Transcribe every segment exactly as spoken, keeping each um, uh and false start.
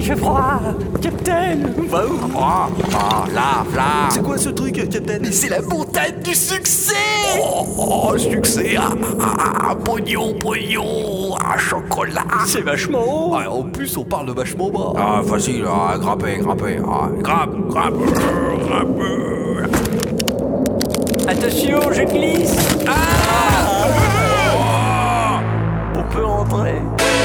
il fait froid. Capitaine, va où? Ah, ah, là, là. C'est quoi ce truc, Capitaine? C'est la montagne du succès. Oh, oh, succès. Ah, ah, ah, pognon, pognon. Ah, chocolat. C'est vachement haut. Ah, en plus, on parle de vachement bas. Ah, facile, ah, grimpez, grimpez. Ah, grimpe, grimpe, grimpe. Attention, je glisse. Ah, On peut rentrer.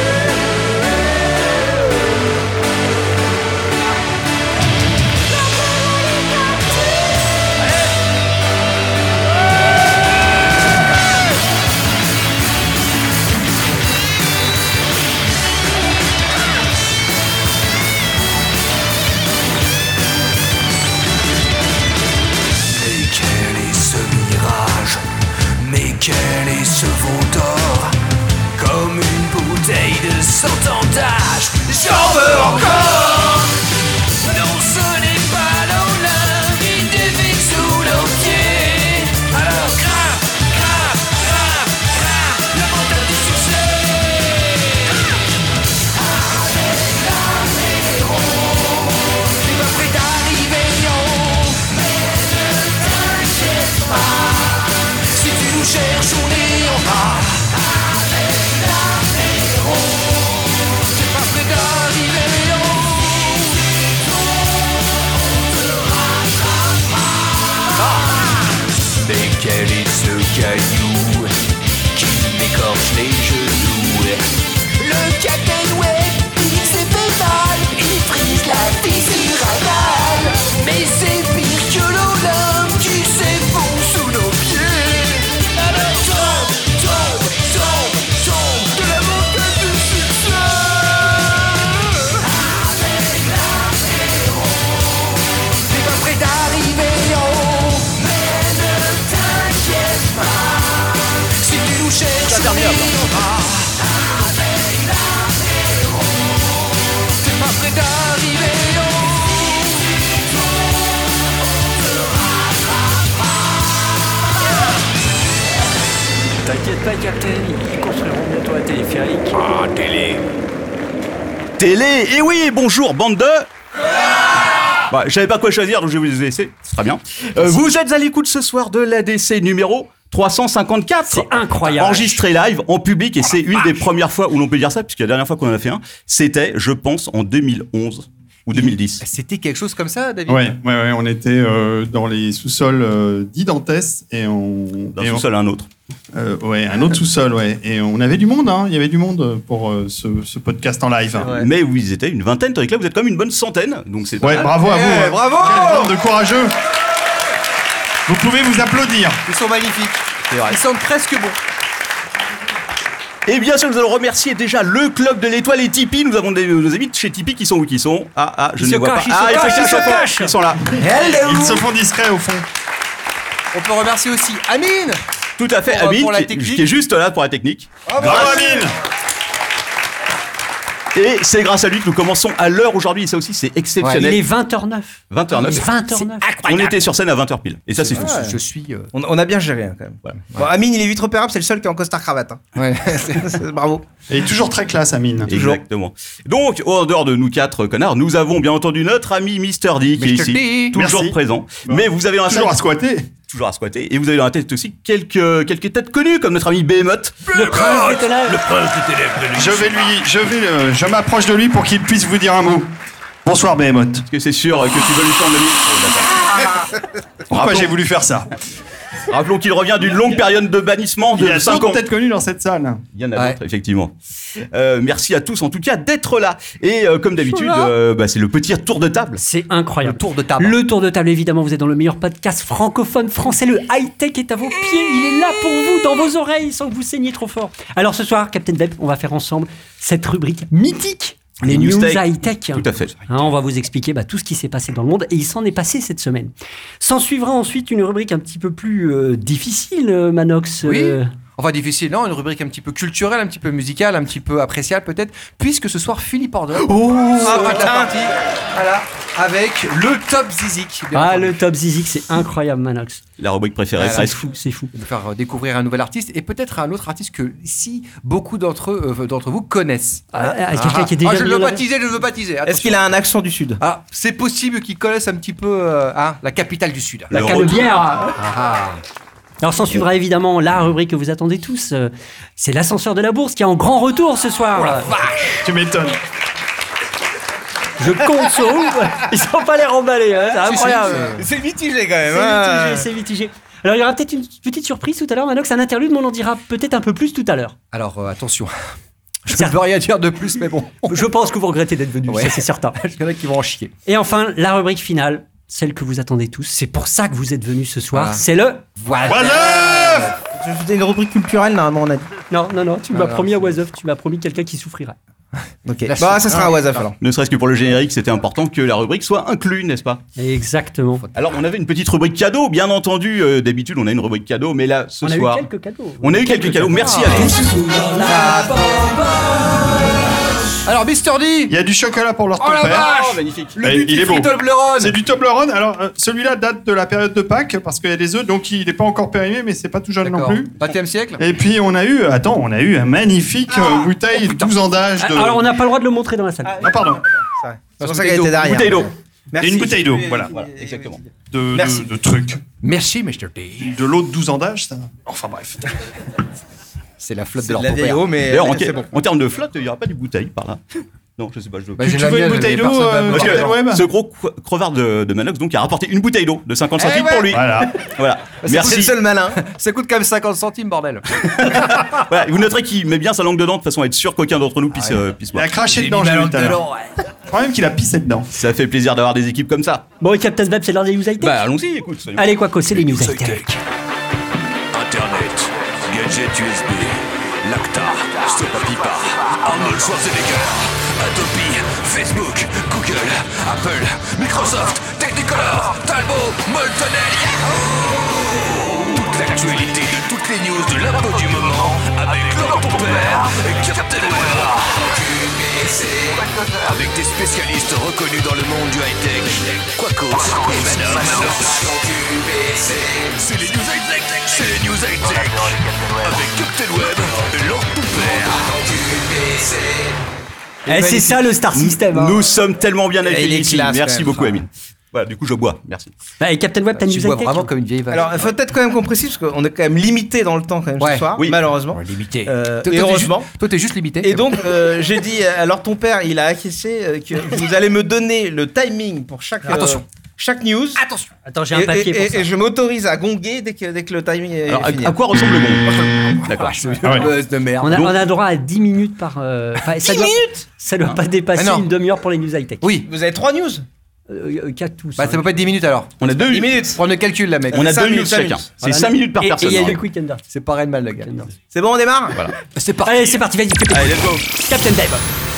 Mais quel est ce veau d'or? Comme une bouteille de cent ans d'âge, j'en veux encore. Non, ce n'est pas l'Olympe qui défile sous nos pieds. Alors grimpe, grimpe, grimpe, grimpe, la montagne du succès. Avec l'apéro, t'es pas prêt d'arriver en haut. Mais ne t'inquiète pas, si tu nous cherches, on est en bas. Avec l'apéro, t'es pas prêt d'arriver en haut. On te rattrapera. Mais quel est ce caillou qui m'écorche les genoux? Le Captain Web, il s'est fait mal, il frise la fissure anale. Mais c'est pire que l'Olympe qui s'effondre sous nos pieds. Alors tombe, tombe, tombe, tombe de la montagne du succès. Avec l'apéro, t'es pas prêt d'arriver en haut. Mais ne t'inquiète pas, si tu nous cherches, on est en bas. Avec l'apéro, t'es pas prêt d'arriver en haut. T'inquiète pas, Capitaine, ils construiront bientôt un téléphérique. Ah, télé. Télé. Et oui, bonjour, bande de... Bah, je savais pas quoi choisir, donc je vais vous laisser. C'est très bien. Euh, vous êtes à l'écoute ce soir de l'A D C numéro trois cent cinquante-quatre. C'est incroyable. Enregistré live, en public, et c'est une des premières fois où l'on peut dire ça, puisque la dernière fois qu'on en a fait un, c'était, je pense, en deux mille onze ou deux mille dix. C'était quelque chose comme ça, David? Ouais, ouais, ouais, on était euh, dans les sous-sols euh, d'Identès et on... D'un et on- sous-sol à un autre. Euh, ouais, un autre sous-sol, ouais. Et on avait du monde, hein. Il y avait du monde pour euh, ce, ce podcast en live. Ouais. Mais vous étiez une vingtaine, tandis que là, vous êtes comme une bonne centaine, donc c'est pas Ouais, mal. bravo à Eh, vous. hein. bravo. Quel bande de courageux. Vous pouvez vous applaudir. Ils sont magnifiques. Ils sentent presque bon. Et bien sûr, nous allons remercier déjà le Club de l'Étoile et Tipeee. Nous avons des, nos amis de chez Tipeee qui sont où qui sont Ah, ah, je Ils ne se les vois cachent, pas. ils se Ah, cachent, ils se effectivement, cachent. ils sont là. Hello. Ils se font discrets au fond. On peut remercier aussi Amine. Tout à fait, Pour, euh, Amine, pour la qui, technique. qui est juste là pour la technique. Bravo, Amine. Et c'est grâce à lui que nous commençons à l'heure aujourd'hui. Et ça aussi, c'est Il exceptionnel. est vingt heures neuf. vingt heures neuf. vingt heures neuf. On était sur scène à vingt heures pile. Et ça, c'est fou. Je, je suis. euh, On, on a bien géré hein, quand même. Voilà. Bon, Amine, il est vite repérable, c'est le seul qui est en costard cravate. Hein. Ouais. C'est- c'est- bravo. Et toujours très classe, Amine. Exactement. Donc, en dehors de nous quatre connards, nous avons bien entendu notre ami Mister D qui est Mister ici, D. toujours Merci. présent. Mais vous avez dans la Toujours à salle- squatter. toujours à squatter. Et vous avez dans la tête aussi quelques, quelques têtes connues, comme notre ami Behemoth. Le prince des ténèbres. Le prince des ténèbres. Je vais lui, je vais, euh, je m'approche de lui pour qu'il puisse vous dire un mot. Bonsoir, Behemoth. Parce que c'est sûr que tu veux lui faire un ami. Pourquoi Rappelons- j'ai voulu faire ça? Rappelons qu'il revient d'une longue période de bannissement Il y de a cinq d'autres ans. têtes connues dans cette salle. Il y en a Ouais. d'autres, effectivement. Euh, merci à tous, en tout cas, d'être là. Et euh, comme d'habitude, euh, bah, c'est le petit tour de table. C'est incroyable. Le tour de table. Le tour de table, évidemment, vous êtes dans le meilleur podcast francophone français. Le high-tech est à vos pieds. Il est là pour vous, dans vos oreilles, sans que vous saigniez trop fort. Alors ce soir, Captain Web, on va faire ensemble cette rubrique mythique. Les, Les news, news tech. high-tech. Tout à fait. Hein, on va vous expliquer bah, tout ce qui s'est passé dans le monde et il s'en est passé cette semaine. S'en suivra ensuite une rubrique un petit peu plus euh, difficile, euh, Manox. Oui. euh, Enfin, difficile, non, une rubrique un petit peu culturelle, un petit peu musicale, un petit peu appréciable peut-être, puisque ce soir, Philippe Order Oh, sera de la putain. partie, voilà, avec le Top Zizik. bien Ah, entendu. le Top Zizik, c'est incroyable, Manox. La rubrique préférée. Voilà. C'est reste. fou, c'est fou. De faire euh, découvrir un nouvel artiste et peut-être un autre artiste que si beaucoup d'entre eux, euh, d'entre vous connaissent. Ah, ah, quelqu'un qui est déjà Ah, je ne venu veux là- pas teaser, je ne veux pas teaser. Est-ce attention. qu'il a un accent du Sud? Ah, c'est possible qu'il connaisse un petit peu euh, hein, la capitale du Sud. La Le Canebière. Ah. Alors s'en suivra évidemment la rubrique que vous attendez tous. euh, C'est l'ascenseur de la bourse qui est en grand retour ce soir. Tu m'étonnes. Je compte sur vous. Ils sont pas les remballer, hein, c'est incroyable. C'est mitigé quand même. C'est hein. mitigé, c'est mitigé. Alors il y aura peut-être une petite surprise tout à l'heure, Manox, un interlude, mais on en dira peut-être un peu plus tout à l'heure. Alors euh, attention, je Ça- ne peux rien dire de plus, mais bon, Je pense que vous regrettez d'être venu, Ouais. ça c'est certain. il y en a qui vont en chier. Et enfin, la rubrique finale, celle que vous attendez tous. C'est pour ça que vous êtes venus ce soir. Voilà. C'est le. Voilà. Voilà. Je faisais une rubrique culturelle, normalement, on a dit. Non, non, non, tu m'as non, promis à c'est- Oiseuf, tu m'as promis quelqu'un qui souffrirait. Ok. La Bah, suite. ça sera un WhatsApp alors. Ne serait-ce que pour le générique, c'était important que la rubrique soit inclue, n'est-ce pas? Exactement. Alors, on avait une petite rubrique cadeau, bien entendu. euh, D'habitude, on a une rubrique cadeau, mais là, ce On a soir, eu quelques cadeaux. on a eu quelques cadeaux. Merci à tous. Alors, Mister D. Il y a du chocolat pour leur Oh la ton père. vache, magnifique. le Eh, il est duty beau. free Toblerone. C'est du Toblerone. Alors, euh, celui-là date de la période de Pâques parce qu'il y a des œufs, donc il n'est pas encore périmé, mais c'est pas tout jeune non D'accord. plus. vingtième siècle. Et puis on a eu, attends, on a eu un magnifique euh, bouteille douze ans d'âge de. Alors on n'a pas le droit de le montrer dans la salle. Ah pardon. C'est pour ça qu'elle était derrière. Bouteille d'eau. Merci. Et une bouteille d'eau, voilà. Voilà, exactement. De, Merci. de, de trucs. Merci, Mister D. De l'eau de douze ans d'âge, ça. Enfin bref. C'est la flotte de C'est leur de la ton vieille père. eau, mais D'ailleurs, en, c'est bon. en termes de flotte, il n'y aura pas du bouteille par là. Non, je sais pas. Je... Bah, Tu, j'ai tu la veux une mienne, bouteille mais d'eau, personne va euh, me Parce Bordel que Web ce gros cro- crevard de, de Manox donc a rapporté une bouteille d'eau de cinquante Eh centimes ouais. pour lui. Voilà. Voilà. C'est le Merci. seul malin. Ça coûte quand même cinquante centimes, bordel. Voilà, vous noterez qu'il met bien sa langue dedans de façon à être sûr qu'aucun d'entre nous puisse, euh, puisse Il a boire. craché dedans, j'ai vu tout à l'heure. Le problème qu'il a pissé dedans. Ça fait plaisir d'avoir des équipes comme ça. Bon, et Captain Bab, c'est l'heure des news high-tech. Bah allons-y, écoute. soyons- Allez, quoi, c'est les news high-tech. Internet, gadget U S B, Lacta, Sopapipa, Arnold Schwarzenegger, Adobe, Facebook, Google, Apple, Microsoft, Technicolor, Talbot, Moltonel, Yahoo! Toute l'actualité de toutes les news de l'info du moment avec Laurent ton père et Captain Web. Q B C, avec des spécialistes reconnus dans le monde du high-tech, Quacos et Manox. Q B C, c'est les news high-tech, c'est les news high-tech, avec Captain Web et Laurent ton père. Q B C. Eh, c'est ça le Star System. hein. Nous sommes tellement bien il accueillis est ici. classe, Merci quand même. beaucoup, Amine. Voilà, du coup, je bois. Merci. Bah, et Captain Web, ta Tu news bois high-tech. vraiment comme une vieille vache. Alors, il faut peut-être quand même qu'on précise, parce qu'on est quand même limité dans le temps quand même Ouais. ce soir, Oui. malheureusement. Ouais, limité. Euh, Toi, et toi, t'es heureusement. juste- Toi, t'es juste limité. Et donc, euh, j'ai dit, euh, alors ton père, il a acquiescé euh, que vous allez me donner le timing pour chaque, euh, Attention. chaque news. Attention. Attends, j'ai Et, un papier et- pour et- ça. et je m'autorise à gonguer dès que, dès que le timing est Alors, à, fini. à quoi ressemble le gong D'accord. Ah ouais. Buzz de merde. On a, Donc- on a droit à dix minutes par. euh, enfin, ça dix doit- minutes Ça doit pas dépasser Ah non. une demi-heure pour les news high-tech. Oui. Vous avez trois news Euh, quatre tous. Bah, hein. ça peut pas être dix minutes alors. On a deux dix minutes. Prends le calcul, là, mec. On a Cinq deux minutes, minutes cinq chacun. minutes. C'est Voilà. cinq minutes par Et- personne. Et il y a hein. du quick and C'est pas mal, le gars. C'est bon, on démarre Voilà. C'est parti. Allez, c'est parti, vas-y, Allez, let's go. Captain Dave.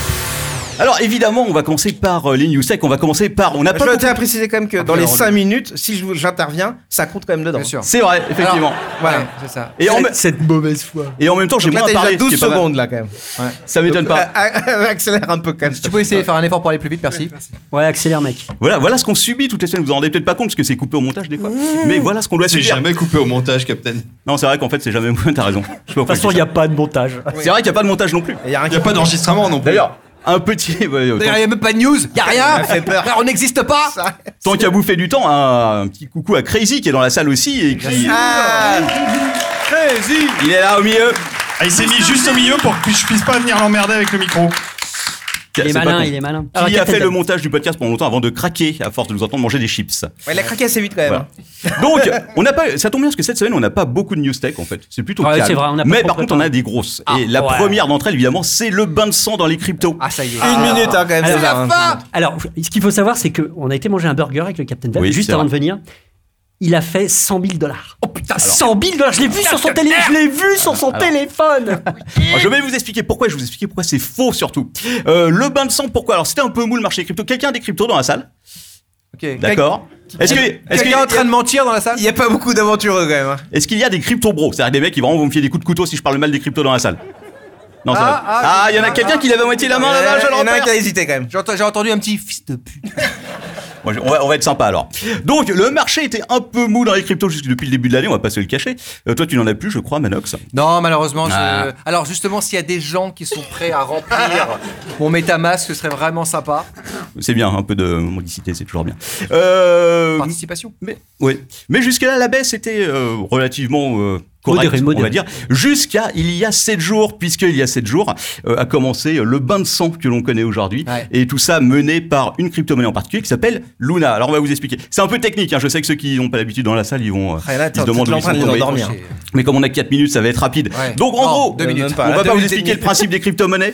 Alors évidemment, on va commencer par euh, les news tech. On va commencer par. On n'a pas. Je beaucoup- tiens à préciser quand même que dans Après, les on- cinq minutes, si je vous- j'interviens, ça compte quand même dedans. Bien sûr. C'est vrai, effectivement. Voilà. Ouais, c'est ça. Et en, me- Cette mauvaise foi. et en même temps, j'ai Donc là, moins t'as parlé. déjà ce qui douze est pas mal. secondes là quand même. Ça m'étonne Donc, pas. a- a- Accélère un peu quand même. Tu peux essayer de faire un effort pour aller plus vite, merci. Ouais, accélère, mec. Voilà, voilà ce qu'on subit toutes les semaines. Vous vous en rendez peut-être pas compte parce que c'est coupé au montage des fois. Mais voilà ce qu'on doit C'est subir. jamais coupé au montage, Captain. Non, c'est vrai qu'en fait, c'est jamais. T'as raison. Je sais pas De pourquoi toute façon, je il dis n'y a pas de montage. ça. C'est vrai qu'il n'y a pas de montage non plus. Il y a rien Il n'y a qui pas d'enregistrement non plus. D'ailleurs, un petit. ouais, D'ailleurs, tant- il y a même pas de news. Y a rien. Ça fait peur. Frère, on n'existe pas. ça. Tant qu'à bouffer du temps, un, un petit coucou à Crazy qui est dans la salle aussi et qui. Ah, Crazy Il est là au milieu. Ah, il s'est mis juste au milieu pour que je puisse pas venir l'emmerder avec le micro. Il est C'est pas malin, con. il est malin. Qui a Captain fait le Dave. montage du podcast pendant longtemps avant de craquer à force de nous entendre manger des chips. ouais, il a craqué assez vite quand même. Voilà. hein. Donc, on n'a pas, ça tombe bien parce que cette semaine, on n'a pas beaucoup de news tech en fait. C'est plutôt Ouais, calme. c'est vrai, on n'a pas Mais trop par contre, on préparé. a des grosses. Ah, et la ouais. première d'entre elles, évidemment, c'est le bain de sang dans les cryptos. Ah, ça y est. Une minute hein, quand même. Alors, c'est la ça, hein. fin. Alors, ce qu'il faut savoir, c'est qu'on a été manger un burger avec le Captain Dave Oui, juste c'est avant vrai. de venir. Il a fait cent mille dollars. Oh putain, cent mille dollars. Je l'ai vu sur son télé. Je l'ai vu sur son téléphone. Alors, je vais vous expliquer pourquoi. Je vais vous expliquer pourquoi c'est faux surtout. Euh, le bain de sang, pourquoi Alors, c'était un peu mou le marché crypto. Quelqu'un a des cryptos dans la salle Ok. D'accord. Est-ce que, est-ce qu'il Quelqu'un y est a, en train de mentir dans la salle? Il y a pas beaucoup d'aventureux quand même. hein. est-ce qu'il y a des crypto bros, c'est-à-dire des mecs qui vraiment vont me filer des coups de couteau si je parle mal des cryptos dans la salle? Non, ça Ah, va. ah, Ah, il y en a quelqu'un qui lève à moitié la main là-bas, je le Il y en a un repère. qui a hésité quand même. J'ai ent- j'ai entendu un petit fils de pute. Moi, je- on, va, on va être sympa alors. Donc, le marché était un peu mou dans les cryptos jusque depuis le début de l'année, on va pas se le cacher. Euh, toi, tu n'en as plus, je crois, Manox. Non, malheureusement. je- Ah. Alors justement, s'il y a des gens qui sont prêts à remplir mon MetaMask, ce serait vraiment sympa. C'est bien, un peu de mendicité, c'est toujours bien. Euh, Participation. mais, ouais. Mais jusque-là, la baisse était euh, relativement euh, correcte, Modérée, on modérée. va dire. Jusqu'à il y a sept jours, puisqu'il y a sept jours euh, a commencé le bain de sang que l'on connaît aujourd'hui. Ouais. Et tout ça mené par une crypto-monnaie en particulier qui s'appelle Luna. Alors, on va vous expliquer. C'est un peu technique, hein. Je sais que ceux qui n'ont pas l'habitude dans la salle, ils vont euh, Ah, là, ils t'es se demandent où en ils train sont de les tombés. endormir. Mais comme on a quatre minutes, ça va être rapide. Ouais. Donc, en Non, gros, deux minutes. même pas. on Là, va deux pas vous minutes et expliquer le demie. principe des crypto-monnaies.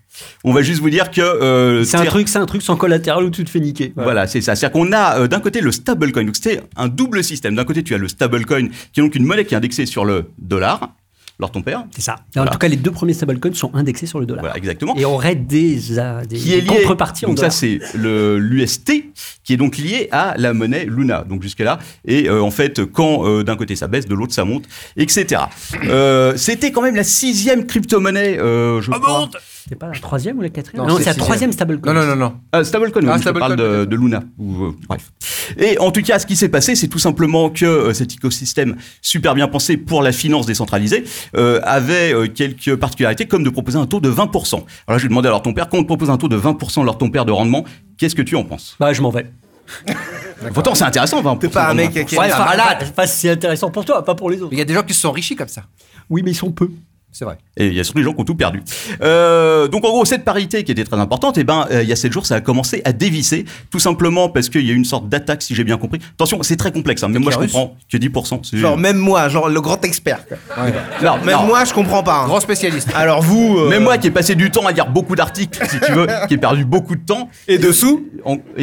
On va juste vous dire que euh, C'est un c'est- truc, c'est un truc sans collatéral où tu te fais niquer. Voilà, c'est ça. C'est-à-dire qu'on a euh, d'un côté le stablecoin. Donc c'est un double système. D'un côté, tu as le stablecoin, qui est donc une monnaie qui est indexée sur le dollar. Alors ton père. C'est ça. En Voilà. tout cas, les deux premiers stablecoins sont indexés sur le dollar. Voilà, exactement. Et auraient des, euh, des, Qui est des lié. contreparties en Donc ça, dollars. c'est le l'U S T, qui est donc lié à la monnaie Luna. Donc jusque là. Et euh, en fait, quand euh, d'un côté ça baisse, de l'autre ça monte, et cetera. Euh, C'était quand même la sixième crypto-monnaie, euh, je crois. C'est pas la troisième ou la quatrième Non, Non, c'est c'est la sixième. troisième stablecoin. Non, non, non, non. Ah, stablecoin, Ah, oui, je te stablecoin, parle de, peut-être. de Luna. Ou, euh, bref. Et en tout cas, ce qui s'est passé, c'est tout simplement que euh, cet écosystème super bien pensé pour la finance décentralisée euh, avait euh, quelques particularités, comme de proposer un taux de vingt pour cent. Alors là, je vais demander à ton père, quand on te propose un taux de vingt pour cent lors de ton père de rendement, qu'est-ce que tu en penses? Bah, je m'en vais. Pourtant, c'est intéressant, vingt pour cent. T'es pas un de mec rendement. qui Ouais, est enfin, malade. enfin, c'est intéressant pour toi, pas pour les autres. Mais il y a des gens qui se sont enrichis comme ça. Oui, mais ils sont peu. C'est vrai. Et il y a surtout des gens qui ont tout perdu. Euh, donc en gros, cette parité qui était très importante, et ben euh, il y a sept jours, ça a commencé à dévisser, tout simplement parce qu'il y a eu une sorte d'attaque, si j'ai bien compris. Attention, c'est très complexe, hein. Même moi je virus. comprends que dix pour cent. C'est... Genre même moi, genre le grand expert. quoi. Non, Même non. moi, je comprends pas. hein. Grand spécialiste. Alors vous. euh, Même moi qui ai passé du temps à lire beaucoup d'articles, si tu veux, qui ai perdu beaucoup de temps. Et dessous en- et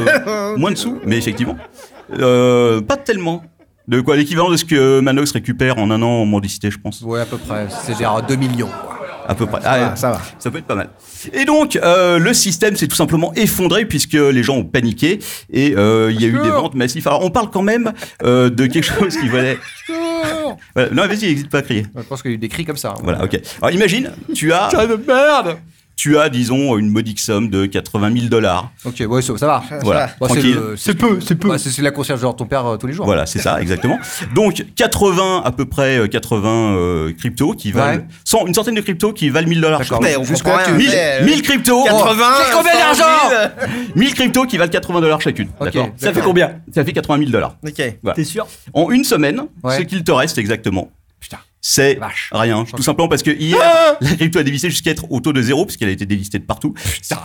de moins de sous, mais effectivement. Euh, pas tellement. De quoi l'équivalent de ce que Manox récupère en un an en mendicité, je pense. Ouais, à peu près. C'est-à-dire deux millions. quoi. À peu près. Ça va, ça va. Ça peut être pas mal. Et donc, euh, le système s'est tout simplement effondré puisque les gens ont paniqué et euh, il y a eu des ventes massives. Alors, on parle quand même euh, de quelque chose qui valait. Voilà. Non, vas-y, n'hésite pas à crier. Je pense qu'il y a eu des cris comme ça. hein. Voilà, ok. Alors, imagine, tu as, de merde. tu as, disons, une modique somme de quatre-vingt mille dollars. Ok, ouais, ça, ça va. Voilà, Bah, c'est tranquille. le- c'est peu, c'est peu. Bah, c'est c'est la concierge de ton père euh, tous les jours. Voilà, c'est ça, exactement. Donc, quatre-vingts, à peu près euh, quatre-vingts euh, cryptos qui valent. Ouais. cent- une centaine de cryptos qui valent mille dollars. D'accord. Mais on Jusque comprend là, rien. tu- mille, mais, mille cryptos. quatre-vingts. C'est combien cent d'argent mille. mille cryptos qui valent quatre-vingts dollars chacune. Ok. D'accord. Ça fait combien Ça fait quatre-vingt mille dollars. Ok. Voilà. T'es sûr En une semaine, Ouais. ce qu'il te reste exactement, Putain. c'est Vache. rien. Tout simplement parce que hier, Ah la crypto a dévissé jusqu'à être au taux de zéro, puisqu'elle a été dévissée de partout.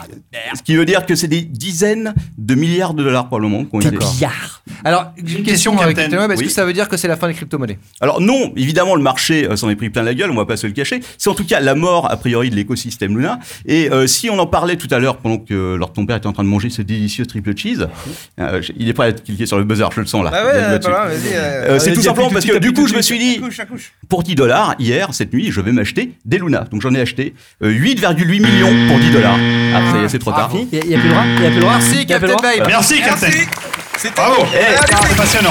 Ce qui veut dire que c'est des dizaines de milliards de dollars probablement qui ont été. Milliards. Alors, j'ai une question, question, avec Captain. Captain Web. Est-ce Oui. que ça veut dire que c'est la fin des crypto-monnaies? Alors non, évidemment, le marché euh, s'en est pris plein la gueule, on va pas se le cacher. C'est en tout cas la mort, a priori, de l'écosystème Luna. Et euh, si on en parlait tout à l'heure, pendant que euh, Lord ton père était en train de manger ce délicieux triple cheese, euh, je- il est prêt à cliquer sur le buzzer, je le sens là. Ah Il a le doigt ouais, dessus. pas grave, vas-y. euh, Euh, c'est Vas-y, tout simplement appuie parce tout que de du suite, coup, appuie je me tout de suis à dit, couche, à couche. pour dix dollars, hier, cette nuit, je vais m'acheter des Luna. Donc j'en ai acheté euh, huit virgule huit millions pour dix dollars. Ah, ça y est, c'est trop tard. Il n'y a, plus le droit Il y a plus le droit Merci, Il y a plus Captain le droit Babe. Merci, Captain. C'était Bravo. Eh, allez, C'est passionnant.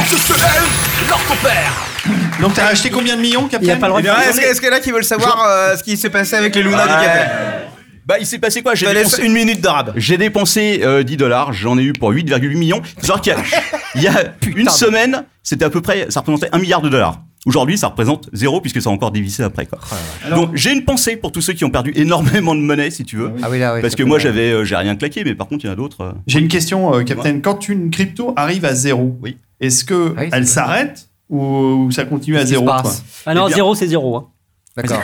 Lord ton père. Donc, t'as acheté combien de millions, Captain Il n'y a pas le droit Eh de bien, faire Est-ce que- est-ce que là qui veulent savoir euh, ce qui s'est passé avec les Luna du Ouais. Captain? Bah, il s'est passé quoi? Je J'ai te laisse dépensé, une minute de rab. j'ai dépensé euh, dix dollars, j'en ai eu pour huit virgule huit millions. Faut savoir qu'il y a, il y a une semaine, c'était à peu près, ça représentait un milliard de dollars. Aujourd'hui, ça représente zéro puisque ça a encore dévissé après, quoi. Donc, j'ai une pensée pour tous ceux qui ont perdu énormément de monnaie, si tu veux. Ah oui, là, oui. Parce ça que fait moi, mal. j'avais, euh, j'ai rien claqué, mais par contre, il y en a d'autres. euh, J'ai une question, euh, Captain. Quand une crypto arrive à zéro, Oui. est-ce que Ah oui, c'est elle vrai. s'arrête ou ça continue à Qu'est-ce qui se zéro, passe quoi? Ah non, Eh bien- zéro, c'est zéro. Hein. D'accord.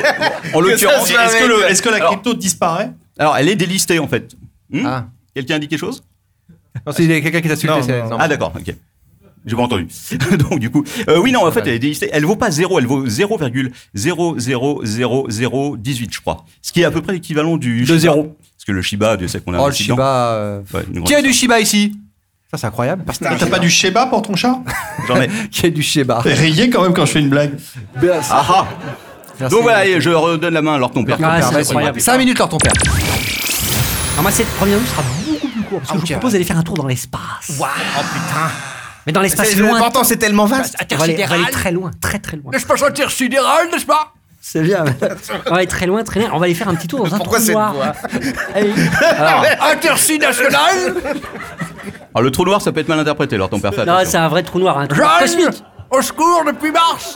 En l'occurrence, ça se Est-ce que, le- avec- est-ce que la Alors- crypto disparaît? alors, elle est délistée, en fait. Hmm Ah. Quelqu'un a dit quelque chose? Non, c'est quelqu'un qui t'a Non, insulté. c'est- non. non. Ah d'accord, ok. J'ai pas entendu. Donc du coup, euh, oui non, en fait, elle est délistée. Elle vaut pas zéro, elle vaut zéro virgule zéro zéro zéro zéro dix-huit, je crois. Ce qui est à peu près l'équivalent du De Shiba. zéro. Parce que le Shiba, Dieu sait qu'on a Oh, le investi dedans. Shiba. euh, Ouais, une grande Qui a du histoire. Shiba ici? Ça, c'est incroyable. T'as pas du Sheba pour ton chat? J'en ai. Qui a du Shiba? T'es rayé quand même quand je fais une blague. Ah ah. Merci. Donc voilà, allez, je redonne la main à Lord ton père. Ah, c'est Merci. incroyable. cinq minutes, leur ton père. Alors moi, cette première news sera beaucoup plus courte court, parce que Ah, je ok. vous propose d'aller faire un tour dans l'espace. Waouh, oh putain. Mais dans l'espace C'est loin. important, c'est tellement vaste. On va, aller, on va aller très loin, très très loin. L'espace intersidéral, n'est-ce pas? C'est bien. On va aller très loin, très loin. On va aller faire un petit tour dans un Pourquoi trou cette noir. voix Allez. Alors, Intersidéral. Alors le trou noir, ça peut être mal interprété, alors ton père fait non, attention. c'est un vrai trou noir, un trou noir Jeanne, cosmique. au secours depuis mars.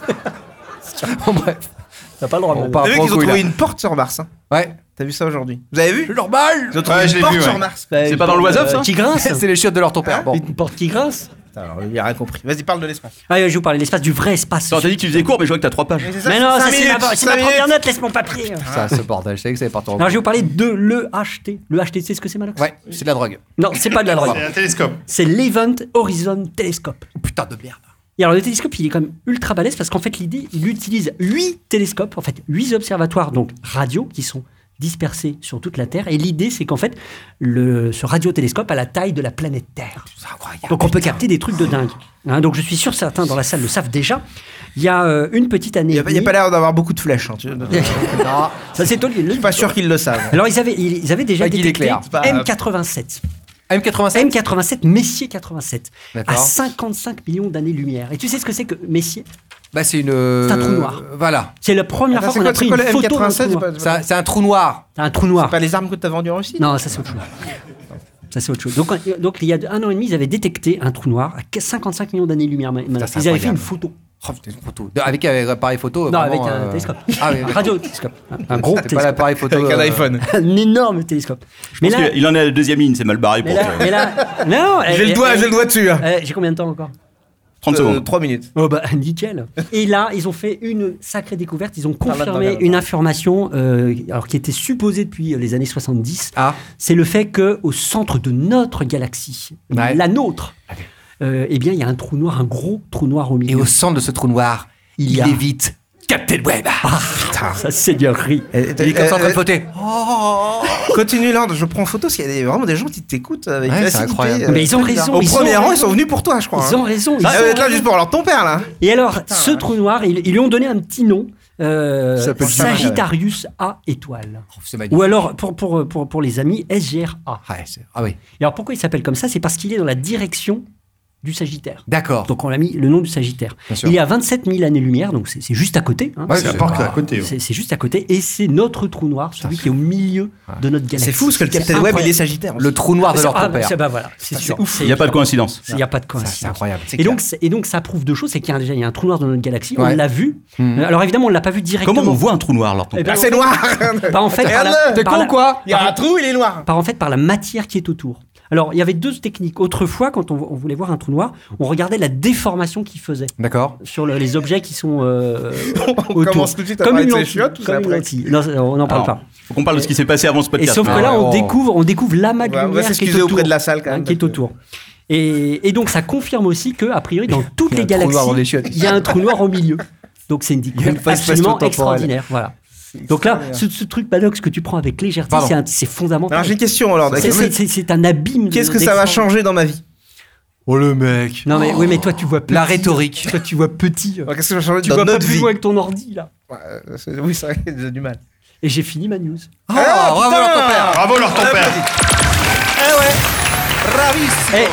Bon, bref. T'as pas le droit. On Manu. part T'as vu pas qu'ils au ont couille, trouvé là. une porte sur Mars, hein. Ouais. T'as vu ça aujourd'hui? Vous avez vu? C'est normal. Ils ont trouvé Ouais, je une l'ai porte vu, sur ouais. Mars. Bah, C'est une pas dans le porte, Whatsapp, ça euh, Qui grince. C'est les chiottes de leur ton père. Bon. Une porte qui grince. Putain, alors, il a rien compris. Vas-y, parle de l'espace. Ah, je vais vous parler de l'espace, du vrai espace. Attends, t'as dit que tu faisais court, mais je vois que t'as trois pages. Mais non, ça cinq c'est minutes, ma, c'est cinq ma première minutes. note, laisse mon papier. Ça, ce bordel. Je savais que ça allait partir en Alors, je vais couille. vous parler de l'E H T. Le H T, tu sais ce que c'est, Malox? Ouais, c'est de la drogue. Non, c'est pas de la drogue. C'est un télescope. C'est l'Event Horizon Telescope. Putain de merde. Et alors, le télescope, il est quand même ultra balèze parce qu'en fait, l'idée, il utilise huit télescopes, en fait, huit observatoires, donc radio, qui sont dispersés sur toute la Terre. Et l'idée, c'est qu'en fait, le, ce radiotélescope a la taille de la planète Terre. C'est incroyable. Donc, on peut capter des trucs de dingue. Hein, donc, je suis sûr, certains dans la salle le savent déjà. Il y a euh, une petite année. Il n'y a, et il y a demie- pas l'air d'avoir beaucoup de flèches. Hein, tu... Non, ça, c'est toi qui le Je suis pas sûr qu'ils le savent. Alors, ils avaient, ils avaient déjà Pas qu'il détecté éclaire. C'est pas- M quatre-vingt-sept. M quatre-vingt-sept. M quatre-vingt-sept, Messier quatre-vingt-sept. À D'accord. cinquante-cinq millions d'années-lumière. Et tu sais ce que c'est que Messier? Bah, c'est une. C'est un trou noir. Voilà. C'est la première Attends, fois c'est qu'on quoi, a pris c'est quoi une le photo d'un trou M quatre-vingt-sept? noir. C'est pas- Ça- C'est un trou noir. C'est un trou noir. Pas les armes que t'as vendues en Russie? Non, ça c'est autre chose. Ça c'est autre chose. Donc, euh, donc il y a un an et demi, ils avaient détecté un trou noir à cinquante-cinq millions d'années-lumière. Ils c'est avaient fait incroyable. une photo. Oh, putain, une photo. De- Avec un appareil photo. Non, vraiment, avec un euh, télescope. Ah oui, un d'accord. radio-télescope. Un, un gros C'était pas télescope. l'appareil photo. Avec un euh, iPhone. Un énorme télescope. Mais Parce là, qu'il en est à la deuxième ligne, c'est mal barré mais pour là, mais là, non, J'ai le euh, doigt, euh, j'ai le doigt dessus. hein. euh, J'ai combien de temps encore? trente Euh, secondes. trois minutes. Oh bah nickel. Et là, ils ont fait une sacrée découverte. Ils ont confirmé là-dedans, une information, euh, alors qui était supposée depuis les années soixante-dix. Ah. C'est le fait que au centre de notre galaxie, Ouais. la nôtre, euh, eh bien, il y a un trou noir, un gros trou noir au Et milieu. au centre de ce trou noir, Il il, y a- évite Captain Web. Ah, putain, ça seigneurie. Et- Il est comme ça en train de euh, flotter. Continue là, je prends photo parce qu'il y a des- vraiment des gens qui t'écoutent avec Ouais, c'est facilité. incroyable. Euh, Mais ils ont c'est bizarre. raison, Au ils premier ont rang, ils raison. sont venus pour toi, je crois. Ils hein. ont raison. Ils Ah, ont vous êtes là raison. juste pour leur ton père là. Et alors, ce trou noir, ils, ils lui ont donné un petit nom. Euh, Ça s'appelle Sagittarius A étoile. Oh, c'est magnifique. Ou alors, pour, pour, pour, pour les amis, S G R A. Ouais, c'est- ah oui. Et alors, pourquoi il s'appelle comme ça? C'est parce qu'il est dans la direction du Sagittaire. D'accord. Donc, on a mis le nom du Sagittaire. Bien sûr. Il est à vingt-sept mille années-lumière, donc c'est c'est juste à côté. hein. Ouais, C'est la porte qui est à côté. ouais. C'est c'est juste à côté. Et c'est notre trou noir, celui qui est au milieu de notre galaxie. C'est fou parce que le C'est Captain Web il incroyable. est Sagittaire. Le trou noir de C'est- leur ah, ton père. c'est- bah voilà, c'est Ça, sûr. c'est ouf. Il n'y a pas de coïncidence. Il n'y a pas de Ça, coïncidence. c'est incroyable. Et donc, c'est- et donc, ça prouve deux choses. C'est qu'il y a déjà il y a un trou noir dans notre galaxie. On Ouais. l'a vu. Mhm. Euh, Alors évidemment, on ne l'a pas vu directement. Comment on voit un trou noir, alors ton Eh ben, père en C'est fait- noir. Par en fait, par la, Regarde-le. T'es par con la- ou quoi? Il y a un trou, il est noir. par en fait par la matière qui est autour. Alors, il y avait deux techniques. Autrefois, quand on, on voulait voir un trou noir, on regardait la déformation qu'il faisait D'accord. sur le- les objets qui sont euh, On autour. commence tout de suite à Comme parler une de ces lentille. chiottes ou c'est Comme une après? lentille. Non, on n'en parle Alors, pas. faut qu'on parle de ce qui s'est passé avant ce Et podcast. sauf que Ah, là, on oh. découvre, on découvre l'amas de On va- on va lumière qui est s'excuser autour. auprès de la salle, quand hein, même, qui est parce que- autour. Et, et donc, ça confirme aussi que, a priori, dans toutes Il y a les un trou noir dans les galaxies, chiottes. il y a un trou noir au milieu. Donc, c'est une y a une découverte phase absolument spatio-temporelle. extraordinaire. Voilà. Donc là, ce, ce truc Malox que tu prends avec légèreté, Pardon. c'est un- c'est fondamental. Alors j'ai une question alors. C'est- c'est c'est- c'est un abîme. de- Qu'est-ce que ça va d'extra- changer dans ma vie? Oh le mec. Non mais oui, mais toi tu vois petit. La rhétorique. Toi tu vois petit. Alors, Qu'est-ce que ça va changer Tu dans vois pas notre plus vie? loin avec ton ordi là. Ouais, euh, c'est- Oui, c'est vrai qu'il y a du mal. Et j'ai fini ma news. Ah, bravo putain. leur ton père. Bravo leur ton père. Eh ouais. Ravissimo. Et,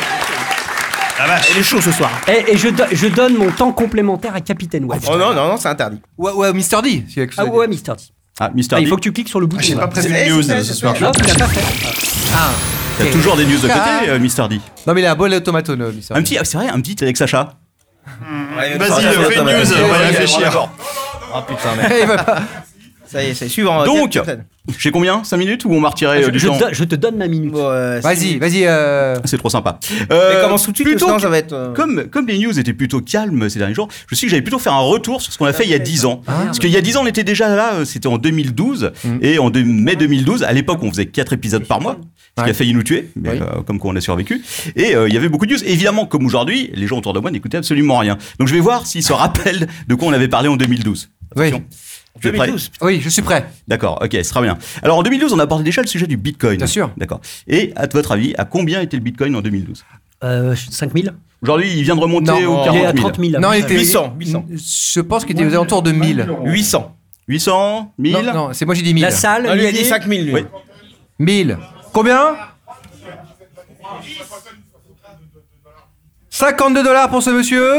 La vache. Il est chaud ce soir. et, et je, do- je donne mon temps complémentaire à Capitaine Web. Oh non, non, non, c'est interdit. Ouais, ouais, Mister D. s'il y a quelque chose Ah à dire. ouais, Mister D. Ah, Mister Ah, il D, faut que tu cliques sur le bouton. J'ai là. pas prévu C'est- de news c'est- euh, c'est- ce soir. Non, tu l'as pas fait. Ah. il y a toujours des news de côté, Ah. euh, Mister D. Non, mais il a un bon automatone, euh, Mister D. Un petit, ah, c'est vrai, un petit avec Sacha. Ouais, Vas-y, ça, euh, ça, fais ça, une ça, news, ça, on va y ça, réfléchir. Oh putain, merde. Il va pas- Ça y est, c'est suivant. Donc, Captain. j'ai combien cinq minutes ou on m'a retiré euh, Je, du je temps do- je te donne ma minute. Bon, euh, Vas-y, c'est- vas-y. euh, C'est trop sympa. Mais Euh, commence tout de suite, plutôt sinon que- ça va être. euh, Comme, comme les news étaient plutôt calmes ces derniers jours, je me suis dit que j'allais plutôt faire un retour sur ce qu'on a fait il y a dix ans. Parce qu'il y a dix ans, on était déjà là, euh, c'était en deux mille douze. Et en deux- mai deux mille douze, à l'époque, on faisait quatre épisodes par mois. Ce qui Ouais. a failli nous tuer, mais Oui. euh, comme quoi on a survécu. Et euh, il y avait beaucoup de news. Évidemment, comme aujourd'hui, les gens autour de moi n'écoutaient absolument rien. Donc je vais voir s'ils se rappellent de quoi on avait parlé en deux mille douze. Oui. Attention. Tu es prêt ? deux mille douze. Oui, je suis prêt. D'accord, ok, c'est très bien. Alors en deux mille douze, on a abordé déjà le sujet du Bitcoin. Bien sûr. D'accord. Et à votre avis, à combien était le Bitcoin en deux mille douze ? Euh, cinq mille. Aujourd'hui, il vient de remonter Non, aux Il est quarante à mille. trente mille. Non, il était huit cents, huit cents. Je pense qu'il était aux alentours de mille. huit cents. huit cents, mille Non, non, c'est moi j'ai dit mille. La salle, Ah, lui, il a il dit est- cinq mille, lui. Oui. mille. Combien cinquante-deux dollars pour ce monsieur.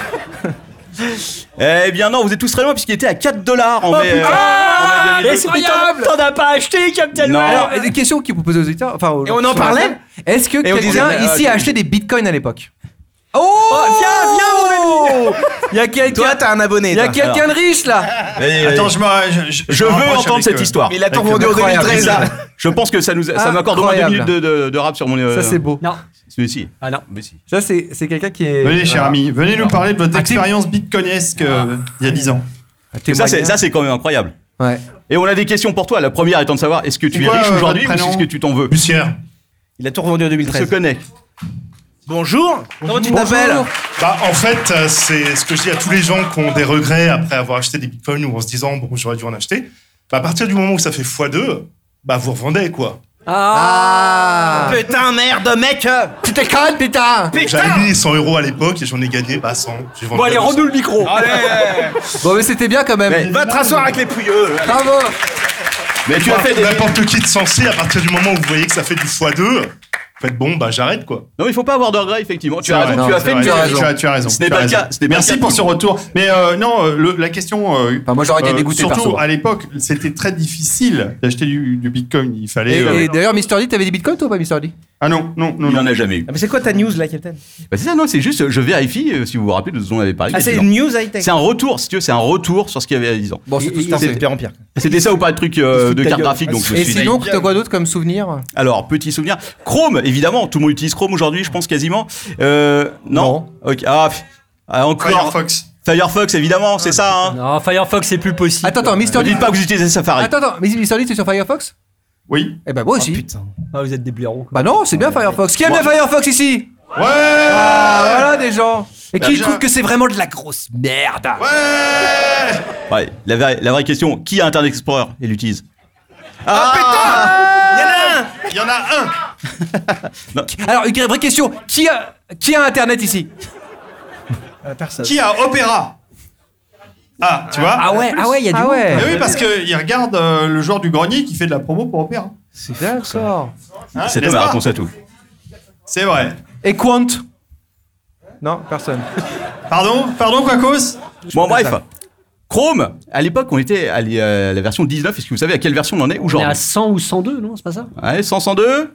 Eh bien non, vous êtes tous très loin puisqu'il était à quatre dollars en Oh, mai. putain. euh, en mai deux mille deux. Mais c'est incroyable. T'en as pas acheté, Captain Non. Web. Alors, des questions qu'il faut poser aux auditeurs. Enfin, aux Et on en sur parlait Internet. Est-ce que Et on quelqu'un disait, mais, ici euh, a acheté des bitcoins à l'époque? Oh, viens, viens, mon ami. Il y a quelqu'un. Toi, t'as un abonné. Il y a toi. quelqu'un de riche là. Allez, Attends, allez. je me. Je, Je me veux rapproche entendre avec, cette euh, histoire. Mais il a tout Avec vendu en deux mille incroyable. treize. Ça, je pense que ça nous, ça m'accorde au moins deux Incroyable. minutes de, de, de rap sur mon. euh, Ça c'est beau. Non. Mais si. Ah non. Mais si. Ça c'est c'est quelqu'un qui est. Venez, cher ami, venez nous parler de votre Ah, expérience bitcoinesque euh, il y a dix ans. Ça c'est, ça c'est quand même incroyable. Ouais. Et on a des questions pour toi. La première étant de savoir est-ce que tu C'est es quoi, riche euh, aujourd'hui ou votre est-ce que tu t'en veux? Bussière. Il a tout revendu en deux mille On se treize. connaît. Bonjour. Comment tu Bonjour. t'appelles? Bah, en fait, euh, c'est ce que je dis à tous les gens qui ont des regrets après avoir acheté des bitcoins ou en se disant, bon, j'aurais dû en acheter. Bah, à partir du moment où ça fait fois deux, bah, vous revendez, quoi. Ah. Putain, merde, mec. Tu t'es conne, putain. J'avais mis cent euros à l'époque et j'en ai gagné, bah, cent. J'ai vendu Bon, allez, à deux cents. rends-nous le micro. Bon mais c'était bien quand même. Mais- Va te rasseoir avec les pouilleux. Bravo. Mais tu as fait des. N'importe qui de sensé, à partir du moment où vous voyez que ça fait du fois deux, faites bon, bah, j'arrête, quoi. Non, il faut pas avoir de regrets effectivement. Tu C'est as vrai, raison. Non, Tu as c'est fait vrai, une. tu as raison. Tu as, tu as raison. Ce n'est tu as pas le raison. cas, ce n'est pas le Merci cas pour de ce tout. retour. Mais euh, non, euh, le- la question. euh, Enfin, moi j'aurais été euh, dégoûté surtout perso. à l'époque, c'était très difficile d'acheter du, du bitcoin. Il fallait. Et, euh, et d'ailleurs Mister D, t'avais des bitcoins toi ou pas Mister D? Ah non, non, non. Il non. en a jamais eu. Ah, mais c'est quoi ta news là, Captain? Bah, c'est ça, non, c'est juste, je vérifie euh, si vous vous rappelez de ce dont on avait parlé. Ah, il y a c'est dix ans. une news high-tech. C'est un retour, si tu veux, c'est un retour sur ce qu'il y avait il y a dix ans. Bon c'est tout Putain, ça. c'est de pire en pire. C'était ça ou pas le truc euh, de ta carte gueule. graphique, donc je me Et suis sinon dit- t'as quoi d'autre comme souvenir? Alors, petit souvenir. Chrome, évidemment, tout le monde utilise Chrome aujourd'hui, je pense quasiment. Euh, non. Non. Ok. Ah, pff. Ah, encore. Firefox. Firefox, évidemment, c'est ça. Hein. Non, Firefox, c'est plus possible. Attends attends Mister Ne D. dites pas que vous utilisez Safari. Attends attends mais Mister D t'es sur Firefox? Oui. Eh ben moi aussi. Ah, vous êtes des blaireaux. quoi. Bah non c'est bien Firefox. Qui aime Moi- bien Firefox ici? Ouais. Ah voilà des gens. Et qui Bah, trouve j'ai- que c'est vraiment de la grosse merde. Ouais. Ouais, la, vraie, la vraie question, qui a Internet Explorer et l'utilise? Il y en a un. Alors une vraie question. Qui a qui a internet ici? Personne. Qui a Opéra? Ah, tu vois? Ah ouais, ah ouais, il y a du Ah monde. ouais. Eh oui, parce qu'il regarde euh, le joueur du grenier qui fait de la promo pour Opéra. C'est d'accord. Hein, C'est n'est-ce ma pas réponse à tout. C'est vrai. Et Quant? Non personne. Pardon, pardon, Quacos. Bon, bref. Chrome, à l'époque, on était à la à la version dix-neuf. Est-ce que vous savez à quelle version on en est On est aujourd'hui? à cent ou cent deux, non? C'est pas ça? Ouais, cent, cent deux.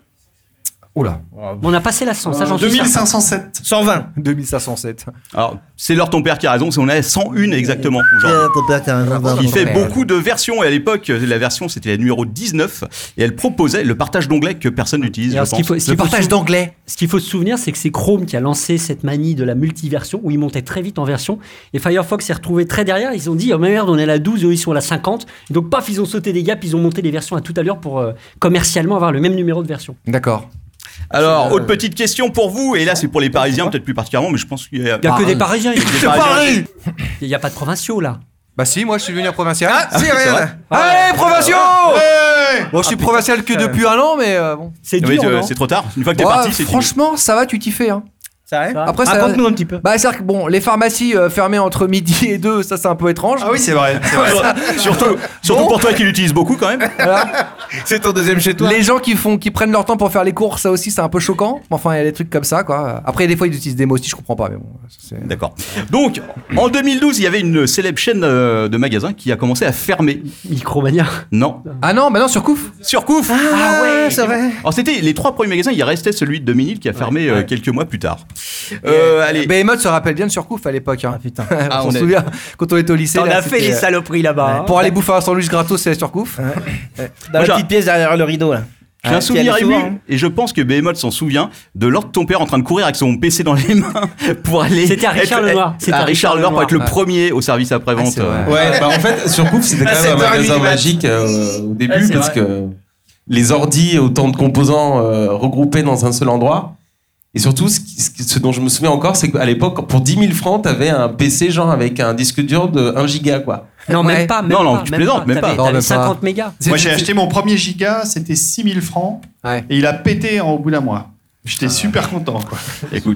Oula. On a passé la cent, ça j'en suis deux mille certain. cinq cent sept. cent vingt. deux mille cinq cent sept. Alors, c'est leur ton père qui a raison, c'est on est à cent un exactement aujourd'hui. Il fait beaucoup de versions et à l'époque, la version c'était la numéro dix-neuf et elle proposait le partage d'onglets que personne n'utilise. Et Je alors, ce qu'il pense. faut, ce Le qu'il faut partage sou- d'anglais. ce qu'il faut se souvenir, c'est que c'est Chrome qui a lancé cette manie de la multiversion où ils montaient très vite en version. Et Firefox s'est retrouvé très derrière. Ils ont dit, oh merde, on est à la douze, eux ils sont à la cinquante. Et donc, paf, ils ont sauté des gaps, ils ont monté les versions à toute allure pour euh, commercialement avoir le même numéro de version. D'accord. Alors, autre petite question pour vous, et là c'est pour les Parisiens peut-être plus particulièrement, mais je pense qu'il y a... Il n'y a que des Parisiens. Il des Parisiens. n'y a pas de provinciaux là. Bah si, moi je suis venu à provincial. Ah, c'est rien. Allez, provinciaux. Ouais. Bon, je suis provincial que depuis un an, mais euh, bon. C'est Ah oui, dur, tu- non? c'est trop tard. Une fois que t'es Ouais, parti, c'est fini. franchement, ça va, tu t'y fais. Hein. Ça arrive? Après, ça- Raconte-nous un petit peu. Bah, c'est-à-dire que bon, les pharmacies euh, fermées entre midi et deux, ça c'est un peu étrange. Ah oui, c'est vrai. c'est vrai. Surtout, surtout pour toi qui l'utilises beaucoup quand même. C'est ton deuxième chez toi. Les gens qui font, qui prennent leur temps pour faire les courses, ça aussi c'est un peu choquant. Enfin, il y a des trucs comme ça, quoi. Après, des fois ils utilisent des mots aussi, je comprends pas, mais bon. c'est- D'accord. Donc, en deux mille douze, il y avait une célèbre chaîne euh, de magasins qui a commencé à fermer. Micromania. Non. Ah non, bah non, sur Couf. Surcouf. Ah ouais, c'est vrai. Alors c'était les trois premiers magasins, il restait celui de Dominil qui a fermé euh, quelques mois plus tard. Euh, allez. Behemoth se rappelle bien de Surcouf à l'époque. Hein. putain. Ah, on on se est- souvient quand on était au lycée. T'en là, as fait c'était, les euh, saloperies là-bas. hein. Pour aller bouffer un sandwich gratos, c'est sur Couf. Dans Moi, la j'ai- petite pièce derrière le rideau là. J'ai un Ouais, souvenir qui allait ému souvent, hein. et je pense que Behemoth s'en souvient de Lord ton père en train de courir avec son P C dans les mains pour aller. C'était à Richard être- Lenoir. C'était à Richard Lenoir pour être le Ouais. premier au service après-vente. Ah, c'est vrai. Ouais, bah en fait, sur Coop, c'était À quand même un sept heures trente magasin du mat. magique euh, au début Ouais, c'est parce vrai. que les ordis, autant de composants euh, regroupés dans un seul endroit. Et surtout, ce, qui- ce qui- ce dont je me souviens encore, c'est qu'à l'époque, pour dix mille francs, t'avais un P C genre avec un disque dur de un giga, quoi. Non, Ouais. même pas. Même Non, non, pas, tu plaisantes, même T'avais- pas. Non, T'avais même pas. cinquante mégas. Moi, j'ai acheté mon premier giga, c'était six mille francs. Ouais. Et il a pété en- au bout d'un mois. J'étais super content, quoi. Écoute.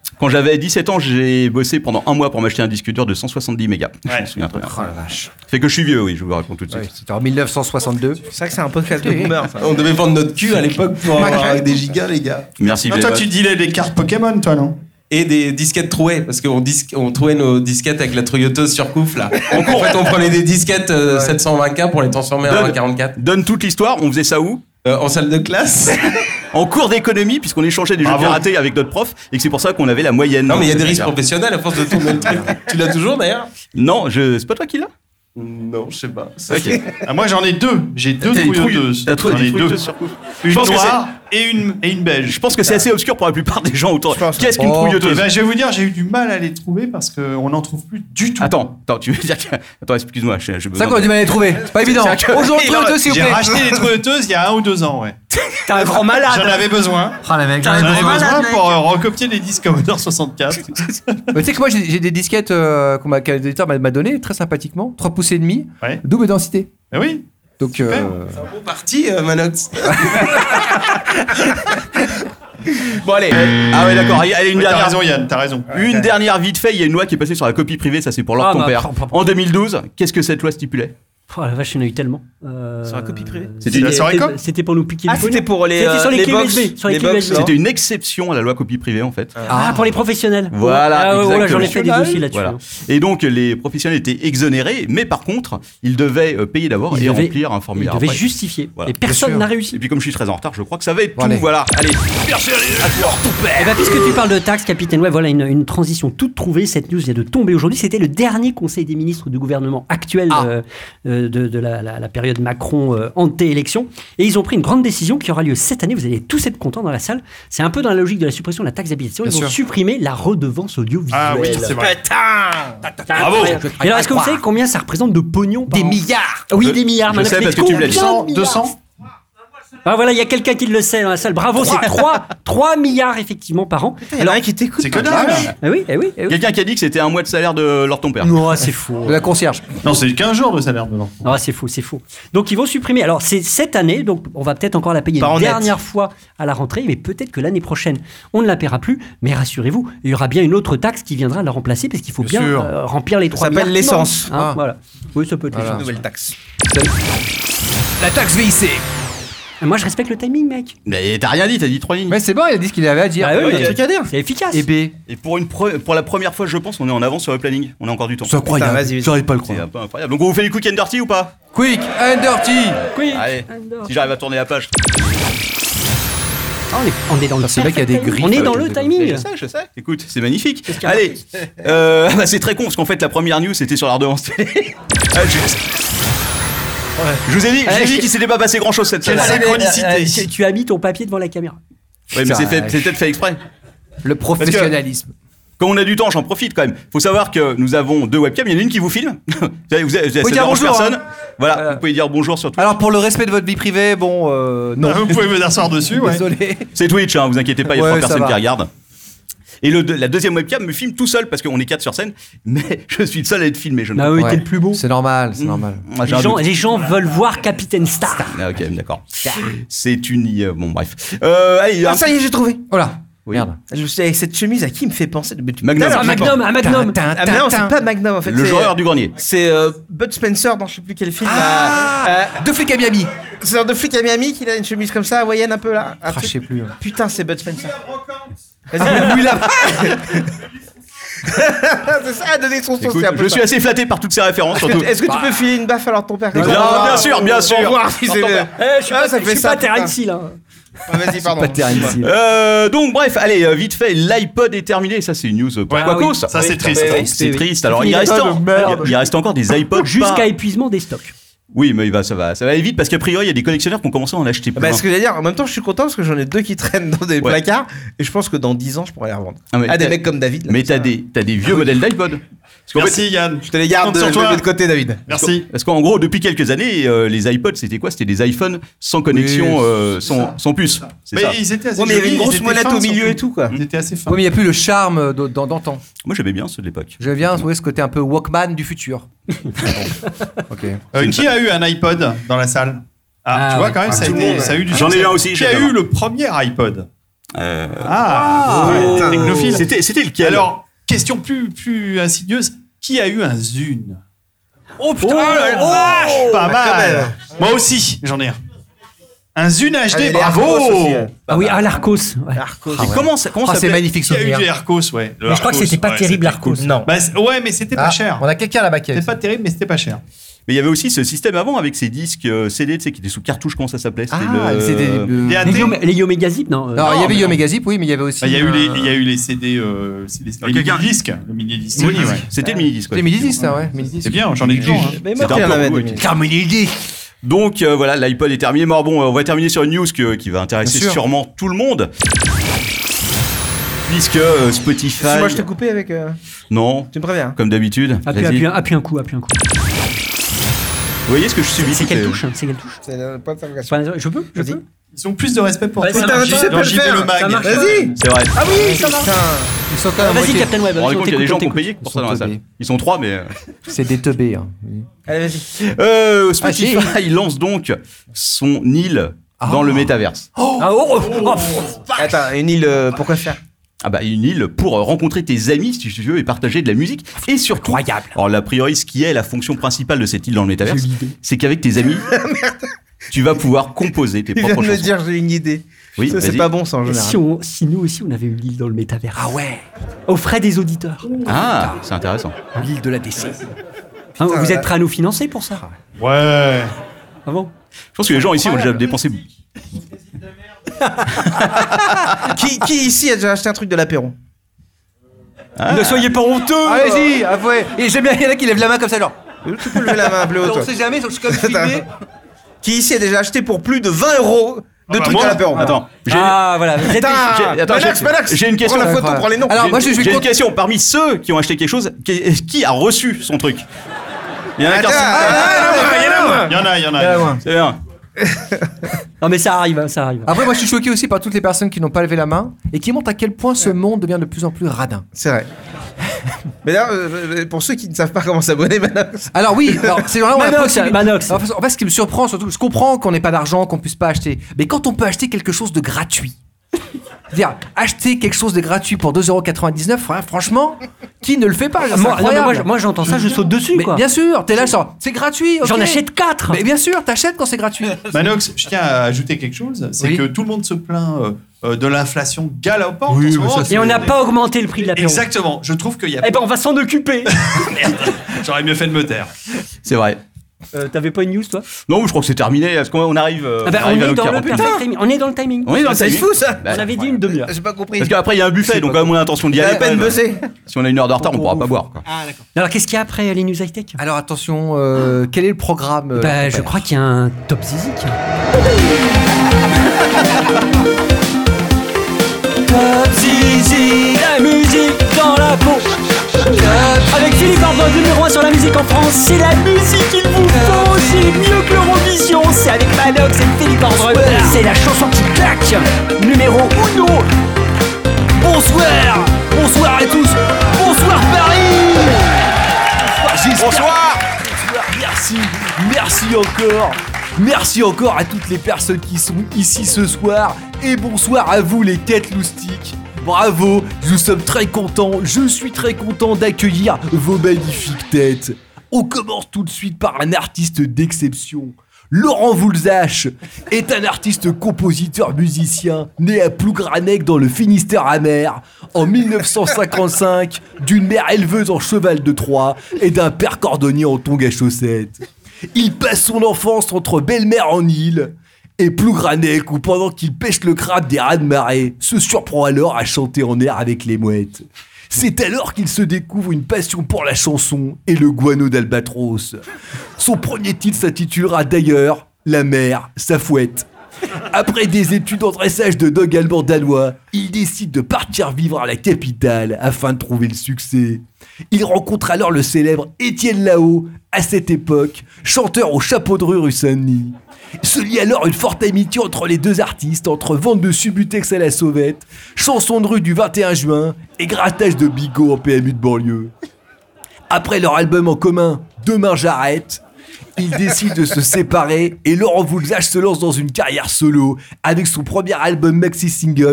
Quand j'avais dix-sept ans, j'ai bossé pendant un mois pour m'acheter un disque dur de cent soixante-dix mégas. Je Ouais. me souviens très bien. Oh la vache. Fait que je suis vieux, oui, je vous raconte tout de suite. Ouais, C'était en dix-neuf cent soixante-deux. C'est vrai que c'est un podcast de boomer, ça. On devait vendre notre cul à l'époque pour avoir des gigas, les gars. Merci. Non, les toi, gars. tu dealais des cartes Pokémon, toi, non? Et des disquettes trouées, parce qu'on dis- on trouvait nos disquettes avec la trouilleuse sur Couf, là. En fait, on prenait des disquettes euh, sept cent vingt K pour les transformer en Donne. un quarante-quatre. Donne toute l'histoire, on faisait ça où Euh, en salle de classe. En cours d'économie, puisqu'on échangeait des jeux Bravo. piratés avec notre prof, et que c'est pour ça qu'on avait la moyenne. Non, mais il y a des C'est risques grave. professionnels à force de tourner le truc. Tu l'as toujours, d'ailleurs? Non, je... c'est pas toi qui l'as. Non, je sais pas. Ok. Ah, moi, j'en ai deux. J'ai deux T'as des trouilleuses. T'as trouvé J'en des ai deux. trouilleuses sur coup. Une Je pense que noire et une, et une beige. Je pense que c'est assez obscur pour la plupart des gens autour. Je pense. Qu'est-ce qu'une Oh, Eh trouilleuse ben, je vais vous dire, j'ai eu du mal à les trouver parce qu'on n'en trouve plus du tout. Attends, attends, tu veux dire que... Attends, excuse-moi, je, je C'est ça qu'on a du mal à les trouver. C'est pas évident. C'est que- Bonjour, Et non, deux, s'il vous J'ai plaît. racheté les trouilleuses il y a un ou deux ans, ouais. T'es un grand malade. J'en avais besoin. Ah, les mecs, J'en j'en ai avais besoin. besoin pour euh, recopier les disques Commodore soixante-quatre. Mais tu sais que moi, j'ai j'ai des disquettes euh, qu'on m'a- qu'un éditeur m'a m'a donné très sympathiquement. trois pouces et demi, Ouais. double densité. Mais oui. Donc, euh, Bon parti, euh, Manox. Bon, allez. Ah ouais, d'accord. Allez, allez, une Oui, T'as dernière. raison, Yann, t'as raison. Une dernière vite fait, il y a une loi qui est passée sur la copie privée, ça c'est pour l'ordre Ah, de ton bah, père. pardon, pardon. En deux mille douze, qu'est-ce que cette loi stipulait? Oh la vache, il y en a eu tellement. Euh, Sur la copie privée C'était la soirée cop C'était pour nous piquer Ah, le pognon. c'était pour les, C'était sur les euh, clés box. U S B. Sur les Les clés box, U S B. non. C'était une exception à la loi copie privée en fait. Ah, pour les professionnels. Voilà, Ah, ouais, voilà, exactement. j'en ai fait des dossiers là-dessus. Voilà. hein. Et donc les professionnels étaient exonérés, mais par contre, ils devaient euh, payer d'abord Ils et devaient- remplir un Ils formulaire. devaient après. justifier. Voilà. Et personne sûr. n'a Et réussi. puis comme je suis très en retard, je crois que ça va être Bon, tout. allez. Voilà, allez. Et bah, puisque tu parles de taxes, Capitaine Web, voilà une, une transition toute trouvée. Cette news vient de tomber aujourd'hui. C'était le dernier conseil des ministres du gouvernement actuel Ah. euh, euh, de, de la, la- la période Macron euh, ante-élection. Et ils ont pris une grande décision qui aura lieu cette année. Vous allez tous être contents dans la salle. C'est un peu dans la logique de la suppression de la taxe d'habitation. Ils Bien vont sûr. supprimer la redevance audiovisuelle. Ah oui, c'est vrai. Bravo. Et alors, est-ce que vous savez combien ça représente de pognon par des an milliards. Oui, Je- des milliards. je Madame sais parce que Fleck, tu me l'as dit. combien de deux milliards cents Ah voilà, il y a quelqu'un qui le sait dans la salle. Bravo, c'est trois milliards effectivement par an. Il y en a un qui t'écoute. C'est que pas. dalle. Ah oui, eh oui, eh oui. Quelqu'un qui a dit que c'était un mois de salaire de leur ton père. Non, c'est faux. De la concierge. Non, c'est quinze jours de salaire dedans. Ah, c'est faux, c'est faux. Donc ils vont supprimer. Alors c'est cette année, donc on va peut-être encore la payer Par une en net. dernière fois à la rentrée, mais peut-être que l'année prochaine on ne la paiera plus. Mais rassurez-vous, il y aura bien une autre taxe qui viendra la remplacer parce qu'il faut bien, Bien sûr. euh, remplir les trois s'appelle milliards qui l'essence. manquent, hein, Ah. Voilà. Oui, ça peut être Voilà. l'essence. Nouvelle taxe. La taxe V I C. Moi je respecte le timing, mec. Mais t'as rien dit, t'as dit trois lignes. Mais c'est bon, il a dit ce qu'il avait à dire. Ah oui, Il y a mais un truc à dire. c'est efficace. Et B. Et pour, une pre- pour la première fois, je pense, on est en avance sur le planning. On a encore du temps. C'est incroyable. Putain, vas-y, vas-y. J'arrive pas à le C'est croire. un peu incroyable. Donc on vous fait les quick and dirty ou pas? Quick and dirty. Oui. Allez, si j'arrive à tourner la page. Ah, on, est, on est dans le C'est vrai qu'il y a des perfect timing. griffes On est avec dans les le deux. timing. Je sais, je sais. Écoute, c'est magnifique. qu'il y a Allez, euh, bah, c'est très con parce qu'en fait la première news c'était sur la redevance télé. Ah, je... je vous ai dit, je vous ai Ouais, dit je- qu'il s'était pas passé grand chose cette Quelle semaine. synchronicité. Euh, tu, tu as mis ton papier devant la caméra. Ouais, mais c'est fait- Vache. c'est peut-être fait exprès. Le professionnalisme. Quand on a du temps, j'en profite quand même. Faut savoir que nous avons deux webcams. Il y en a une qui vous filme. Vous avez, vous avez, vous avez Faut ça dire dérange bonjour, personne. hein. Voilà, Voilà. vous pouvez dire bonjour sur Twitch. Alors pour le respect de votre vie privée, bon, euh, non. Vous pouvez me asseoir dessus, ouais. Désolé. C'est Twitch, hein, vous inquiétez pas, il y a Ouais, trois ça personnes va. qui regardent. Et le, la deuxième webcam me filme tout seul parce qu'on est quatre sur scène, mais je suis le seul à être filmé. Je ne Ah oui, Ouais. t'es le plus beau. C'est normal, c'est normal. Ah, j'ai Les un gens, doute. les gens veulent voir Capitaine Star. Ah, ok, d'accord. C'est une. euh, Bon, bref. Euh, allez, un Ah, ça y est, j'ai trouvé. Oh là. Oui. Merde. Je me suis dit, avec cette chemise, à qui il me fait penser depuis Magnum. tout à Un l'heure, je Magnum, un Magnum. Tin, Ah, tin, mais non, tin. c'est pas Magnum en fait. Le c'est- joueur du grenier. C'est euh, Bud Spencer dans je sais plus quel film. Ah là. Euh, Deux flics à Miami. c'est un de flic à Miami qui a une chemise comme ça, hawaïenne un peu là. Un Ah, truc- je sais plus. Putain, c'est Bud Spencer. Vas-y, lui là. C'est ça, donner son son, Écoute, c'est un peu je ça. suis assez flatté par toutes ces références, surtout. Est-ce que tu peux filer une baffe alors ton père comme Non, ça bien sûr, bien sûr. Pour voir si c'est le- Eh, je suis Ah, pas, ça je fait suis ça, pas putain. Terence Hill, hein. Ah, Vas-y, pardon. Pas Terence Hill. Euh, donc bref, allez, euh, vite fait, l'iPod est terminé. Ça, c'est une news. Pourquoi Ah oui. cause Ça, c'est triste. oui, hein. oui. C'est oui. triste. Alors, C'est il fini, reste, l'iPod en- de merde. il reste encore des iPods. Jusqu'à pas- épuisement des stocks. Oui, mais il va, ça va, ça va aller vite parce qu'a priori, il y a des collectionneurs qui ont commencé à en acheter plein. Bah, ce que j'allais dire, en même temps, je suis content parce que j'en ai deux qui traînent dans des Ouais. placards et je pense que dans dix ans, je pourrais les revendre. Ah, mais Ah, des t'as- mecs comme David. là, Mais comme ça. t'as des, t'as des vieux modèles d'iPod. Parce qu'en fait, Merci Yann. Je te les garde Compte sur de, toi. de côté, David. Merci. Parce qu'en gros, depuis quelques années, euh, les iPods, c'était quoi? C'était des iPhones sans connexion, Oui, euh, sans, sans puce. C'est Mais ça. ils étaient assez Ouais, mais il y avait jolis, une ils grosse étaient molette fins, au milieu surtout. et tout, quoi. Ils étaient assez fins. Oui, mais il n'y a plus le charme de- d'an- d'antan. Moi, j'aimais bien ceux de l'époque. Je viens jouer ce côté un peu Walkman du futur. Ok. Euh, qui a eu un iPod dans la salle? Ah, Ah, tu vois ouais. quand même, Ah, ça, a tout le été- monde. ça a eu du J'en ai succès. un aussi, Qui j'ai a un. eu le premier iPod? Euh, Ah, Oh. ouais, technophile. C'était, c'était lequel? Alors, question plus, plus insidieuse. Qui a eu un Zune? Oh putain, Oh, oh, la vache, pas bah, quand mal. même. Moi aussi, j'en ai un. Un Zune H D, Allez, les bravo. Arcos aussi, hein. Ah oui, à l'Arcos. Ouais. Arcos. Et comment ça, comment Ah, ça c'est s'appelait? magnifique Qui a eu souvenir. du Arcos, ouais. Le Mais je crois que Arcos, c'était pas ouais, terrible, c'était l'Arcos. cool. Non. Bah, c'est- ouais, mais c'était pas Ah, cher. on a quelqu'un là-bas qui a C'était pas terrible, mais c'était pas cher. Mais il y avait aussi ce système avant avec ces disques euh, C D, tu sais, qui étaient sous cartouche, comment ça s'appelait? C'était Ah, le... c'est des. euh, D A T. Les, Yom- les Yomegazip, non euh, Non, il y avait mais Yo non. Megazip, oui, mais il y avait aussi. Bah, Il y a eu euh, les, il y a eu les C D, euh, c'est les, les quelqu'un- mini-disques. Le mini-disque. Oui, ouais. c'était le mini-disque. Les mini-disques, ça, ouais. mini-disques. C'est bien, j'en ai toujours. hein. Mais moi, C'était qui un en peu avais cool, des ouais. mini- Donc euh, voilà, l'iPod est terminé. Mais bon, euh, on va terminer sur une news que- qui va intéresser Bien sûr. sûrement tout le monde. Puisque euh, Spotify... Si moi je t'ai coupé avec. euh, Non, Tu me préviens. comme d'habitude. appuie, Vas-y. appuie, un- appuie un coup, appuie un coup. Vous voyez ce que je subis? C'est quelle toutes les- touche hein, C'est quelle touche C'est le point de fabrication. Enfin, Je peux Je Vas-y. peux Ils ont plus de respect pour Vas-y, toi t'as- dans tu J- sais pas dans le J V faire, Le ça Mag. marche. Vas-y. C'est vrai. Ah oui, ça marche. Putain, ils sont quand même. à Vas-y, moitié- Captain Web. Je me rends vas-y, on compte qu'il y a des t'écoute, gens on qui ont t'écoute. payé pour ça dans la Ils sont salle. teubés. Ils sont trois, mais... euh, C'est des teubés. Hein. Allez, vas-y. Euh, Spotify il lance donc son île dans le métaverse. Ah, oh, oh, oh, Attends, une île, euh, pourquoi faire? Ah bah une île pour rencontrer tes amis si tu veux et partager de la musique et surtout Incroyable. alors a priori ce qui est la fonction principale de cette île dans le métaverse c'est qu'avec tes amis tu vas pouvoir composer tes Il vient propres de me chansons. dire, j'ai une idée. Oui, Ça, c'est vas-y. pas bon, ça, en Et général. si, on, si nous aussi on avait une île dans le métavers Ah ouais Aux frais des auditeurs. Ah, c'est intéressant. L'île de la D C. Hein, vous êtes prêts à nous financer pour ça Ouais. Ah bon Je pense que les gens ici ont déjà dépensé. qui, qui ici a déjà acheté un truc de l'apéro? Ne soyez pas honteux Allez-y, avouez. Et j'aime bien, il y en a qui lèvent la main comme ça, genre. Tu peux lever la main un peu haut, On toi. sait jamais, je suis comme filmé. Qui ici a déjà acheté pour plus de vingt euros de bah, trucs moi, à l'apéro? Attends, j'ai Ah voilà, vous êtes Putain, j'ai- attends, Manox, j'ai- Manox, j'ai une question. Prends la photo, Incroyable. prends les noms. Alors, J'ai- moi, je vais j'ai une contre- question parmi ceux qui ont acheté quelque chose qui, qui a reçu son truc. Il y en a qu'un Attends, seul. ah, il y en a moins. Il y en a, il y en Il y en a a. moins. C'est bien. Non mais ça arrive, hein, ça arrive. Après, moi, je suis choqué aussi par toutes les personnes qui n'ont pas levé la main et qui montrent à quel point ce monde devient de plus en plus radin. C'est vrai. Mais là, euh, pour ceux qui ne savent pas comment s'abonner, Manox. Alors oui, alors, c'est vraiment la Manox, possibilité- Manox. En fait, en fait, ce qui me surprend surtout, je comprends qu'on n'ait pas d'argent, qu'on puisse pas acheter, mais quand on peut acheter quelque chose de gratuit, c'est-à-dire acheter quelque chose de gratuit pour deux euros quatre-vingt-dix-neuf, ouais, franchement, qui ne le fait pas? C'est Moi, non, mais incroyable. moi, je- moi, j'entends ça, je saute dessus Mais quoi. bien sûr, t'es là, genre, c'est gratuit. ok. J'en achète quatre. Mais bien sûr, t'achètes quand c'est gratuit. Manox, je tiens à ajouter quelque chose, c'est Oui. que tout le monde se plaint euh, euh, de l'inflation galopante. Oui, en ce mais moment. ça, Et on n'a pas augmenté le prix de l'apéro. Exactement. Je trouve qu'il y a. Eh ben on va s'en occuper. J'aurais mieux fait de me taire. C'est vrai. Euh, T'avais pas une news toi Non, je crois que c'est terminé. Est-ce qu'on arrive, euh, Ah bah, on, arrive à est nos dans le quarante minutes. perfect timing. On est dans le timing. On est dans le C'est timing. fou, ça. Bah, On avait dit une demi-heure. J'ai pas compris. Parce qu'après il y a un buffet, donc comme on a l'intention d'y Il a aller, à peine ouais, bossé. si on a une heure de retard, on pourra pas boire. Quoi. Ah d'accord. Alors qu'est-ce qu'il y a après les news high tech Alors attention, euh, quel est le programme euh, Bah là, je crois qu'il y a un top zizik. Top zizik, la musique dans la peau. Avec Philippe Orban, numéro un sur la musique en France, c'est la musique qu'il vous faut, c'est mieux que l'Eurovision, c'est avec Manox et Philippe Orban, c'est la chanson qui claque, numéro uno. Bonsoir, bonsoir à tous, bonsoir Paris. Bonsoir. Merci, merci encore. Merci encore à toutes les personnes qui sont ici ce soir. Et bonsoir à vous les têtes loustiques. Bravo, nous sommes très contents, je suis très content d'accueillir vos magnifiques têtes. On commence tout de suite par un artiste d'exception. Laurent Voulzach est un artiste compositeur musicien né à Plougranec dans le Finistère amer en mille neuf cent cinquante-cinq d'une mère éleveuse en cheval de Troie et d'un père cordonnier en tongs à chaussettes. Il passe son enfance entre Belle-Mère en île et Plougranec où pendant qu'il pêche le crabe des raz-de-marée se surprend alors à chanter en air avec les mouettes. C'est alors qu'il se découvre une passion pour la chanson et le guano d'Albatros. Son premier titre s'intitulera d'ailleurs « La mer, sa fouette ». Après des études en dressage de dog allemand danois, il décide de partir vivre à la capitale afin de trouver le succès. Il rencontre alors le célèbre Étienne Lao, à cette époque, chanteur au chapeau de rue rue Saint-Denis. Se lie alors une forte amitié entre les deux artistes, entre vente de Subutex à la sauvette, chanson de rue du vingt et un juin et grattage de bigot en P M U de banlieue. Après leur album en commun, Demain j'arrête, ils décident de se séparer et Laurent Voulzach se lance dans une carrière solo avec son premier album maxi-single,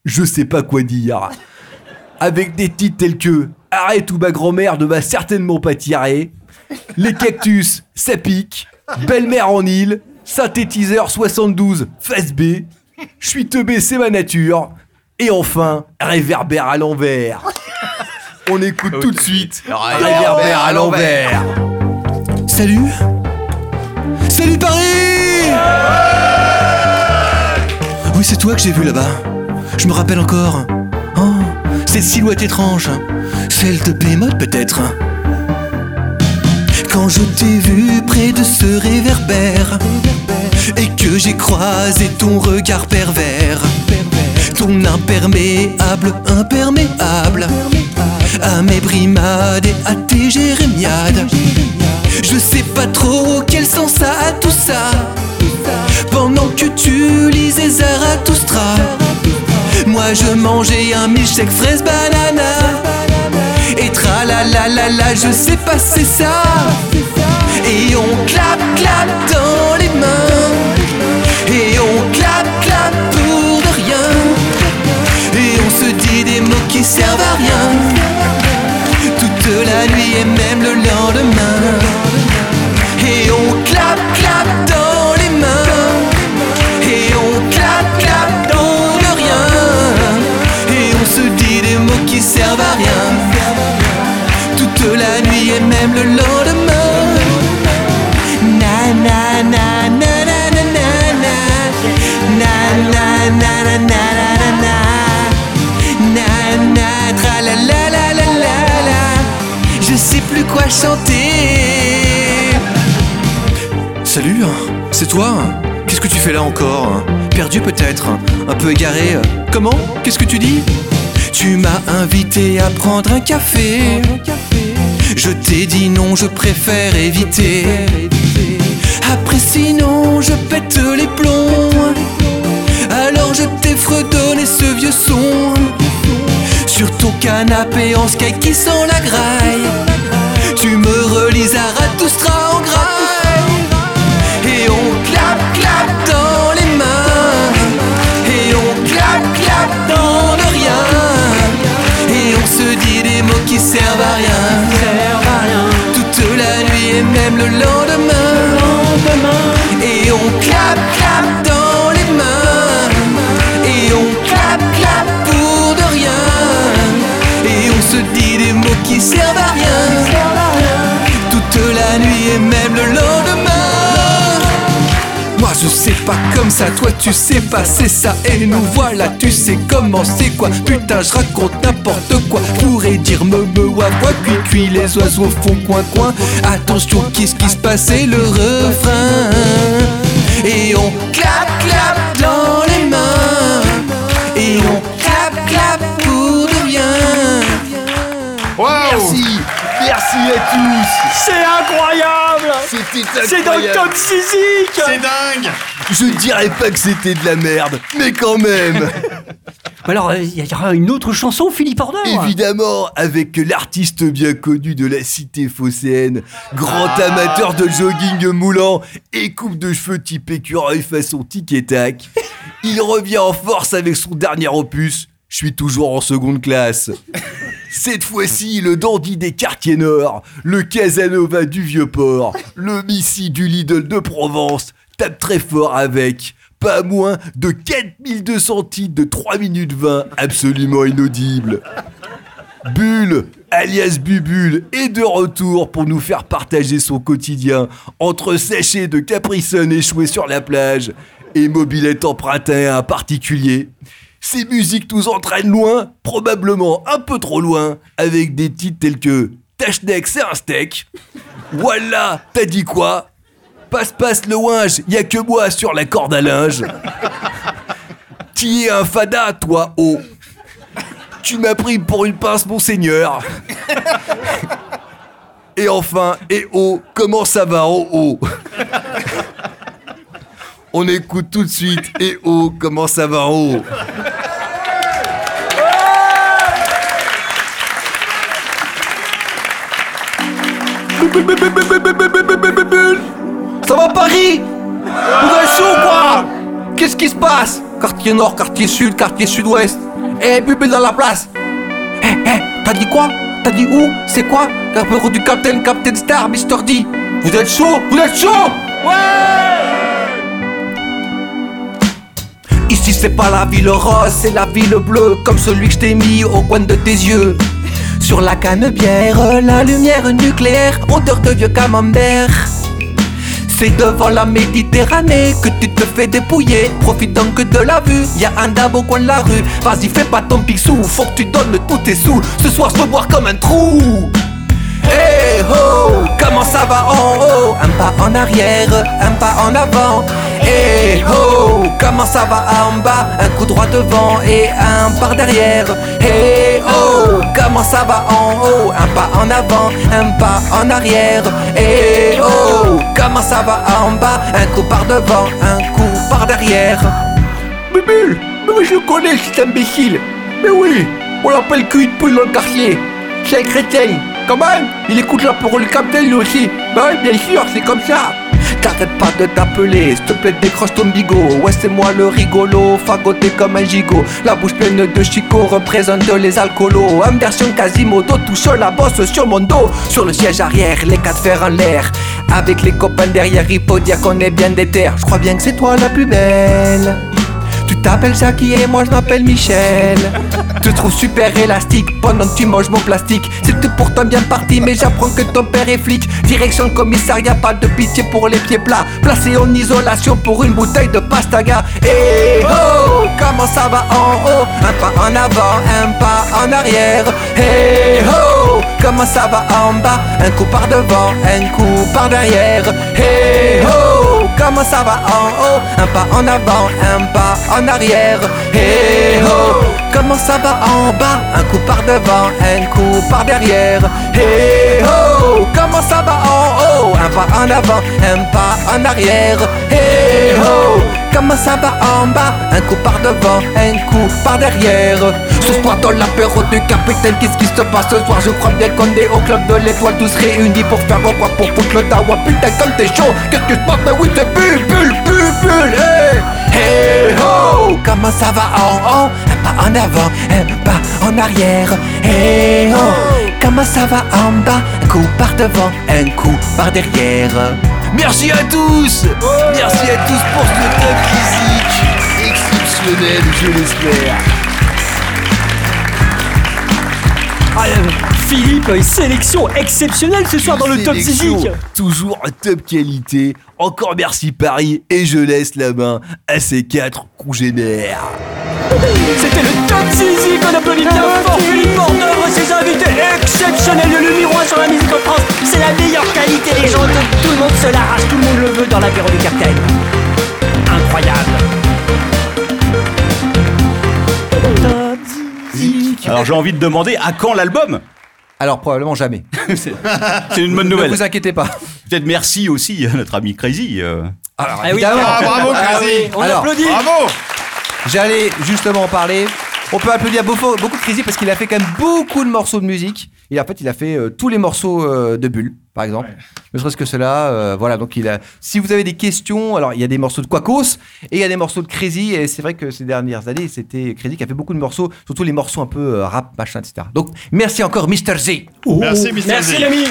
je sais pas quoi dire. Avec des titres tels que Arrête ou ma grand-mère ne va certainement pas tirer, Les cactus, ça pique, Belle-mère en île, Synthétiseur soixante-douze, face B, Je suis teubé, c'est ma nature, et enfin, Réverbère à l'envers. On écoute tout de suite Réverbère à l'envers. Salut Salut Paris! Oui, c'est toi que j'ai vu là-bas. Je me rappelle encore. Oh, cette silhouette étrange. Celle de Bémol peut-être. Quand je t'ai vu près de ce réverbère et que j'ai croisé ton regard pervers, ton imperméable, imperméable, à mes brimades et à tes jérémiades. Je sais pas trop quel sens ça a tout ça. Pendant que tu lisais Zarathustra, moi je mangeais un milkshake fraise banana. Et tra la la la la, je sais pas c'est ça. Et on clap clap dans les mains. Et on clap clap pour de rien. Et on se dit des mots qui servent à rien toute la nuit et même le lendemain. Et on clap clap dans les mains. Et on clap clap dans le rien. Et on se dit des mots qui servent à rien toute la nuit et même le lendemain. Na na na na na na na na na na na na na na na tra la la la la la la. Je sais plus quoi chanter. Salut, c'est toi? Qu'est-ce que tu fais là encore? Perdu peut-être? Un peu égaré? Comment? Qu'est-ce que tu dis? Tu m'as invité à prendre un café. Je t'ai dit non, je préfère éviter. Après sinon je pète les plombs. Alors je t'ai fredonné ce vieux son sur ton canapé en sky qui sent la graille. Tu me relis Zarathustra en graille. Et on clap clap dans les mains. Et on clap clap dans le rien. Et on se dit des mots qui servent à rien toute la nuit et même le lendemain. Et on clap clap dans les mains. Et on clap clap pour de rien. Et on se dit des mots qui servent à rien toute la nuit et même le lendemain. Moi je sais pas comme ça, toi tu sais pas, c'est ça. Et nous voilà, tu sais comment c'est quoi. Putain je raconte n'importe quoi. Pourrais dire me me wa wa cui cui, les oiseaux font coin coin. Attention qu'est-ce qui se passe, c'est le refrain. Et on clap clap dans les mains. Et on clap clap pour de rien. Wow. Merci, merci à tous. C'est incroyable. C'était C'est dans le incroyable. top Sizik. C'est dingue. Je dirais pas que c'était de la merde, mais quand même. Alors, il y aura une autre chanson, Philippe Order. Évidemment, avec l'artiste bien connu de la cité phocéenne, grand amateur de jogging moulant et coupe de cheveux type écureuil façon tic et tac. Il revient en force avec son dernier opus, Je suis toujours en seconde classe. Cette fois-ci, le dandy des quartiers nord, le Casanova du Vieux-Port, le Missy du Lidl de Provence tape très fort avec pas moins de quatre mille deux cents titres de trois minutes vingt absolument inaudibles. Bulle, alias Bubule, est de retour pour nous faire partager son quotidien entre sachets de Capri Sun échoués sur la plage et mobilette empruntée à un particulier. Ces musiques nous entraînent loin, probablement un peu trop loin, avec des titres tels que Tachnek c'est un steak, Voilà, t'as dit quoi? Passe-passe le ouinge, y'a que moi sur la corde à linge. Qui est un fada, toi, oh? Tu m'as pris pour une pince, monseigneur. Et enfin, et oh, comment ça va, oh oh? On écoute tout de suite, et oh, comment ça va, oh? Ça va Paris? Vous êtes chaud ou quoi? Qu'est-ce qui se passe? Quartier nord, quartier sud, quartier sud-ouest. Eh, Bubule dans la place. Eh, eh, t'as dit quoi? T'as dit où? C'est quoi? L'apéro du Captain, Captain Star, Mister D. Vous êtes chaud? Vous êtes chaud? Ici c'est pas la ville rose, c'est la ville bleue, comme celui que je t'ai mis au coin de tes yeux. Sur la canne-bière, la lumière nucléaire, odeur de vieux camembert. C'est devant la Méditerranée que tu te fais dépouiller. Profite donc de la vue, y'a un dab au coin de la rue. Vas-y fais pas ton pixou, faut que tu donnes tous tes sous. Ce soir je veux boire comme un trou. Hey ho, comment ça va en haut? Un pas en arrière, un pas en avant. Hey ho, comment ça va en bas? Un coup droit devant et un par derrière. Hey ho, comment ça va en haut? Un pas en avant, un pas en arrière. Hey ho, comment ça va en bas? Un coup par devant, un coup par derrière. Bubule, mais oui je le connais cet imbécile. Mais oui, on l'appelle cul de poule dans le quartier. C'est un chrétien. Quand même, il écoute là pour le Captain lui aussi. Bah oui, bien sûr, c'est comme ça. T'arrêtes pas de t'appeler, s'il te plaît décroche ton bigot. Ouais c'est moi le rigolo, fagoté comme un gigot. La bouche pleine de chico représente les alcoolos. En version Quasimodo, touche la bosse sur mon dos. Sur le siège arrière, les quatre fers en l'air. Avec les copains derrière, il faut dire qu'on est bien déter. Je crois bien que c'est toi la plus belle. Tu t'appelles Jackie et moi je m'appelle Michel. Tu te trouves super élastique pendant que tu manges mon plastique. C'était pourtant bien parti mais j'apprends que ton père est flic. Direction le commissariat, pas de pitié pour les pieds plats. Placé en isolation pour une bouteille de pastaga. Hey ho, comment ça va en haut? Un pas en avant, un pas en arrière. Hey ho, comment ça va en bas? Un coup par devant, un coup par derrière. Hey ho, comment ça va en haut? Un pas en avant, un pas en arrière. Hey ho, comment ça va en bas? Un coup par devant, un coup par derrière. Hey ho, comment ça va en haut? Un pas en avant, un pas en arrière. Hey ho, comment ça va en bas? Un coup par devant, un coup par derrière. Ce soir dans l'apéro du capitaine, qu'est-ce qui se passe ce soir? Je crois bien qu'on est au club de l'étoile, tous réunis pour faire quoi? Pour foutre le tawa. Putain comme t'es chaud, qu'est-ce que se passe? Mais oui c'est Bubule, Bubule, hey. Hey ho, comment ça va en haut? Un pas en avant, un pas en arrière. Hey ho, comment ça va en bas? Un coup par devant, un coup par derrière. Merci à tous. Merci à tous pour ce top physique exceptionnel, je l'espère. Ah, euh, Philippe, une sélection exceptionnelle ce soir dans le top Sélection, physique. toujours top qualité. Encore merci Paris et je laisse la main à ces quatre congénères. C'était le top physique, on applaudit bien fort Philippe Mordor et ses invités exceptionnels. Le numéro un sur la musique en France, c'est la meilleure qualité des gens, tout le monde se l'arrache, tout le monde le veut dans l'apéro du Capitaine. Incroyable. Top physique. Alors j'ai envie de demander à quand l'album? Alors probablement jamais. C'est c'est une bonne nouvelle. Ne vous inquiétez pas. Peut-être merci aussi à notre ami Crazy. euh. Alors Ah oui, évidemment. Ah, bravo, Crazy. On Alors, applaudit. Bravo. J'allais justement en parler. On peut applaudir beaucoup, beaucoup Crazy parce qu'il a fait quand même beaucoup de morceaux de musique. Et en fait, il a fait euh, tous les morceaux euh, de Bulle, par exemple. Ouais. Ne serait-ce que cela. Euh, voilà, donc il a. Si vous avez des questions, alors il y a des morceaux de Quacos et il y a des morceaux de Crazy. Et c'est vrai que ces dernières années, c'était Crazy qui a fait beaucoup de morceaux, surtout les morceaux un peu euh, rap, machin, et cetera. Donc merci encore, Mister Z. Merci, Mister Merci Z. l'ami.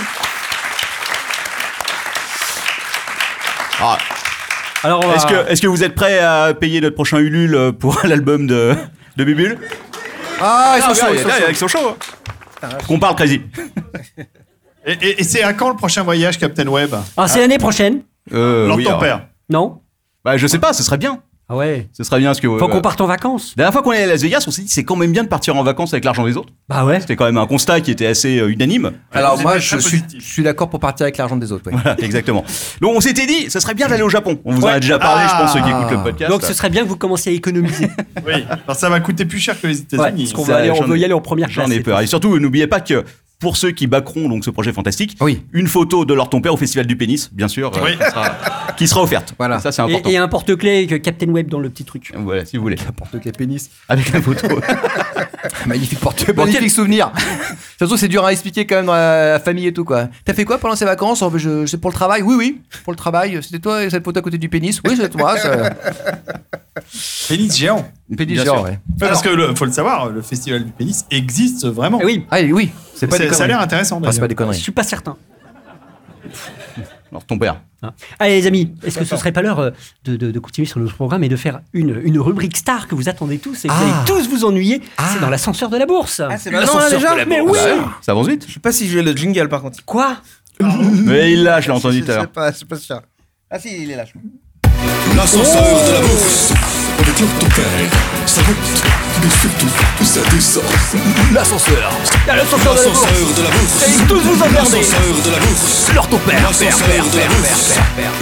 Ah, Alors on va... est-ce que, est-ce que vous êtes prêts à payer notre prochain Ulule pour l'album de, de Bubule? Ah, ils sont Ah, chauds, ouais, ils sont là, chauds. ils sont chauds. hein. Qu'on parle Crazy. Et, et- et c'est à quand le prochain voyage, Captain Web? Ah, c'est l'année prochaine. Euh, L'an de oui, ton alors. père. Non? Bah je sais pas, ce serait bien. Ah ouais. Ce serait bien parce que. Faut euh, qu'on parte en vacances. La dernière fois qu'on est allé à Las Vegas, on s'est dit c'est quand même bien de partir en vacances avec l'argent des autres. Bah ouais. C'était quand même un constat qui était assez euh, unanime. Alors Vous moi, êtes je très suis, positif. je suis d'accord pour partir avec l'argent des autres. Ouais. Voilà, exactement. Donc on s'était dit, ça serait bien d'aller au Japon. On vous en a Ouais. déjà parlé, je pense, ceux qui Ah. écoutent le podcast. Donc ce serait bien que vous commenciez à économiser. Oui. Alors ça va coûter plus cher que les Ouais, États-Unis. parce qu'on Ça, veut, aller, on j'en ai- veut y aller en première classe. J'en ai peur. Et surtout, n'oubliez pas que pour ceux qui backeront donc ce projet fantastique, Oui. une photo de leur ton père au Festival du Pénis, bien sûr, euh, Oui. qui, sera, qui sera offerte. Voilà. Ça, c'est important. Et, et un porte-clés avec Captain Web dans le petit truc. Voilà, si vous voulez. N'importe quel pénis. Avec la photo. Magnifique porte, magnifique souvenir. Surtout, c'est dur à expliquer quand même dans la famille et tout quoi. T'as fait quoi pendant ces vacances? Oh, je, c'est pour le travail. Oui, oui, pour le travail. C'était toi cette photo à côté du pénis? Oui, c'est toi. ça- Pénis géant. Pénis Bien géant, sûr. ouais. Ouais, parce que le- faut le savoir, le festival du pénis existe vraiment. Eh oui, Ah oui, c'est pas des C'est- ça a conneries. l'air intéressant. Enfin, c'est pas d'ailleurs. des je conneries. suis pas certain. Alors ton père. Allez les amis, est-ce que ce serait pas l'heure euh, de, de- de continuer sur notre programme et de faire une, une rubrique star que vous attendez tous et vous Ah. allez tous vous ennuyer. C'est dans l'ascenseur de la bourse. Ah, c'est maintenant là, déjà. Mais oui. Ça avance vite. Je sais pas si j'ai le jingle par contre. Quoi? Mais il l'a, je l'ai entendu Je tout à sais l'heure. pas, c'est pas sûr. Ah si, il est là. je crois. L'ascenseur de la bourse, avec l'heure de ton père, ça monte, mais surtout, ça descend. L'ascenseur. L'ascenseur de la bourse, Allez tous vous emmerder. l'ascenseur de la bourse, Leur ton père. l'ascenseur de la bourse.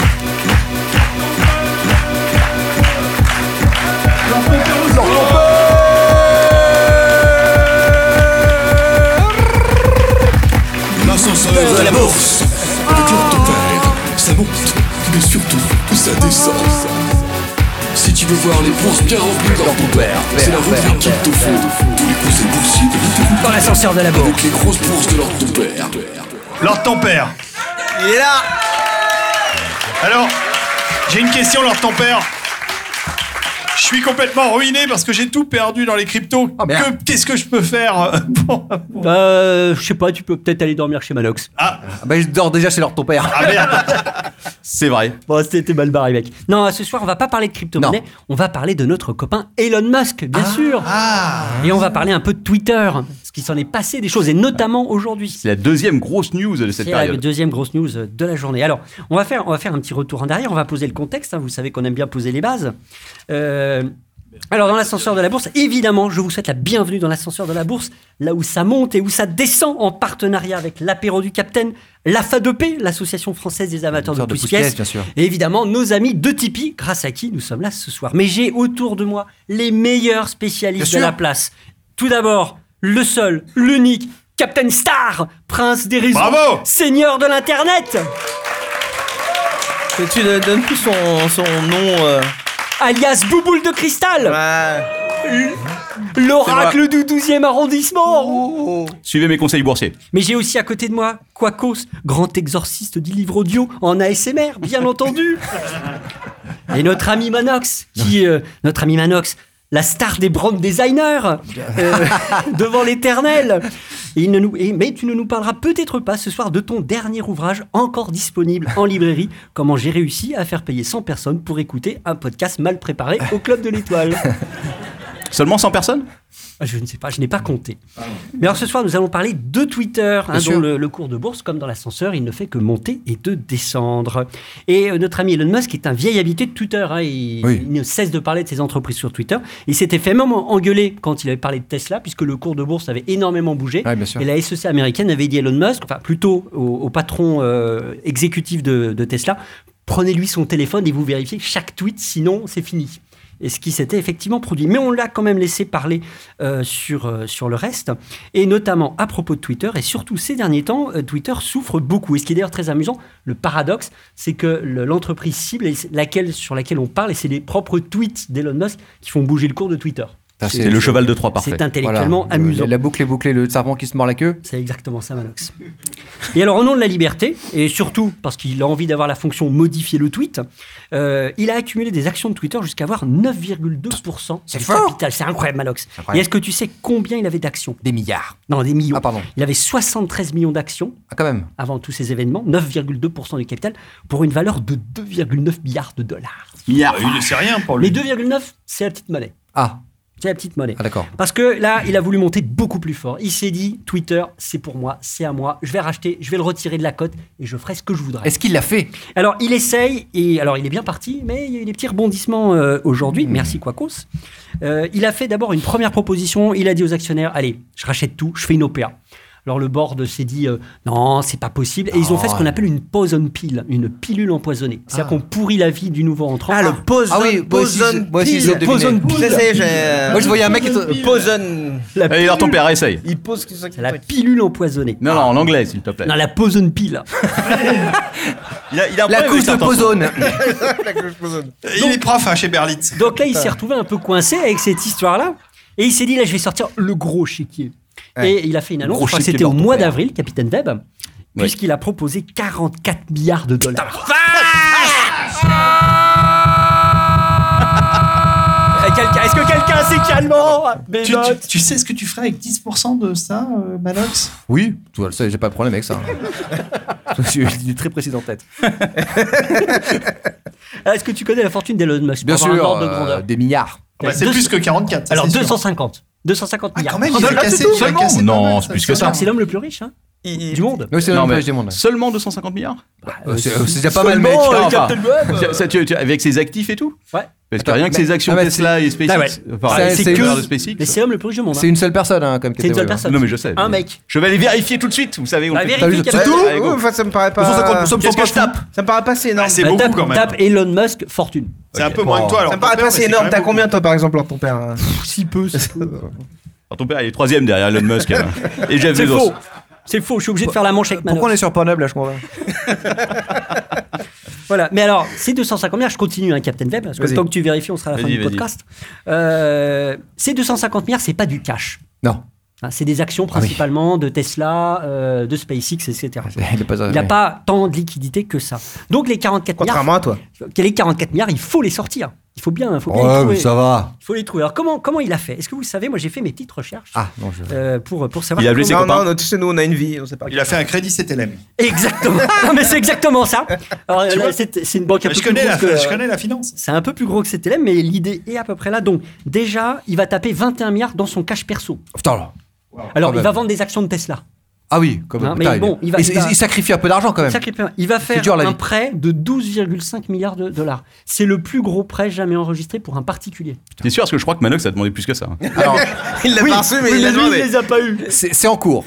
L'ascenseur de la bourse, avec l'heure de ton père, ça monte, mais surtout, ça descend. Si tu veux voir les bourses bien remplies dans ton père, c'est la rubrique qu'il te faut. Tous les conseils boursiers de l'interview Dans l'ascenseur de la bourse. avec les grosses bourses de l'ordre de ton père. Lord ton père. Il est là. Alors, j'ai une question, Lord ton père. Je suis complètement ruiné parce que j'ai tout perdu dans les cryptos. merde. Que- Qu'est-ce que je peux faire euh, pour- pour- Euh, je sais pas, tu peux peut-être aller dormir chez Manox. Ah, Ah bah, je dors déjà chez leur ton père. ah merde. C'est vrai. Bon, c'était mal barré, mec. Non, ce soir, on va pas parler de crypto-monnaie, on va parler de notre copain Elon Musk, bien sûr. Et on va parler un peu de Twitter, ce qui s'en est passé des choses, et notamment aujourd'hui. C'est la deuxième grosse news de cette C'est la période. deuxième grosse news de la journée. Alors, on va faire, on va faire un petit retour en arrière, on va poser le contexte, hein, vous savez qu'on aime bien poser les bases. Euh, alors, dans l'ascenseur de la bourse, évidemment, je vous souhaite la bienvenue dans l'ascenseur de la bourse, là où ça monte et où ça descend en partenariat avec l'apéro du Capitaine, l'A F A deux P, l'Association française des amateurs de Sorte de pouce-pièces, pouce-pièce, bien sûr. et évidemment nos amis de Tipeee, grâce à qui nous sommes là ce soir. Mais j'ai autour de moi les meilleurs spécialistes Bien de sûr. la place. Tout d'abord, le seul, l'unique, Captain Star, prince des réseaux, Bravo. seigneur de l'internet, Que tu ne donnes plus son, son nom. euh, alias Bouboule de cristal, ouais. l'oracle du douzième arrondissement. Suivez mes conseils boursiers. Mais j'ai aussi à côté de moi Quacos, grand exorciste du livre audio en A S M R, bien entendu. Et notre ami Manox, qui euh, notre ami Manox, la star des brand designers, euh, devant l'éternel. Et il ne nous, et- mais tu ne nous parleras peut-être pas ce soir de ton dernier ouvrage encore disponible en librairie, Comment j'ai réussi à faire payer cent personnes pour écouter un podcast mal préparé au Club de l'Étoile. Seulement cent personnes? Je ne sais pas, je n'ai pas compté. Mais alors ce soir, nous allons parler de Twitter, hein, sûr. dont le, le cours de bourse, comme dans l'ascenseur, il ne fait que monter et de descendre. Et euh, notre ami Elon Musk est un vieil habitué de Twitter. Hein, il, Oui. il ne cesse de parler de ses entreprises sur Twitter. Il s'était fait même engueuler quand il avait parlé de Tesla, puisque le cours de bourse avait énormément bougé. Ouais, bien sûr. Et la S E C américaine avait dit à Elon Musk, enfin plutôt au, au patron euh, exécutif de, de Tesla, prenez-lui son téléphone et vous vérifiez chaque tweet, sinon c'est fini. Et ce qui s'était effectivement produit. Mais on l'a quand même laissé parler euh, sur, euh, sur le reste, et notamment à propos de Twitter, et surtout ces derniers temps, euh, Twitter souffre beaucoup. Et ce qui est d'ailleurs très amusant, le paradoxe, c'est que le- l'entreprise cible est laquelle, sur laquelle on parle, et c'est les propres tweets d'Elon Musk qui font bouger le cours de Twitter. Putain, C'est le cheval de Troie parfait. C'est intellectuellement Voilà. amusant. La boucle est bouclée, le serpent qui se mord la queue. C'est exactement ça, Manox. Et alors, au nom de la liberté, et surtout parce qu'il a envie d'avoir la fonction modifier le tweet, euh, il a accumulé des actions de Twitter jusqu'à avoir neuf virgule deux pour cent C'est du fort. capital. C'est incroyable, Manox. incroyable. Et est-ce que tu sais combien il avait d'actions? Des milliards. Non, des millions. Ah, pardon. Il avait soixante-treize millions d'actions Ah, quand même. avant tous ces événements, neuf virgule deux pour cent du capital, pour une valeur de deux virgule neuf milliards de dollars. Milliards. Bah, il- c'est rien pour lui. Mais deux virgule neuf, c'est la petite monnaie. Ah, C'est la petite monnaie. ah d'accord. Parce que là, il a voulu monter beaucoup plus fort. Il s'est dit, Twitter, c'est pour moi, c'est à moi. Je vais racheter, je vais le retirer de la cote et je ferai ce que je voudrais. Est-ce qu'il l'a fait? Alors, il essaye, et alors il est bien parti, mais il y a eu des petits rebondissements euh, aujourd'hui. Merci, Quacos. Euh, il a fait d'abord une première proposition. Il a dit aux actionnaires, allez, je rachète tout, je fais une O P A. Alors le board s'est dit euh, non, c'est pas possible. Et ils ont fait ce qu'on appelle une poison pill, une pilule empoisonnée. C'est-à-dire qu'on pourrit la vie du nouveau entrant. Ah, le poison. Ah oui, moi aussi, poison moi aussi, pill. j'ai deviné. Poison pill. Ça, c'est, j'ai- Moi, je voyais un mec qui Le était- Poison. La Allez, alors ton père, essaye. Il pose que ça. C'est la pilule empoisonnée. Non, non, en anglais, s'il te plaît. Non, la poison pill. Il a, il a un La problème couche avec de certains posone. Il est prof hein, chez Berlitz. Donc là, il s'est retrouvé un peu coincé avec cette histoire-là. Et il s'est dit, là, je vais sortir le gros chéquier. Ouais. Et il a fait une annonce, Gros je crois que chéquier c'était au bord ton mois père. d'avril, Capitaine Web, puisqu'il a proposé quarante-quatre milliards de dollars. allemand, Tu, tu- Benoît. tu sais ce que tu ferais avec dix pour cent de ça, euh, Manox? Oui, tout ça, j'ai pas de problème avec ça. J'ai j'ai très précis en tête. Ah, est-ce que tu connais la fortune d'Elon Musk Bien pour avoir sûr, un ordre de euh, grandeur des milliards. Ah bah, c'est Deux- plus que quarante-quatre. ça, Alors c'est sûr. deux cent cinquante. deux cent cinquante Ah, milliards. quand même, Oh, il bah, a là, cassé, c'est tout. il a cassé pas Non, mal, c'est plus que C'est ça. c'est l'homme le plus riche hein, Il- du monde. Oui, c'est Non, le mais plus du monde. seulement deux cent cinquante milliards Euh, c'est c'est déjà pas mal, mec. Seulement, euh, Enfin, Captain Web. Ça, ça, tu- tu- avec ses actifs et tout Ouais. Parce que Attends, rien que mais- ses actions ah, mais Tesla et SpaceX. Ah ouais. enfin, C'est- c'est c'est que une- de SpaceX. Mais c'est l'homme le plus riche du monde. C'est hein. une seule personne, hein, comme C'est une seule Captain Web, hein. personne. Non, mais je sais. Un mec. Je vais aller vérifier tout de suite, vous savez. On Bah, fait- vérifie, vu- Captain c'est tout Web. Ouais, ouais, enfin, ça me paraît pas. deux cent cinquante, nous sommes Qu'est-ce que je pas tape Ça me paraît pas assez énorme. Ah, c'est Bah, beaucoup tape, quand même. tape Elon Musk fortune. C'est un peu moins que toi, alors. Ça me paraît ton père, pas assez mais c'est énorme. quand T'as même combien, toi, par exemple, alors, ton père hein Si peu. Alors, ton père, il est troisième derrière Elon Musk. hein. Et Jeff C'est Bezos. faux. C'est faux. Je suis obligé de faire la manche avec Pourquoi on Manos. est sur Pornhub là, je comprends Voilà. Mais alors, c'est deux cent cinquante milliards. Je continue, hein, Captain Web, parce que Vas-y. le temps que tu vérifies, on sera à la fin Vas-y, du vas-y. podcast. Euh, ces deux cent cinquante milliards, c'est pas du cash. Non. Hein, c'est des actions principalement de Tesla, euh, de SpaceX, et cetera. Il n'a pas Il n'a pas tant de liquidité que ça. Donc les quarante-quatre milliards, Contrairement à toi. les quarante-quatre milliards, il faut les sortir. Il faut bien, il faut bien les Ouais, trouver. mais ça va. Il faut les trouver. Alors comment, comment il a fait? Est-ce que vous savez? Moi, j'ai fait mes petites recherches Ah, non, je. euh, pour, pour savoir. Il a appelé ses comment- Non, copains. non, non, tu sais, nous, on a une vie. On sait pas. Il a fait un crédit C T L M. Exactement. Non, mais c'est exactement ça. Alors, Tu là, vois c'est c'est une banque un peu Je plus connais, la, grosse que- je connais la finance. C'est un peu plus gros que C T L M, mais l'idée est à peu près là. Donc, déjà, il va taper vingt et un milliards dans son cash perso. Putain, là. Alors, Quand il même. va vendre des actions de Tesla. Ah oui, comme Hein, mais putain, bon, il va- il, il va- il sacrifie un peu d'argent quand même. Sacré peu. Il va faire dur, la un vie. prêt de douze virgule cinq milliards de dollars. C'est le plus gros prêt jamais enregistré pour un particulier. T'es sûr? Parce que je crois que Manox a demandé plus que ça. hein. Alors, Il l'a pas reçu, mais il l'a lui, il demandé. les a pas eu. c'est c'est en cours.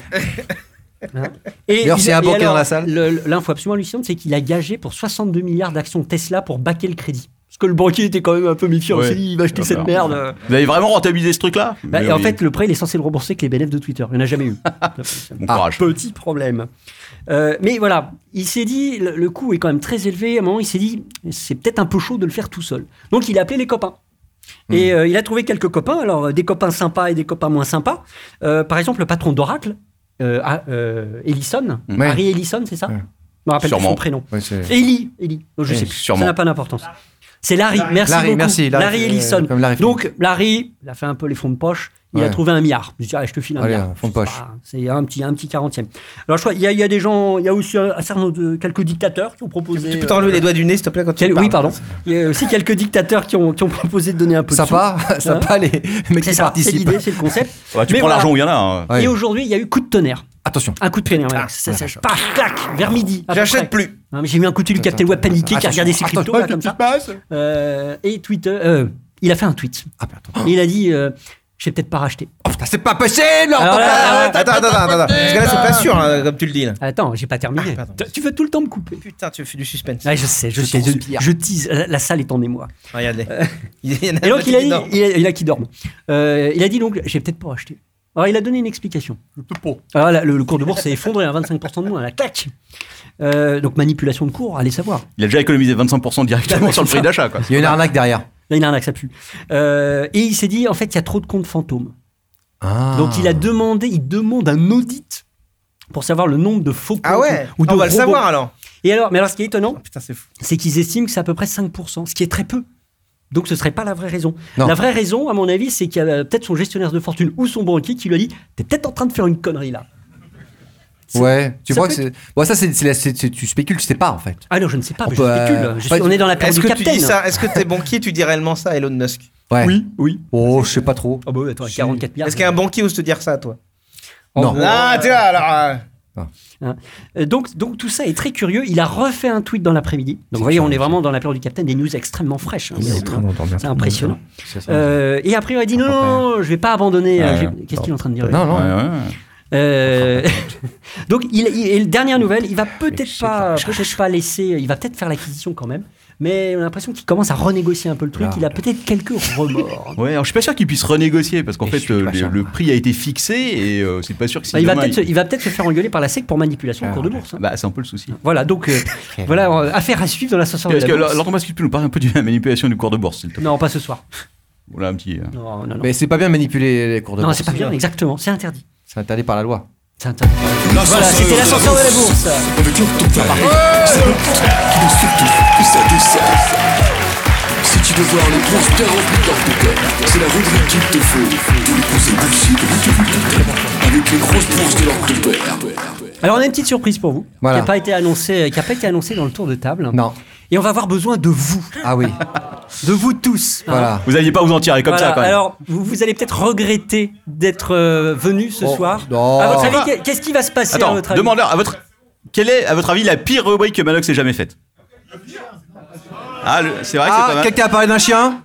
Et D'ailleurs, s'il y a un et banquier alors, dans la salle. le- L'info absolument hallucinante, c'est qu'il a gagé pour soixante-deux milliards d'actions Tesla pour baquer le crédit. Parce que le banquier était quand même un peu méfiant. Ouais. Il s'est dit, il va acheter Ah cette bah. merde. Vous avez vraiment rentabilisé ce truc-là? Bah, Mais et en oui. fait, le prêt, il est censé le rembourser avec les bénéfices de Twitter. Il n'y en a jamais eu. Bon Ah, courage. petit problème. Euh, mais voilà, il s'est dit, le, le coût est quand même très élevé. À un moment, il s'est dit, c'est peut-être un peu chaud de le faire tout seul. Donc, il a appelé les copains. Et euh, il a trouvé quelques copains. Alors, euh, des copains sympas et des copains moins sympas. Euh, par exemple, le patron d'Oracle, euh, ah, euh, Ellison. Ouais. Harry Ellison, c'est ça Ouais. Je me rappelle plus Sûrement. son prénom. Ouais, c'est- Eli, Eli. Oh, je Oui, sais plus. sûrement. Ça n'a pas d'importance. C'est Larry. Merci Larry, beaucoup. merci, Larry, euh, Ellison. comme Larry Donc, Larry, il a fait un peu les fonds de poche. Il a Ouais. trouvé un milliard. Je dis, allez, je te file un Allez, milliard. un fonds de poche. Ah, c'est un petit, un petit quarantième. Alors, je crois, il y, a- il y a des gens, il y a aussi un, un certain nombre de quelques dictateurs qui ont proposé. Tu peux t'enlever les doigts du nez, s'il te plaît, quand tu Quel- parles. oui, pardon. Il y a aussi quelques dictateurs qui ont, qui ont proposé de donner un peu de Sympa, sympa les mecs sous. C'est qui ça, c'est participent. l'idée, c'est le concept. Ouais, tu Mais prends voilà. l'argent où il y en a. hein. Ouais. Et aujourd'hui, il y a eu coup de tonnerre. Attention. Un coup de tonnerre. voilà. Ah, Ça, ça, paf, clac, vers midi. à peu J'achète près. plus. Non, mais j'ai eu un coup de fil du Captain Web paniqué qui a regardé ses cryptos là, comme ça. Euh, et Twitter, euh, il a fait un tweet. Ah, mais attends. Et il a dit, euh, je vais peut-être pas racheter. Oh putain, c'est pas possible, leur Alors là, papa. là, Attends, attends, attends, attends. Parce que là, c'est pas sûr, hein, comme tu le dis. Là. Attends, j'ai pas terminé. Ah, pardon. Tu- tu veux tout le temps me couper. Putain, tu fais du suspense. Ouais, je sais, je, Je sais, je, transpire. je tease. La, la salle est en émoi. Regarde-les. Il y en a Et donc un il a qui dit, dort. il a, il a qui dorme. Euh, il a dit donc, j'ai peut-être pas acheté. Alors il a donné une explication. Alors là, le, le cours de bourse s'est effondré à vingt-cinq pour cent de moins, la claque. Euh, donc manipulation de cours, allez savoir. Il a déjà économisé vingt-cinq pour cent directement sur le prix d'achat. quoi. Il y a une arnaque derrière. Là, il a un axe, ça pue. Euh, et il s'est dit, en fait, il y a trop de comptes fantômes. Ah. Donc il a demandé, il demande un audit pour savoir le nombre de faux comptes. Ah ouais, ou de on va le robots. savoir alors. Et alors, mais alors ce qui est étonnant, Putain, c'est fou. c'est qu'ils estiment que c'est à peu près cinq pour cent, ce qui est très peu. Donc ce serait pas la vraie raison. Non. La vraie raison, à mon avis, c'est qu'il y a peut-être son gestionnaire de fortune ou son banquier qui lui a dit, t'es peut-être en train de faire une connerie là. Ouais, tu ça vois peut que c'est. Bon, ça, c'est, c'est, la- c'est- c'est- tu spécules, tu sais pas en fait. Ah non, je ne sais pas, On mais peut, je spécule. euh, Je pas suis- on est dans la période Est-ce du que tu Captain. dis ça Est-ce que t'es banquier, tu dis réellement ça à Elon Musk? Ouais. Oui, oui. Oh, je sais pas trop. Ah bah oui, attends, quarante-quatre milliards. Est-ce qu'un banquier ose te dire ça, toi? Non. Ah, tu vois, alors. euh, Euh, donc, donc tout ça est très curieux. Il a refait un tweet dans l'après-midi. Donc vous voyez, on est vraiment dans la période du Captain, des news extrêmement fraîches. hein. C'est c'est impressionnant. Euh, et après, il a dit non, non, je vais pas abandonner. euh, Ouais. j'ai- Qu'est-ce qu'il est en train de dire? Non, non. Ouais, ouais. Euh, donc, il, il- et dernière nouvelle, il va peut-être pas, peut-être pas laisser, il va peut-être faire l'acquisition quand même, mais on a l'impression qu'il commence à renégocier un peu le truc. Il a peut-être quelques remords. Ouais, alors je suis pas sûr qu'il puisse renégocier parce qu'en Et fait je suis euh, pas le, sûr. le prix a été fixé et euh, c'est pas sûr que si Bah, il, va demain, peut-être, se- il va peut-être se faire engueuler par la S E C pour manipulation en cours de bourse. hein. Bah c'est un peu le souci. Voilà, donc euh, voilà, euh, affaire à suivre dans l'ascenseur de Est-ce la que bourse. alors Thomas, est-ce que tu peux nous parler un peu de la manipulation du cours de bourse s'il te plaît? Non, pas ce soir. Voilà un petit. euh, Non, non, non. Mais c'est pas bien de manipuler les cours de Non, bourse. c'est pas bien, exactement. C'est interdit. C'est interdit par la loi. C'est interdit. Voilà, c'était l'ascenseur de la bourse. Avec leur ton père, ça monte, mais surtout que ça descend. Si tu tu veux voir les grosses bien remplies de leurs poupées, c'est la rubrique qu'il te faut. Tous les conseils boursiers que vous te avec les grosses bourses de leur poupée. Alors on a une petite surprise pour vous, Voilà. qui n'a pas été annoncée, qui a pas été annoncée dans le tour de table. Non. Et on va avoir besoin de vous, Ah oui. de vous tous. hein. Voilà. Vous n'alliez pas vous en tirer comme Voilà. ça quand même. Alors vous, vous allez peut-être regretter d'être euh, venu ce Oh, soir. non. À votre Ça avis, va. qu'est- qu'est-ce qui va se passer à Attends, votre avis demande-leur à votre. Quelle est, à votre avis, la pire rubrique que Manox ait jamais faite? Ah, le- c'est vrai que c'est Ah, pas mal. quelqu'un a parlé d'un chien?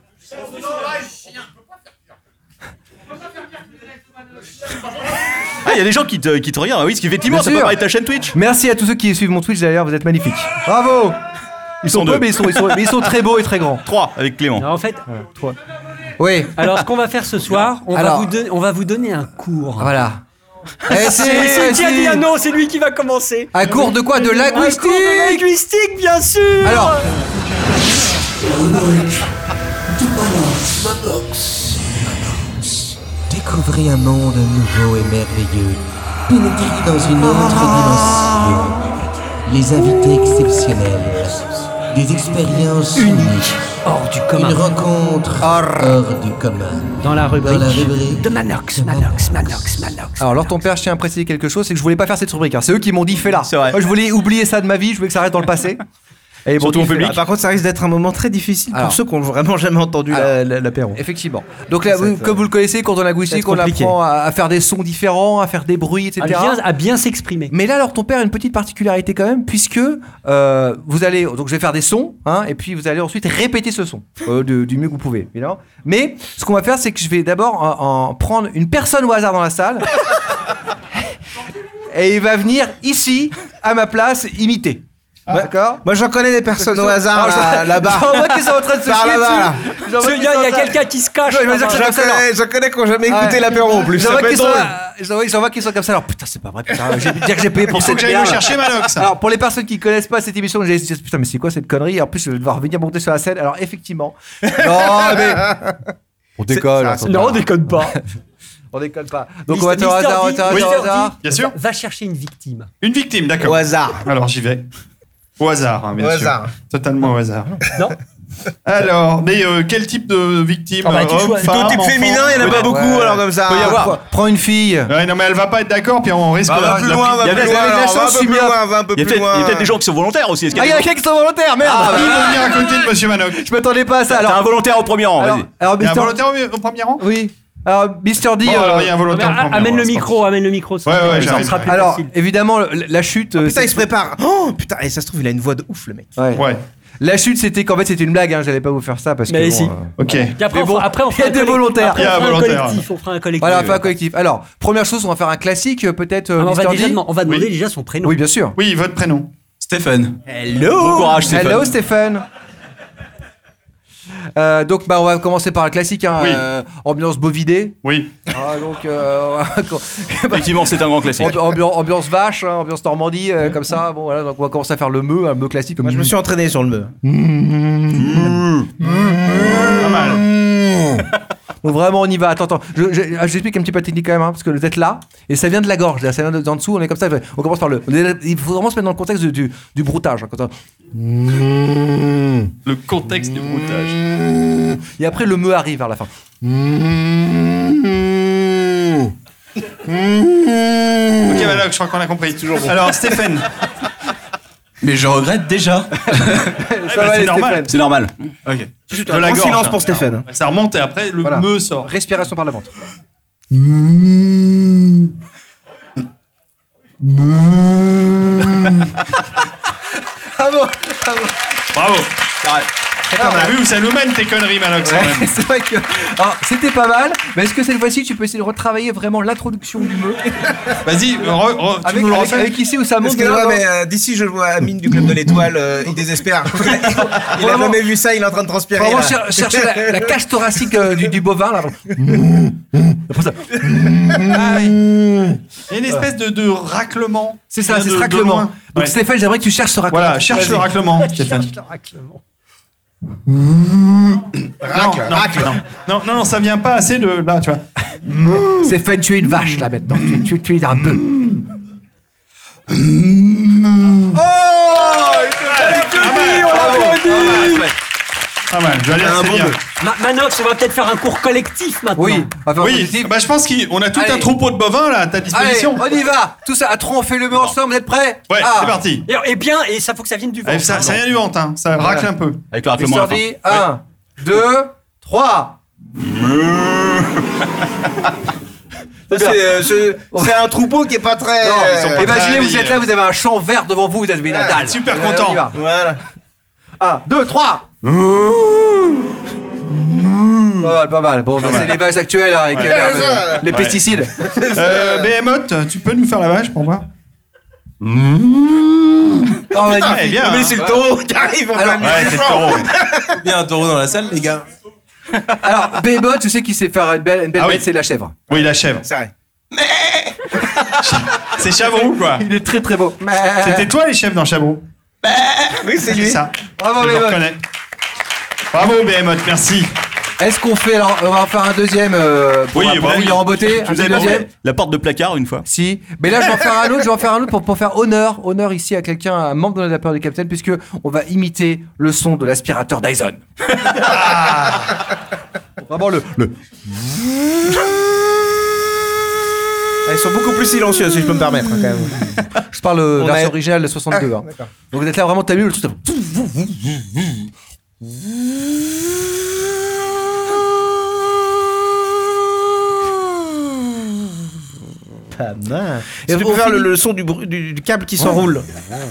Ah, il y a des gens qui te, qui te regardent. Ah oui, parce qu'effectivement, Bien ça peut sûr. parler de ta chaîne Twitch. Merci à tous ceux qui suivent mon Twitch d'ailleurs, vous êtes magnifiques. Bravo. Ils sont sont peu, deux. mais ils sont, ils, sont, mais ils sont très beaux et très grands. trois avec Clément. Alors, en fait, Toi. Oui. alors ce qu'on va faire ce soir, on, va Alors. vous, don- on va vous donner un cours. Voilà. Eh, C'est si, c'est qui a si. dit ah non, c'est lui qui va commencer. Un cours de quoi? De Un cours linguistique. de linguistique, bien sûr. Alors. Découvrez un monde nouveau et merveilleux. Pénétrez dans une autre dimension. Les invités exceptionnels. Des expériences uniques. hors du Une commun. rencontre hors du commun. Dans la rubrique, Dans la rubrique de Manox, Manox, Manox, Manox. Alors, alors ton père, je tiens à préciser quelque chose, c'est que je voulais pas faire cette rubrique. hein. C'est eux qui m'ont dit fais-la. C'est vrai. Moi, je voulais oublier ça de ma vie, je voulais que ça reste dans le passé. Et ils m'ont Surtout dit, au public. fais-la. Par contre, ça risque d'être un moment très difficile Alors. pour ceux qui ont vraiment jamais entendu la- Alors. la- l'apéro. Effectivement. Donc là, Ça vous- va être, comme vous le connaissez, quand on linguistique, ça on va être compliqué. apprend à, à faire des sons différents, à faire des bruits, et À cetera. bien, à bien s'exprimer. Mais là, alors, ton père a une petite particularité quand même, puisque euh, vous allez, donc je vais faire des sons, hein, et puis vous allez ensuite répéter ce son euh, du, du mieux que vous pouvez, évidemment. Mais ce qu'on va faire, c'est que je vais d'abord en, en prendre une personne au hasard dans la salle, et il va venir ici, à ma place, imiter. D'accord. Moi, j'en connais des personnes au hasard Alors, là- je- là-bas. J'en vois qu'ils sont en train de se Par chier là-bas, là. dessus. J'en vois Il y qu'ils a, sont il y a en train- quelqu'un qui se cache. Ouais, je veux dire, là-bas. c'est J'en comme ça, alors. connais, j'en connais qui ont jamais écouté Ouais. l'apéro en plus. J'en Ça vois peut qu'ils être sont, drôle. j'en vois- j'en vois qu'ils sont comme ça. Alors putain, c'est pas vrai. Putain, j'ai dire que j'ai payé pour Il faut cette que j'aille le merde. chercher, Manox. Alors pour les personnes qui connaissent pas cette émission, j'ai dit putain mais c'est quoi cette connerie? En plus je vais devoir revenir monter sur la scène. Alors effectivement. Non mais on décolle. ça, attends. Non, on déconne pas. On décolle pas. Donc on va Mister faire au hasard, au D, hasard, au Mister hasard. D, Bien sûr. Va chercher une victime. Une victime, Au d'accord. hasard. Alors j'y vais. Au hasard, hein, bien Au sûr. hasard. Totalement au hasard. Non. Alors, mais euh, quel type de victime? Ah bah, tu Homme, choisis. femme, Tout type enfant féminin, il y en a pas Peut-être. beaucoup Ouais. alors comme ça. Peut y avoir. Prends une fille. Ouais, non, mais elle va pas être d'accord, puis on risque Va de va la- plus la- loin, va il y a plus peut-être- loin. il y a de la alors, chance, Va un je peu suis plus bien. loin, va un peu Il y a plus peut-être il y a loin. peut-être des gens qui sont volontaires aussi. Est-ce qu'il Ah y il y a a des gens- quelqu'un qui sont volontaires. Merde. Ah, bah, il va venir à côté de Monsieur Manox. Je m'attendais pas à ça. T'as un Alors volontaire au premier rang, alors vas-y. alors Il y a un Mister volontaire au, au premier rang? oui. Alors Mister D. Bon, euh, alors, il y a un Mais, volontaire au a- premier amène rang, le c'est micro, amène le micro. ça Ouais, sera- ouais, ça j'arrive, sera plus Alors facile. évidemment la, la chute. euh, Putain, c'est- il se prépare. Oh putain, et ça se trouve, il a une voix de ouf, le mec. Ouais. Ouais, La chute, c'était qu'en fait, c'était une blague. Hein, J'allais pas vous faire ça parce que. Mais bon, si. euh, ok. Puis après, Mais on bon, fera- après, on il y fera a un des collectif. volontaires. Après, Il y a on fera un un volontaire. collectif. On fera un collectif. Voilà, on va faire un collectif. Alors, première chose, on va faire un classique, euh, peut-être. euh, Ah, on, va Mister déjà D. demand- on va demander Oui. déjà son prénom. Oui, bien sûr. Oui, votre prénom. Stephen. Bon courage, Stéphane. Hello, Stéphane. Euh, donc, bah, on va commencer par le classique, hein, Oui. euh, ambiance bovidé. Oui. Ah, donc, euh, Effectivement, c'est un grand classique. ambi- ambiance, ambiance vache, hein, ambiance Normandie, euh, comme ça. Bon, voilà, donc on va commencer à faire le meu, un meu classique. Comme Moi, je me suis entraîné sur le meu. Pas mal. Donc vraiment on y va. Attends, attends. Je, je- j'explique un petit peu la technique quand même, hein, parce que vous êtes là et ça vient de la gorge, ça vient de- d'en dessous. On est comme ça. On commence par le. Il faut vraiment se mettre dans le contexte du, du, du broutage. Hein, quand on- Le contexte du broutage. Et après le me arrive vers la fin. Ok, Manox, je crois qu'on a compris. Toujours bon. Alors, Stéphane. Mais je regrette déjà. Ça bah, va c'est aller, normal. Stéphane. C'est normal. Ok. Juste De la un gorge, silence hein. pour Stéphane. Ça remonte et après, le Voilà. me sort. Respiration par la ventre. Ah bon, ah bon. Bravo. Ah, T'as vu où ça nous mène tes conneries, Manox, quand Ouais, même. c'est vrai que. Alors, c'était pas mal, mais est-ce que cette fois-ci tu peux essayer de retravailler vraiment l'introduction du me Vas-y, re- re- tu avec, nous le avec, refais avec ici où ça monte. Excusez-moi, là, mais euh, d'ici, je vois Amine du Club de l'Étoile, euh, il désespère. Il a Vraiment. jamais vu ça, il est en train de transpirer. Vraiment là. cher- chercher la, la cage thoracique euh, du, du bovin là. Après ça. Ah oui. Il y a une espèce de, de raclement. C'est ça, qui c'est vient ce de- de raclement. loin. Donc Ouais. Stéphane, j'aimerais que tu cherches ce raclement. Voilà, cherche le Vas-y. raclement, Stéphane. Cherche le raclement. Non, non, non, non, non, ça vient pas assez de là, tu vois. Stéphane, tu es une vache là maintenant. Tu, tu, tu es un bœuf. Pas mal, je vais aller Un assez bon bien. jeu. Ma- Manox, on va peut-être faire un cours collectif maintenant. Oui, on va faire un Oui, collectif. bah, je pense qu'on a tout Allez. un troupeau de bovins là à ta Allez, disposition. on y va. Tout ça, à trois, on fait le mot ensemble. Vous êtes prêts? Ouais, Ah. c'est parti. Et, et bien, et ça faut que ça vienne du vent. Allez, ça, ça vient du ventre, hein. ça racle un peu. Avec le raclement à la fin. Dit un, deux, trois. C'est euh, c'est- c'est un troupeau qui est pas très. Non, ils sont pas euh, imaginez, très vous habillés. êtes là, vous avez un champ vert devant vous, vous avez la dalle. super Allez, content. on y va. Voilà. un, deux, trois. Pas mal, pas mal. Bon, c'est les vaches actuelles hein, avec Ouais. euh, Ouais, ça. les Ouais. pesticides. Euh, Behemoth, tu peux nous faire la vache pour voir? Oh, magnifique. Ah, eh bien, Mais hein. c'est le taureau qui arrive en Alors, plein Ouais, milieu c'est du le champ. taureau. Bien un taureau dans la salle, les gars. Alors, Behemoth, je sais qu'il sait faire une belle, une belle Ah oui. bête, c'est la chèvre. Oui, la chèvre. C'est vrai. C'est Chabrou, quoi. Il est très très beau. C'était toi les chefs dans Chabrou? Oui, c'est C'est lui. ça. Bravo, Je le Behemoth. reconnais. Bravo, Behemoth, merci. Est-ce qu'on fait alors, on va en faire un deuxième euh, pour, Oui, pour bah, finir en beauté, Je un vous avais deuxième. pas fait la porte de placard une fois. Si, mais là je vais en faire un autre, je vais en faire un autre pour, pour faire honneur, honneur ici à quelqu'un, à un membre de la peur du Capitaine, puisque on va imiter le son de l'aspirateur Dyson. Vraiment le, le. Ils sont beaucoup plus silencieux, si je peux me permettre, hein, quand même. Je parle euh, On version a- originale de soixante-deux. Ah, hein. d'accord. Donc vous êtes là vraiment, t'as vu le truc. Pas mal. Et Et tu on peux faire le, finit- le son du, bru- du, du câble qui s'enroule.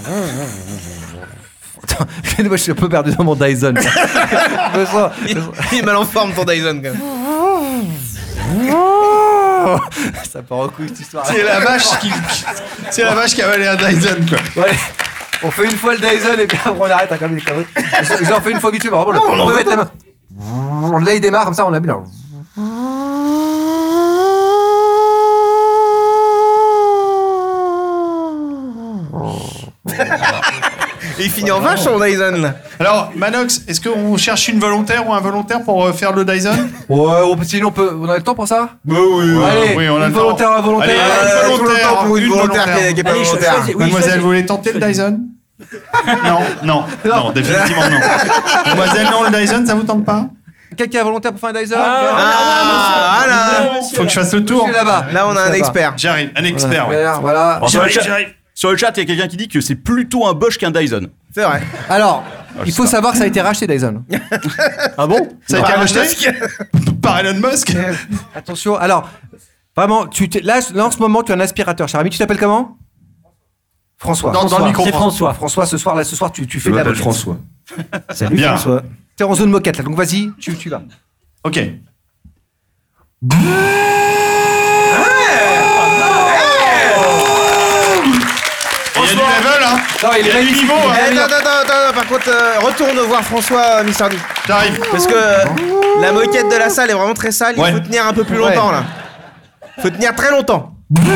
Attends, moi je suis un peu perdu dans mon Dyson. Je me sens- Il, il est mal en forme ton Dyson quand même. Ça part en couille cette histoire. C'est la vache qui, c'est la vache qui a avalé un Dyson, quoi. Ouais. On fait une fois le Dyson et puis après on arrête hein, comme des conneries. Je je l'en fais une fois vite fait, mais vraiment, le- on peut mettre la main. Là il démarre comme ça, on l'a mis là. Et il finit en vache son Dyson là. Alors, Manox, est-ce qu'on cherche une volontaire ou un volontaire pour euh, faire le Dyson? Ouais, on peut, sinon on peut. On a le temps pour ça? Bah oui, Allez, oui, on a une le temps. volontaire, un volontaire. Allez, Euh, une tout le volontaire, temps pour une une volontaire volontaire. qui est- qui est pas Allez, cho- volontaire. choisis- oui, Mademoiselle, choisis. vous voulez tenter le Dyson? Non, non, non, définitivement non. Mademoiselle, non, le Dyson, ça vous tente pas? Quelqu'un est volontaire pour faire un Dyson? Ah, voilà. Faut que je fasse le tour. Je suis là-bas. Là on a un Là-bas. expert. J'arrive, un expert, ouais. Voilà, voilà. Alors, sur, le J'arrive, chat, j'arrive. sur le chat, il y a quelqu'un qui dit que c'est plutôt un Bosch qu'un Dyson. C'est vrai. Alors, je il sais faut pas. savoir que ça a été racheté Dyson. Ah bon? Ça a été racheté par Elon Musk? Attention, alors, vraiment, tu t'es- là, là en ce moment tu as un aspirateur, cher ami. Tu t'appelles comment? François. Dans- dans François. le micro, C'est François. François, ce soir, là, ce soir, tu, tu fais de la moquette. François. Salut Bien. François. T'es en zone moquette là, donc vas-y, tu, tu vas. Ok. Il y a du level, hein? Non, Il y a du niveau, Eh, hein? attends, attends, attends, par contre, euh, retourne voir François, Mister D. J'arrive. Parce que euh, la moquette de la salle est vraiment très sale, il Ouais. faut tenir un peu plus longtemps là. Faut tenir très longtemps.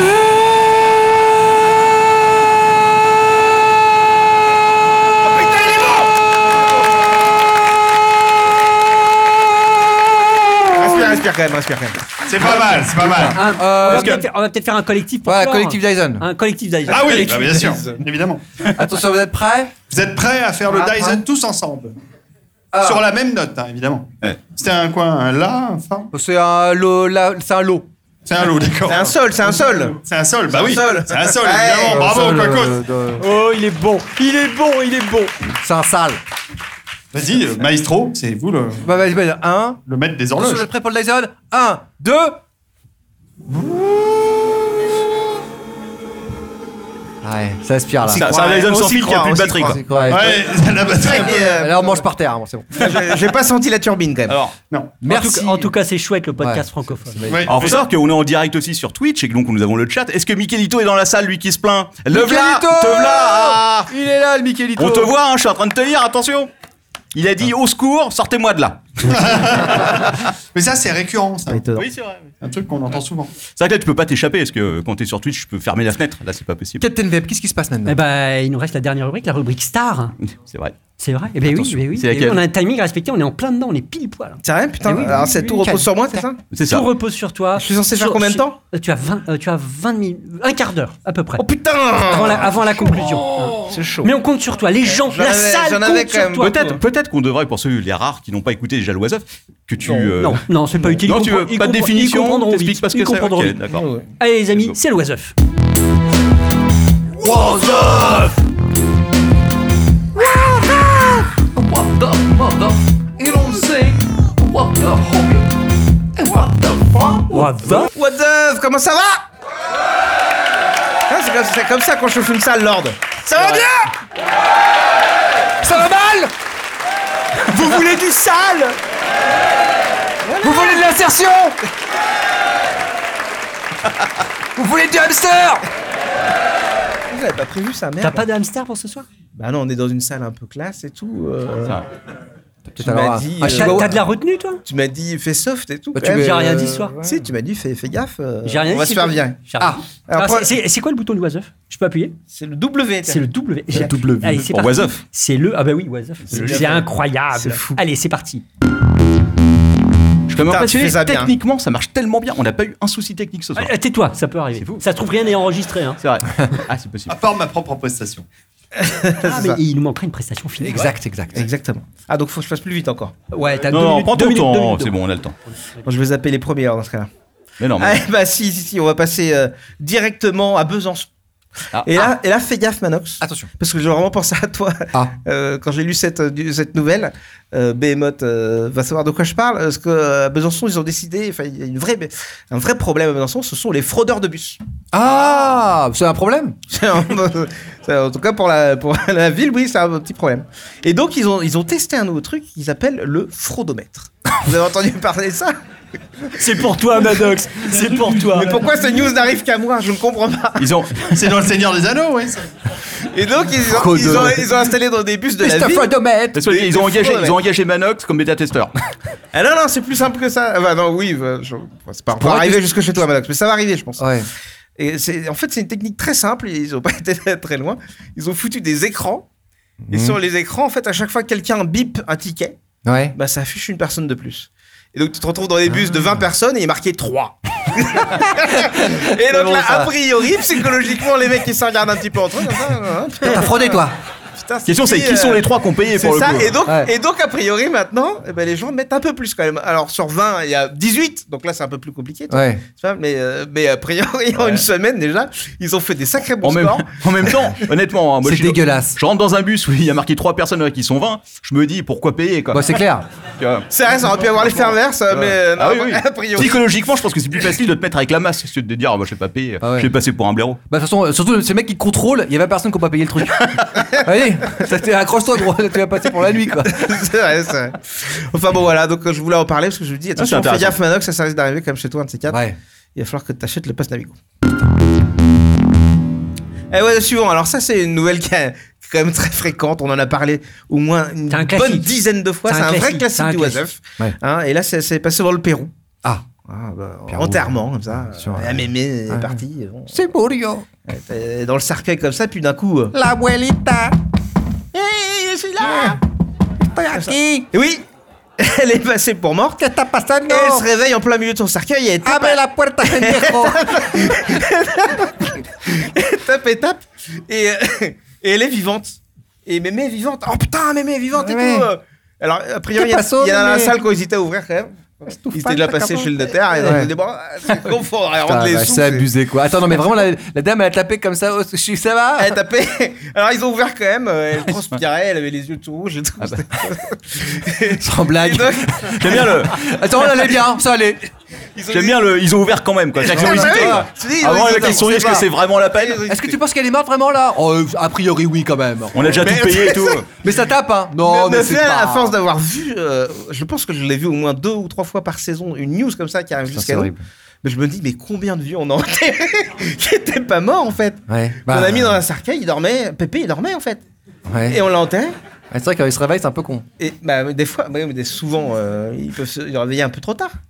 Respire, respire quand même, respire quand même. C'est pas mal, c'est pas mal. Un- Euh, on, va parce peut-être que- faire, on va peut-être faire un collectif pour Voilà, clore. collectif Dyson. Un collectif Dyson. Ah oui, Collectif bah, bien sûr, Dyson. évidemment. Attention, vous êtes prêts? Vous êtes prêts à faire le Ah, Dyson ouais. tous ensemble? Ah. Sur la même note, hein, évidemment. C'était un quoi? Un La? Un Fa? C'est un lot, là, c'est un lot. C'est un lot, d'accord. C'est un sol, c'est un sol. C'est un sol, bah C'est un oui. sol. C'est un sol, Ouais. évidemment. Bravo, Un sol, Quacos. euh, de- Oh, il est bon. Il est bon, il est bon. C'est un sale. Vas-y, euh, maestro, c'est vous le, Bah, vas-y, vas-y. Un. le maître des Attention, vous horloges. êtes prêts pour le Dyson? Un, deux. Ouais, ça aspire là. C'est Ça, croit, c'est un ouais. Dyson On sans s'y fil qui a croit, plus de on s'y batterie, croit. quoi. C'est correct. Ouais, la batterie. Et, euh, Là, on mange par terre, hein, bon, c'est bon. j'ai- J'ai pas senti la turbine quand même. Alors, Non. Merci. En tout, cas- en tout cas, c'est chouette le podcast Ouais. francophone. Ouais. alors faut savoir qu'on est en direct aussi sur Twitch et que donc nous avons le chat. Est-ce que Michelito est dans la salle, lui qui se plaint? Le v'là, Michelito te v'là. Ah, Il est là, le Michelito. on te voit, hein, je suis en train de te lire, attention. Il a dit au secours, sortez-moi de là. Mais ça, c'est récurrent, ça. Oui, c'est vrai. Un truc qu'on entend souvent. C'est vrai que là, tu peux pas t'échapper parce que quand t'es sur Twitch, tu peux fermer la fenêtre. Là, c'est pas possible. Captain Web, qu'est-ce qui se passe maintenant? Eh ben, il nous reste la dernière rubrique, la rubrique star. C'est vrai. C'est vrai. Eh ben oui, Attention, eh oui. c'est Eh oui, laquelle on a un timing respecté, on est en plein dedans, on est pile poil. C'est vrai, putain. Eh oui, Alors oui, c'est oui, tout oui. repose sur moi, c'est ça? C'est ça. Tout repose sur toi. Je suis censé faire Sur- combien de sur- temps? euh, Tu as vingt, euh, tu as vingt minutes, un quart d'heure à peu près. Oh putain! Avant la, avant la conclusion. C'est chaud. Mais on compte sur toi, les gens, J'en la avais- salle j'en compte avais quand sur même toi. Peut-être, peut-être qu'on devrait, pour ceux les rares qui n'ont pas écouté déjà l'Oiseuf, que tu. Non, euh, non, non, c'est pas utile. Non, Ils tu veux comprend- pas de ils compre- définition, ils comprendront t'expliques vite. pas ce que Ils c'est. comprendront Ok, vite. d'accord. Allez les amis, c'est l'Oiseuf. What the mother? You don't say what the homie? And what the fuck? What the? What the? Comment ça va? Ah, c'est, comme, c'est comme ça qu'on chauffe une salle, Lord. Ça va bien? Ça va mal? Vous voulez du sale? Vous voulez de l'insertion? Vous voulez du hamster? Vous avez pas prévu ça, merde. T'as pas de hamster pour ce soir? Bah non, on est dans une salle un peu classe et tout. euh, Ça. Tu m'as dit, Ah, euh, t'as, t'as de la retenue toi? tu m'as dit fais soft et tout. Bah, quand tu même. m'as- J'ai rien dit ce soir. Si, tu m'as dit fais, fais gaffe. euh, J'ai rien on va dit, se c'est faire quoi? virer. J'ai rien Ah, dit. alors, Ah, pour- c'est, c'est- c'est quoi le bouton de l'Oiseuf? Je peux appuyer? c'est le W. C'est le W. J'ai- W. Allez, c'est Pour parti. Oiseuf. C'est le. Ah bah oui, Oiseuf. C'est, c'est incroyable. C'est fou. Allez, c'est parti. Je suis quand même Putain, tu impressionné. fais ça bien. Techniquement, ça marche tellement bien. On n'a pas eu un souci technique ce soir. Ah, tais-toi, ça peut arriver. C'est fou. Ça se trouve rien n'est enregistré. Hein. C'est vrai. Ah, c'est possible. À part ma propre prestation. Ah, mais ça. il nous manquerait une prestation finale. Exact, exact. Exactement. Ah, donc faut que je fasse plus vite encore. Ouais, t'as Non, deux non, minutes. prends deux ton minutes, deux temps. minutes, C'est deux bon, on a le temps. Bon, je vais zapper les premiers alors dans ce cas-là. Mais non, mais. Ah, bah si, si, si, on va passer euh, directement à Besançon. Ah. Et là, et là, fais gaffe, Manox. Attention. Parce que j'ai vraiment pensé à toi Ah. euh, quand j'ai lu cette, euh, du- cette nouvelle. Euh, Behemoth euh, va savoir de quoi je parle. Parce que euh, à Besançon, ils ont décidé. Enfin, il y a une vraie, un vrai problème à Besançon. Ce sont les fraudeurs de bus. Ah, c'est un problème? C'est un- c'est- en tout cas, pour la, pour la ville, oui, c'est un petit problème. Et donc, ils ont, ils ont testé un nouveau truc qu'ils appellent le fraudomètre. Vous avez entendu parler de ça? C'est pour toi, Maddox. C'est pour toi. Mais pourquoi cette news n'arrive qu'à moi? Je ne comprends pas. Ils ont. C'est dans le Seigneur des Anneaux, ouais. ça. Et donc, ils ont, ils ont, ils ont installé dans des bus de la mister ville. Fraudomètre. Parce que Ils ont engagé, ils ont engagé Manox comme bêta-testeur. Ah non, non, c'est plus simple que ça. Enfin, non, oui, euh, je- c'est pas encore pourrais arrivé te- jusque chez toi, Manox, mais ça va arriver, je pense. Ouais. Et c'est, en fait, c'est une technique très simple. Et ils ont pas été très loin. Ils ont foutu des écrans. Et sur les écrans, en fait, à chaque fois que quelqu'un bip un ticket, Ouais. bah, ça affiche une personne de plus. Et donc, tu te retrouves dans des bus de vingt personnes et il est marqué trois. Et donc, bon, là, ça. a priori, psychologiquement, les mecs, ils se regardent un petit peu entre eux. Comme ça, hein, putain, T'as fraudé, toi? putain, c'est Question, c'est qui euh, sont les trois qui ont payé C'est pour le ça, coup et donc, Ouais. et donc a priori maintenant, eh ben, les gens mettent un peu plus quand même. Alors sur vingt, il y a dix-huit, donc là c'est un peu plus compliqué. toi. Ouais. Tu vois, mais, euh, mais a priori, en une semaine déjà, ils ont fait des sacrés bons En même, scores. en même temps, honnêtement, hein, moi, C'est je, suis- dégueulasse. je rentre dans un bus où il y a marqué trois personnes ouais, qui sont vingt. Je me dis pourquoi payer quoi. Bah, c'est clair. Tu vois. C'est vrai, ça aurait pu avoir l'effet inverse, mais euh, Ah non, oui, oui. a priori. Psychologiquement, je pense que c'est plus facile de te mettre avec la masse que de dire ah, moi je vais pas payer, Ah ouais. je vais passer pour un blaireau. Bah, de toute façon, euh, surtout ces mecs qui contrôlent, il y a vingt personnes qui ont pas payé le truc. Allez, ça t'est- accroche-toi, gros, tu vas passer pour la nuit, quoi. c'est vrai, c'est vrai. Enfin bon, voilà, donc euh, je voulais en parler parce que je vous dis, attention, c'est fais intéressant. gaffe, Manox, ça risque d'arriver comme chez toi, un de ces quatre. Ouais. Il va falloir que tu achètes le pass Navigo. Et ouais, le suivant. Alors ça, c'est une nouvelle qui est quand même très fréquente. On en a parlé au moins une C'est un bonne classique. dizaine de fois. C'est C'est un un, vrai classique. classique C'est un du classique. Oiseuf. Ouais. Hein, et là, c'est c'est passé dans le Pérou. Ah. Ah, bah, Pérou. enterrement, comme ça. Sûr, La ouais. mémé est Ouais. partie. Bon. C'est Murillo. T'es dans le cercueil comme ça, puis d'un coup... euh, La abuelita. Hey, je suis là. Estoy aquí. Et oui, elle est passée pour morte. ¿Qué está pasando? Et elle se réveille en plein milieu de son cercueil et elle tape, Abre la puerta, pendejo. tape et tape. Et, euh, et elle est vivante. Et Mémé est vivante. Oh putain, Mémé est vivante et Ouais. tout. euh. Alors, a priori, il y, a- passo, il y en a dans la Mémé? salle qui ont hésité à ouvrir quand même. Ils étaient déjà passés chez le notaire et ils Ouais. ont dit bon, c'est con, faudrait rendre Putain, les bah, sous. c'est c'est- abusé, quoi. Attends, non, mais vraiment, la, la dame, elle a tapé comme ça. Oh, je suis- ça va? Elle a tapé. Alors, ils ont ouvert quand même. euh, Elle transpirait, elle avait les yeux tout rouges et tout. Sans blague. Et donc, J'aime bien le, Attends, elle allait bien, ça allait. ils ont j'aime dit- bien le, ils ont ouvert quand même quoi. C'est-à-dire qu'ils ont Ah, bah hésité, oui. quoi. Je te dis, ils ont Avant hésité, la question on est-ce sait que pas. c'est vraiment la peine Est-ce que tu penses qu'elle est morte vraiment là? Oh, euh, a priori, oui, quand même. On a déjà Mais- tout payé et tout. Mais ça tape, hein? Non, mais, mais c'est au final, pas. à force d'avoir vu, euh, je pense que je l'ai vu au moins deux ou trois fois par saison, une news comme ça qui arrive Putain, jusqu'à c'est nous. horrible. Mais je me dis, mais combien de vieux on a enterré qui étaient pas morts en fait. Ouais. On l'a mis dans un cercueil, il dormait, Pépé il dormait en fait. Ouais. Et on l'a enterré. Ouais, c'est vrai qu'il se réveille, c'est un peu con. Et bah, mais des fois, bah, mais des- souvent, euh, ils peuvent se réveiller un peu trop tard.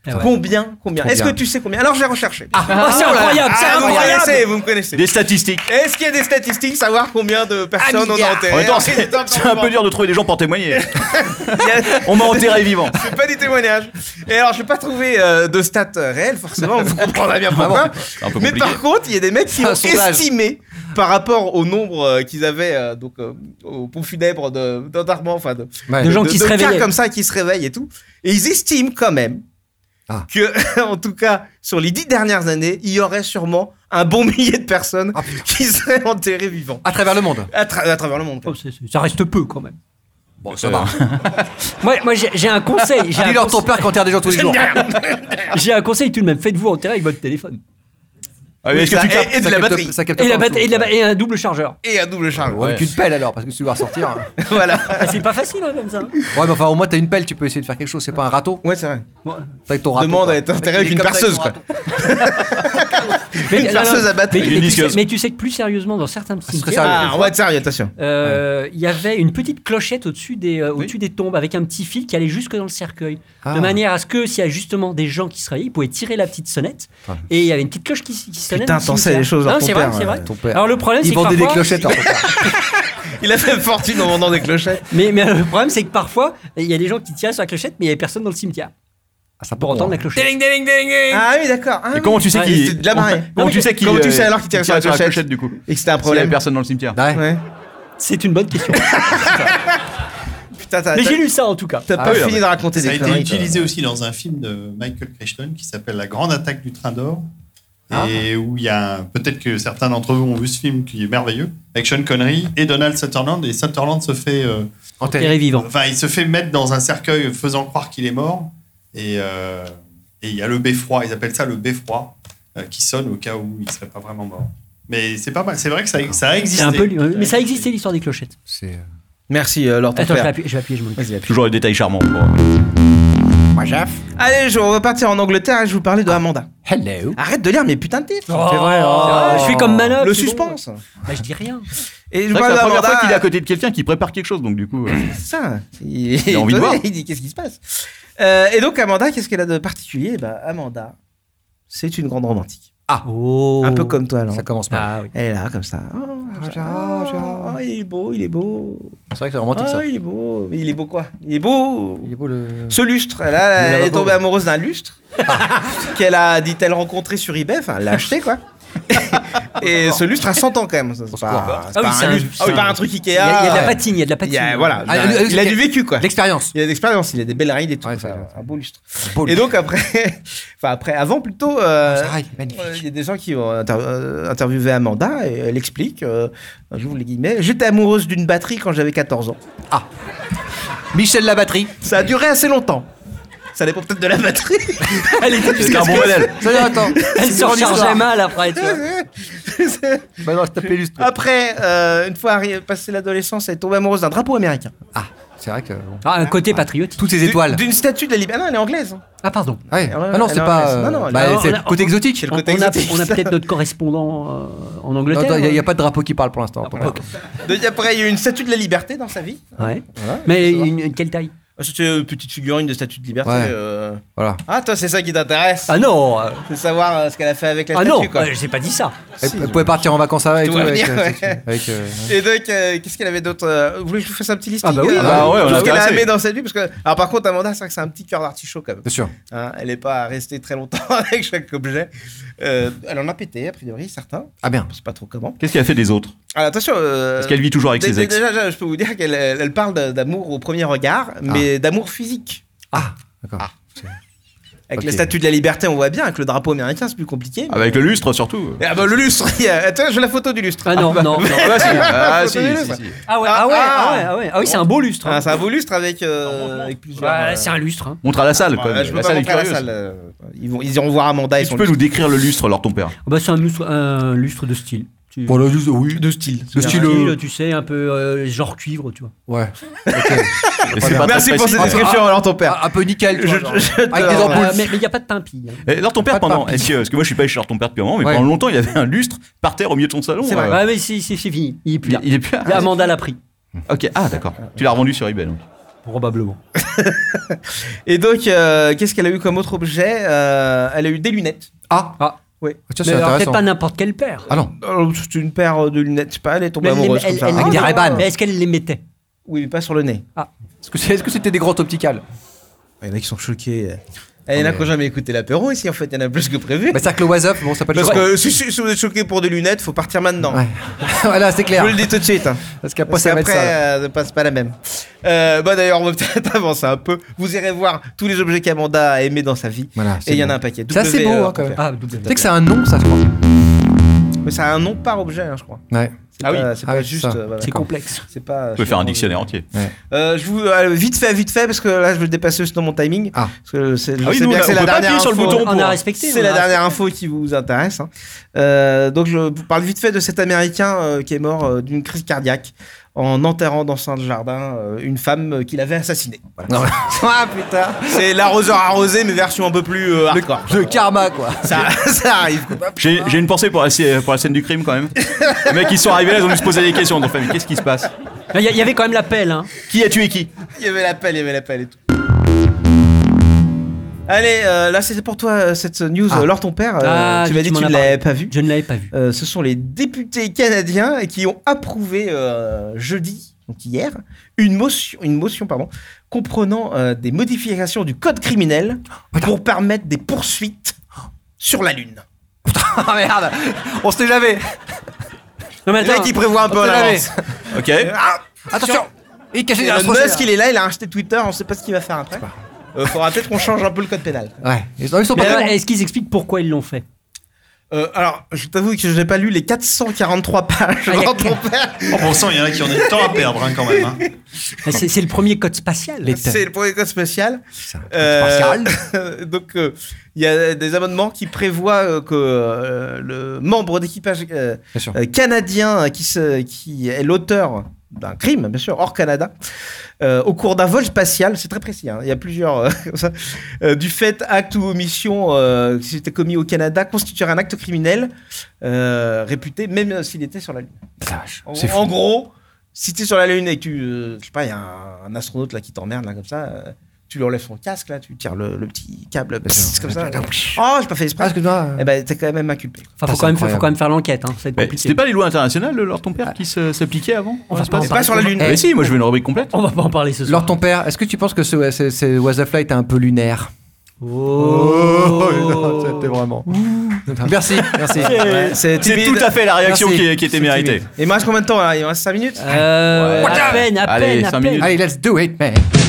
Ah ouais. Combien, combien Est-ce que tu sais combien? Alors j'ai recherché. Ah, oh, c'est incroyable, c'est Ah, vous me incroyable. connaissez, vous me connaissez. Des statistiques. Est-ce qu'il y a des statistiques, savoir combien de personnes on a En enterré? même temps, c'est c'est un peu dur de trouver des gens pour témoigner. On m'a enterré vivant. C'est pas des témoignages. Et alors, je vais pas trouver euh, de stats euh, réelles, forcément, vous comprendrez bien pourquoi. C'est un peu Mais compliqué. par contre, il y a des mecs qui C'est un ont sondage. estimé par rapport au nombre euh, qu'ils avaient euh, donc euh, au pont funèbre de d'enterrement, enfin de, Ouais. De gens qui se cas réveillaient. comme ça qui se réveillent et tout. Et ils estiment quand même Ah. que, en tout cas, sur les dix dernières années, il y aurait sûrement un bon millier de personnes Ah, qui seraient enterrées vivantes À travers le monde. à, tra- à travers le monde. Oh, c'est- c'est- ça reste peu quand même. Bon, ça va. Moi, moi j'ai j'ai un conseil. J'ai un, Dis-leur ton conseil- père quand enterre des gens tous les jours. j'ai un conseil tout de même. Faites-vous enterrer avec votre téléphone. Ah, mais est-ce que tu captes- et, et de Ça la capte- batterie ça capte Et, la pas batte- et, la grand-chose, ba- et un double chargeur. et un double charge. ouais. Avec une pelle alors, parce que si tu dois ressortir. hein. Voilà. Ah, c'est pas facile hein, comme ça. Ouais, mais enfin, au moins, t'as une pelle, tu peux essayer de faire quelque chose. C'est pas un râteau. Ouais, c'est vrai. Avec ton râteau. Demande quoi. à être enterré Il avec est une comme ça, perceuse, avec quoi. ton râteau. Mais, Une non, perceuse non, à batterie. mais, Une mais tu disqueuse. sais, mais tu sais que plus sérieusement, dans certains serait cimetières, sérieux. Ah, on va être sérieux, attention. euh, il y avait une petite clochette au-dessus des, euh, au-dessus des tombes avec un petit fil qui allait jusque dans le cercueil. Ah. De manière à ce que s'il y a justement des gens qui se réveillent, ils pouvaient tirer la petite sonnette Ah. et il y avait une petite cloche qui, qui sonnait. Putain, dans le t'en sais cimetière. les choses, Non, alors, ton c'est vrai, père, c'est vrai. ouais. Ton père. Alors le problème, c'est Ils que vendaient des parfois- clochettes. alors, ton père. Il a fait fortune en vendant des clochettes. Mais, mais le problème, c'est que parfois, il y a des gens qui tirent sur la clochette, mais il y avait personne dans le cimetière Ah, ça pour entendre la clochette. Ah oui, d'accord. Ah, Et comment tu sais Ouais, qu'il. c'est de la marée. Comment Non, tu mais- sais qu'il. comment tu euh, sais alors qu'il tire qu'il sur la clochette du coup Et que c'était un S'il y avait problème. personne dans le cimetière. Ouais. Ouais. C'est une bonne question. Putain, t'as mais t'as- j'ai lu ça en tout cas. t'as Ah pas oui, fini non, de raconter Ça a des été conneries. toi. utilisé aussi dans un film de Michael Crichton qui s'appelle La Grande Attaque du Train d'Or. Ah. Et où il y a un- peut-être que certains d'entre vous ont vu ce film qui est merveilleux avec Sean Connery et Donald Sutherland, et Sutherland se fait euh, Enterré vivant. enfin il se fait mettre dans un cercueil faisant croire qu'il est mort, et euh, et il y a le beffroi, ils appellent ça le beffroi, euh, qui sonne au cas où il serait pas vraiment mort. Mais c'est pas mal, c'est vrai que ça, ça a C'est existé. un peu, euh, mais ça existait l'histoire des clochettes. C'est. euh, Merci, euh, Lord ton Attends, je vais père. appuyer, je vais appuyer, je m'en occupe. Vas-y, appuie. Toujours les détails charmants. Bon. Moi, Jeff. Allez, je, on va partir en Angleterre et je vais vous parler de Amanda. Hello. Arrête de lire mes putains de titres. C'est vrai, oh, je suis comme Manox. Le c'est bon. suspense. Bah, je dis rien. Et je C'est vous vrai que parle c'est la première d'Amanda. fois qu'il est à côté de quelqu'un qui prépare quelque chose, donc du coup. euh, C'est ça. Il, Il a envie de étonné, voir. Il dit qu'est-ce qui se passe. Euh, et donc Amanda, qu'est-ce qu'elle a de particulier? Bah, Amanda, c'est une grande romantique. Oh. Un peu comme toi, alors. Ça commence mal. Ah oui. Elle est là, comme ça. Oh, oh, oh, il est beau, il est beau. C'est vrai que c'est romantique ça. Oh, il est beau. Mais il est beau quoi? Il est beau. Il est beau le. Ce lustre, elle, a- Il elle est est beau. tombée amoureuse d'un lustre qu'elle a, dit-elle, rencontré sur eBay. Enfin, elle l'a acheté quoi. Et ce lustre a cent ans quand même. Ça, C'est pas, c'est Ah oui, pas c'est un un- lustre- c'est pas un truc Ikea. Il y, a, il y a de la patine, il y a de la Il patine. y a- voilà, Ah, il a, le- il a le- du vécu quoi. L'expérience. Il a de l'expérience, il a des belles rides et tout. Ouais, c'est c'est un, vrai. un beau lustre. Beau Et donc après, enfin après, avant plutôt, euh, Ça raille, magnifique. euh, il y a des gens qui ont inter- euh, interviewé Amanda et elle explique, euh, j'ouvre les guillemets, j'étais amoureuse d'une batterie quand j'avais quatorze ans. Michel la batterie. Ça a duré assez longtemps. Ça dépend peut-être de la batterie. Elle était C'est un bon modèle. Ça veut dire, attends. Elle se rechargeait mal après, tu vois. Bah non, je tapais lustre. Après, euh, une fois arri- passée l'adolescence, elle est tombée amoureuse d'un drapeau américain. Ah, c'est vrai que. bon. Ah, un côté patriotique. Toutes ces étoiles. D'une statue de la liberté. Ah non, elle est anglaise. hein. Ah, pardon. Ouais. Ah ouais, Ah non, elle c'est est pas. anglaise. euh, Non, non, elle bah, est- c'est on le a- côté exotique. C'est le On, côté on a, exotique. on a peut-être notre correspondant euh, en Non, Angleterre. attends, il n'y a, pas de drapeau qui parle pour l'instant. Ah, ok. Donc, après, il y a eu une statue de la liberté dans sa vie. Ouais. Voilà. Mais une, une- quelle taille? C'était une petite figurine de statue de liberté. Ouais. euh. Voilà. Ah, toi, c'est ça qui t'intéresse. Ah non euh, C'est savoir euh, ce qu'elle a fait avec la Ah statue, non, quoi. euh, j'ai pas dit ça. Elle, elle pouvait partir en vacances avec. Tout et tout, va avec, venir, euh, ouais. cette- avec, euh, Et donc, euh, qu'est-ce qu'elle avait d'autre euh, Vous voulez que je vous fasse un petit listing Ah bah oui, euh, bah ouais, on tout a ce qu'elle a intéressé. aimé dans cette vie, parce que alors par contre Amanda, c'est vrai que c'est un petit cœur d'artichaut quand même. Bien sûr. Hein, elle n'est pas restée très longtemps avec chaque objet. Euh, elle en a pété a priori certains. Ah bien. Je sais pas trop comment. Qu'est-ce qu'elle a fait des autres? Alors attention. Euh, Est-ce qu'elle vit toujours avec dé- ses dé- ex? Déjà, déjà, je peux vous dire qu'elle elle elle parle de- d'amour au premier regard, mais d'amour physique. Ah, d'accord. Avec Ok. la statue de la liberté, on voit bien. Avec le drapeau américain, c'est plus compliqué. mais- Avec le lustre surtout. Ah bah le lustre. il y a- Attends, j'ai la photo du lustre. Ah non, non, non. Ah, si, ah, Photo si, du si, lustre. si. Ah ouais, Ah, ah ouais, ah. ah ouais, ah ouais. Ah oui, c'est un beau lustre. Ah, hein. c'est un beau lustre avec, euh, avec plusieurs. Ouais, euh, c'est un lustre. Hein. Montre à la salle, quoi. Ouais, je veux La pas salle est montrer à la curieuse. salle. euh, Ils, vont, ils iront voir Amanda et Tu son peux nous décrire le lustre, alors ton père? Ah bah, c'est un lustre, un lustre de style. Tu- Voilà, juste, oui. de style. De un style. style, euh, tu sais, un peu euh, genre cuivre, tu vois. Ouais. Et c'est pas Merci très pour cette précis. description, alors ton père. Un, un peu nickel, tu vois, Je- genre. je te- Avec des ampoules. Euh, mais il n'y a pas de timpi. Hein. Et alors ton père, Pas de pendant. papy. Est-ce que, parce que moi je suis pas allé chez leur ton père depuis un moment, mais Ouais. pendant longtemps il y avait un lustre par terre au milieu de son salon. C'est vrai. euh, Ouais, mais c'est c'est- c'est fini. Il est plus Il, là. il est plus là. Amanda l'a pris. Ok, ah d'accord. Tu l'as revendu sur eBay donc. Probablement. Et donc, euh, qu'est-ce qu'elle a eu comme autre objet euh, Elle a eu des lunettes. Ah, Ah. Oui. tiens, Mais c'est alors, peut-être intéressant. pas n'importe quelle paire. Ah non. Euh, C'est une paire de lunettes, je sais pas, elle est tombée Mais elle, amoureuse elle- comme ça. elle- Ah, des non, Ray-Ban. mais est-ce qu'elle les mettait? Oui, mais pas sur le nez. Est-ce que c'est- est-ce que c'était des grottes opticales? Il y en a qui sont choqués. Il y en a qui n'ont jamais écouté l'apéro ici, en fait, il y en a plus que prévu. Bah, c'est-à-dire que le was up, bon, ça peut être Parce le que si, si- si vous êtes choqué pour des lunettes, faut partir maintenant. Ouais. Voilà, c'est Je clair. vous le dis tout de suite. Hein. Parce qu'après, Parce ça va être qu'après, ça. euh, c'est pas la même. Euh, bah d'ailleurs, on va peut-être avancer un peu. Vous irez voir tous les objets qu'Amanda a aimés dans sa vie. Voilà, Et il y en a un paquet. C'est assez W, beau, euh, hein, quand même. Ah, Tu sais que c'est un nom, ça, je crois. Mais ça a un nom par objet, hein, je crois. Ouais. C'est Ah pas, oui. c'est Ah pas ouais, juste. c'est ça. euh, voilà. C'est complexe. C'est pas. On peut faire un dictionnaire entier. Euh, je vous euh, vite fait, vite fait, parce que là, je vais dépasser aussi dans mon timing. Ah. Parce que c'est, je Ah oui, sais nous, bien on que c'est a- la on peut pas dernière appuyer sur le info. bouton On a pour- respecté. C'est on la a dernière respecté. info qui vous intéresse. hein. Euh, donc je vous parle vite fait de cet Américain euh, qui est mort euh, d'une crise cardiaque en enterrant dans son jardin euh, une femme euh, qu'il avait assassinée. Voilà. Ah putain, c'est l'arroseur arrosé mais version un peu plus euh, hardcore. Le karma, quoi. Ça, ça arrive. quoi. J'ai j'ai une pensée pour la, sc- pour la scène du crime quand même. Les mecs qui sont arrivés là, ils ont dû se poser des questions. Donc, mais qu'est-ce qui se passe? Il y, a- il y avait quand même l'appel. Hein. Qui a tué qui? Il y avait l'appel, il y avait l'appel et tout. Allez, euh, là c'était pour toi euh, cette news. Ah. Euh, Laure, ton père, euh, Ah, tu m'as dit que m'en tu as ne parlé. l'avais pas vu. Je ne l'avais pas vu. Euh, ce sont les députés canadiens qui ont approuvé euh, jeudi, donc hier, une motion, une motion pardon, comprenant euh, des modifications du code criminel pour permettre des poursuites sur la Lune. Ah merde. On se l'est jamais. Non, mais Le mec attends. il prévoit un peu on à sait l'avance. Ok. Ah, Attention. Il est caché Et dans la Elon saucière. Musk il est là, il a acheté Twitter, on sait pas ce qu'il va faire après. Euh, faudra peut-être qu'on change un peu le code pénal. Ouais. Ils sont, ils sont Mais pas alors, cons. est-ce qu'ils expliquent pourquoi ils l'ont fait? Euh, alors, je t'avoue que je n'ai pas lu les quatre cent quarante-trois pages Ah, y a dans que- ton père. En pensant, il y en a qui ont du temps à perdre hein, quand même. hein. Ah, C'est c'est le premier code spatial. Les- C'est le premier code spécial. Ça. Euh, Spatial. donc, euh, il y a des amendements qui prévoient euh, que euh, le membre d'équipage euh, Bien sûr. euh, canadien qui, se, qui est l'auteur d'un crime, bien sûr, hors Canada, euh, au cours d'un vol spatial, c'est très précis, hein, il y a plusieurs, euh, comme ça, euh, du fait, acte ou omission euh, qui s'était commis au Canada, constituerait un acte criminel euh, réputé, même s'il était sur la Lune. La vache. En, C'est fou. en gros, si tu es sur la Lune et que tu, euh, je sais pas, il y a un, un astronaute là qui t'emmerde là comme ça, euh, tu lui enlèves son casque là, tu tires le, le petit câble pss, comme ça. Oh, j'ai pas fait Ah, exprès. excuse-moi. Eh ben, t'es quand même inculpé. Enfin, faut, c'est quand même, faut, incroyable. faut quand même faire l'enquête. Hein. Ça va être Mais compliqué. C'était pas les lois internationales, lors ton père, qui se- s'appliquaient avant? On va pas en C'est parler. pas sur la Lune. Mais si, moi je veux une rubrique complète. On va pas en parler ce soir. Lors ton père, est-ce que tu penses que ce, ce, ce Was the Flight est un peu lunaire? Oh. C'était vraiment. Merci, merci. Ouais, c'est C'est timide. tout à fait la réaction Merci. qui, qui était C'est méritée. timide. Il me reste combien de temps là? Il me reste cinq minutes. Euh, Ouais. à peine, à Allez, peine, à cinq peine. minutes. Allez, let's do it, man.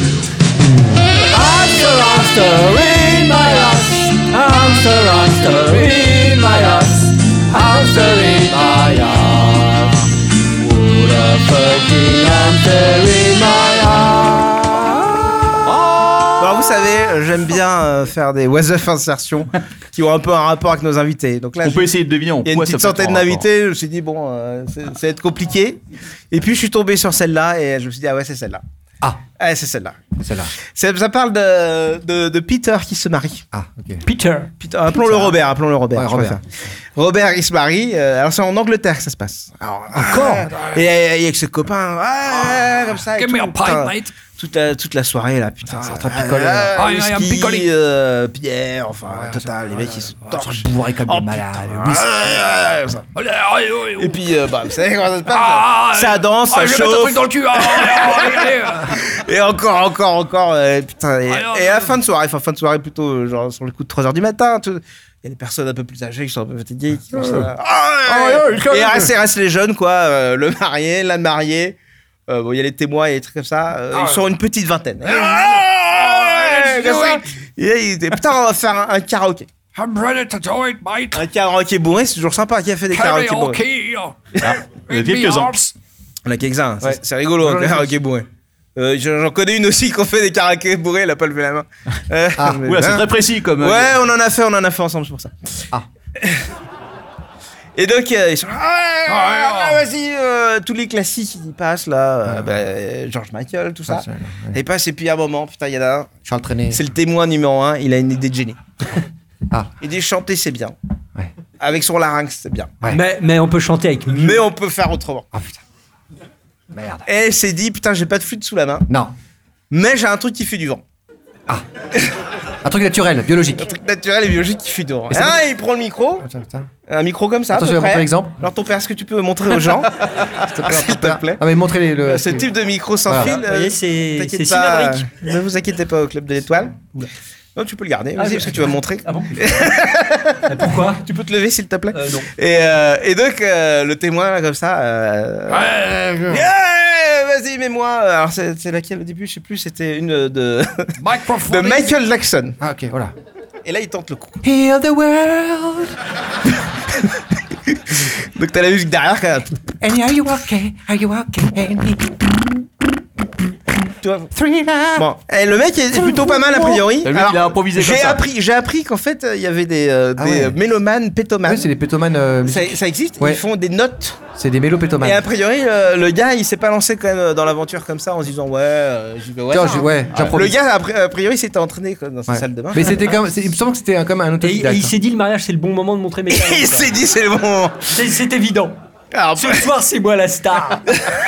Hamster, hamster in my house. Hamster, hamster in my house. Hamster in my house. What a fucking hamster in my house. Alors vous savez, j'aime bien euh, faire des was of insertions qui ont un peu un rapport avec nos invités. Donc là, On je- peut essayer de deviner en il y a une quoi ça petite peut être centaine en rapport. d'invités. Je me suis dit bon, euh, c'est- ça va être compliqué. Et puis je suis tombé sur celle-là et je me suis dit ah ouais c'est celle-là. Ah. Ouais, c'est celle-là. Celle-là. C'est- Ça parle de, de, de Peter qui se marie. Ah, ok. Peter. Peter, appelons-le Robert, appelons-le Robert. Ouais, je Robert. préfère. Robert, il se marie. euh, alors c'est en Angleterre que ça se passe. Alors, encore. Et, et avec ses copains, ouais, comme ça. et Give me tout, a pint, putain. mate. Toute la, toute la soirée là, putain. C'est en train de picoler, Ah, là. Ah, il y a un whisky, picolé. euh, bière, enfin, total. Les mecs ils se torchent. Bourré comme Oh, des malades. putain. Whisky. Ouais, comme ça. Allez, allez, allez, Et puis, euh, bah, vous savez comment ça se passe Ah, ça, allez. danse, Ah, ça je vais mettre un chauffe. truc dans le cul. Ah, allez, allez, allez. Et encore, encore, encore. euh, putain, et, Allez, et à la allez. fin de soirée, enfin fin de soirée plutôt, euh, genre sur le coup de trois heures du matin, tout- il y a des personnes un peu plus âgées qui sont un peu fatiguées, qui commencent à- Ah, ouais. Et reste, reste les jeunes, quoi, euh, le marié, la mariée. Euh, bon, il y a les témoins et des trucs comme ça. euh, ils sont une petite vingtaine. Ouais, comme ça. Et il dit, putain, on va faire un, un karaoké. I'm ready to do it, mate. Un karaoké bourré, c'est toujours sympa qui a fait des karaokés bourrés. Karaoke. Il y en a quelques-uns. On a quelques-uns, c'est- Ouais. c'est rigolo, un J'en ai karaoké bourré. Euh, j'en j'en connais une aussi qui a fait des karaokés bourrés, elle a pas levé la main. Euh, mais- Oula, c'est hein. très précis comme. euh, Ouais, on en a fait, on en a fait ensemble, c'est pour ça. Ah. Et donc, euh, ils sont. Ah, ouais, ah, vas-y, euh, tous les classiques qui passent là. euh, bah, George Michael, tout ça. Ouais, ouais. Et passe, et puis à un moment, putain, il y en a un. Charles Trenet. C'est le témoin numéro un, il a une idée de génie. Ah. Il dit chanter, c'est bien. Ouais. Avec son larynx, c'est bien. Ouais. Mais, mais on peut chanter avec mieux. Mais on peut faire autrement. Ah putain. Merde. Et elle s'est dit, putain, j'ai pas de flûte sous la main. Non. mais j'ai un truc qui fait du vent. Un truc naturel, biologique. Un truc naturel et biologique qui fait du vent. Et ça Ah, veut- il prend le micro. Attends, attends. Un micro comme ça. à Attends, peu je vais près. montrer l'exemple. Alors, ton père, est-ce que tu peux montrer aux gens S'il te plaît. Ah, mais montrez le. Ce type de micro sans Voilà. fil. Vous voyez, euh, c'est t'inquiète c'est pas, cylindrique. euh, Ne vous inquiétez pas au club de l'étoile. Non, tu peux le garder, Ah, vas-y, oui, parce que tu vas me montrer. Ah bon Pourquoi Tu peux te lever, s'il te plaît. Euh, non. Et, euh, et donc, euh, le témoin, là, comme ça. Euh... Ouais, vas-y, mets-moi. Alors, c'est c'est laquelle au début? Je sais plus, c'était une de. de Michael Jackson. Ah, ok, voilà. Et là, il tente le coup. Heal the world. Donc, t'as la musique derrière, quand même. And are you okay? Are you okay? Tu vois. Bon, et le mec est plutôt pas mal a priori. Le mec, Alors, il a improvisé comme J'ai ça. appris, j'ai appris qu'en fait, euh, il y avait des, euh, Ah des ouais. euh, mélomanes, pétomanes. Ouais, c'est des pétomanes. euh, ça, ça existe. Ouais. Ils font des notes. C'est des mélopétomanes. Et a priori, euh, le gars, il s'est pas lancé quand même dans l'aventure comme ça en se disant ouais, euh, j'y vais ouais. Tiens, ça, je- hein. ouais, j'improvise. Le gars, a pri- a priori, s'était entraîné quoi, dans sa Ouais. salle de bain. Mais c'était comme. c'est- Il me semble que c'était un- comme un Et, et autodidacte. il s'est dit le mariage c'est le bon moment de montrer mes talents. il s'est dit c'est le bon moment. C'est c'est évident. Alors, Ce soir c'est moi la star.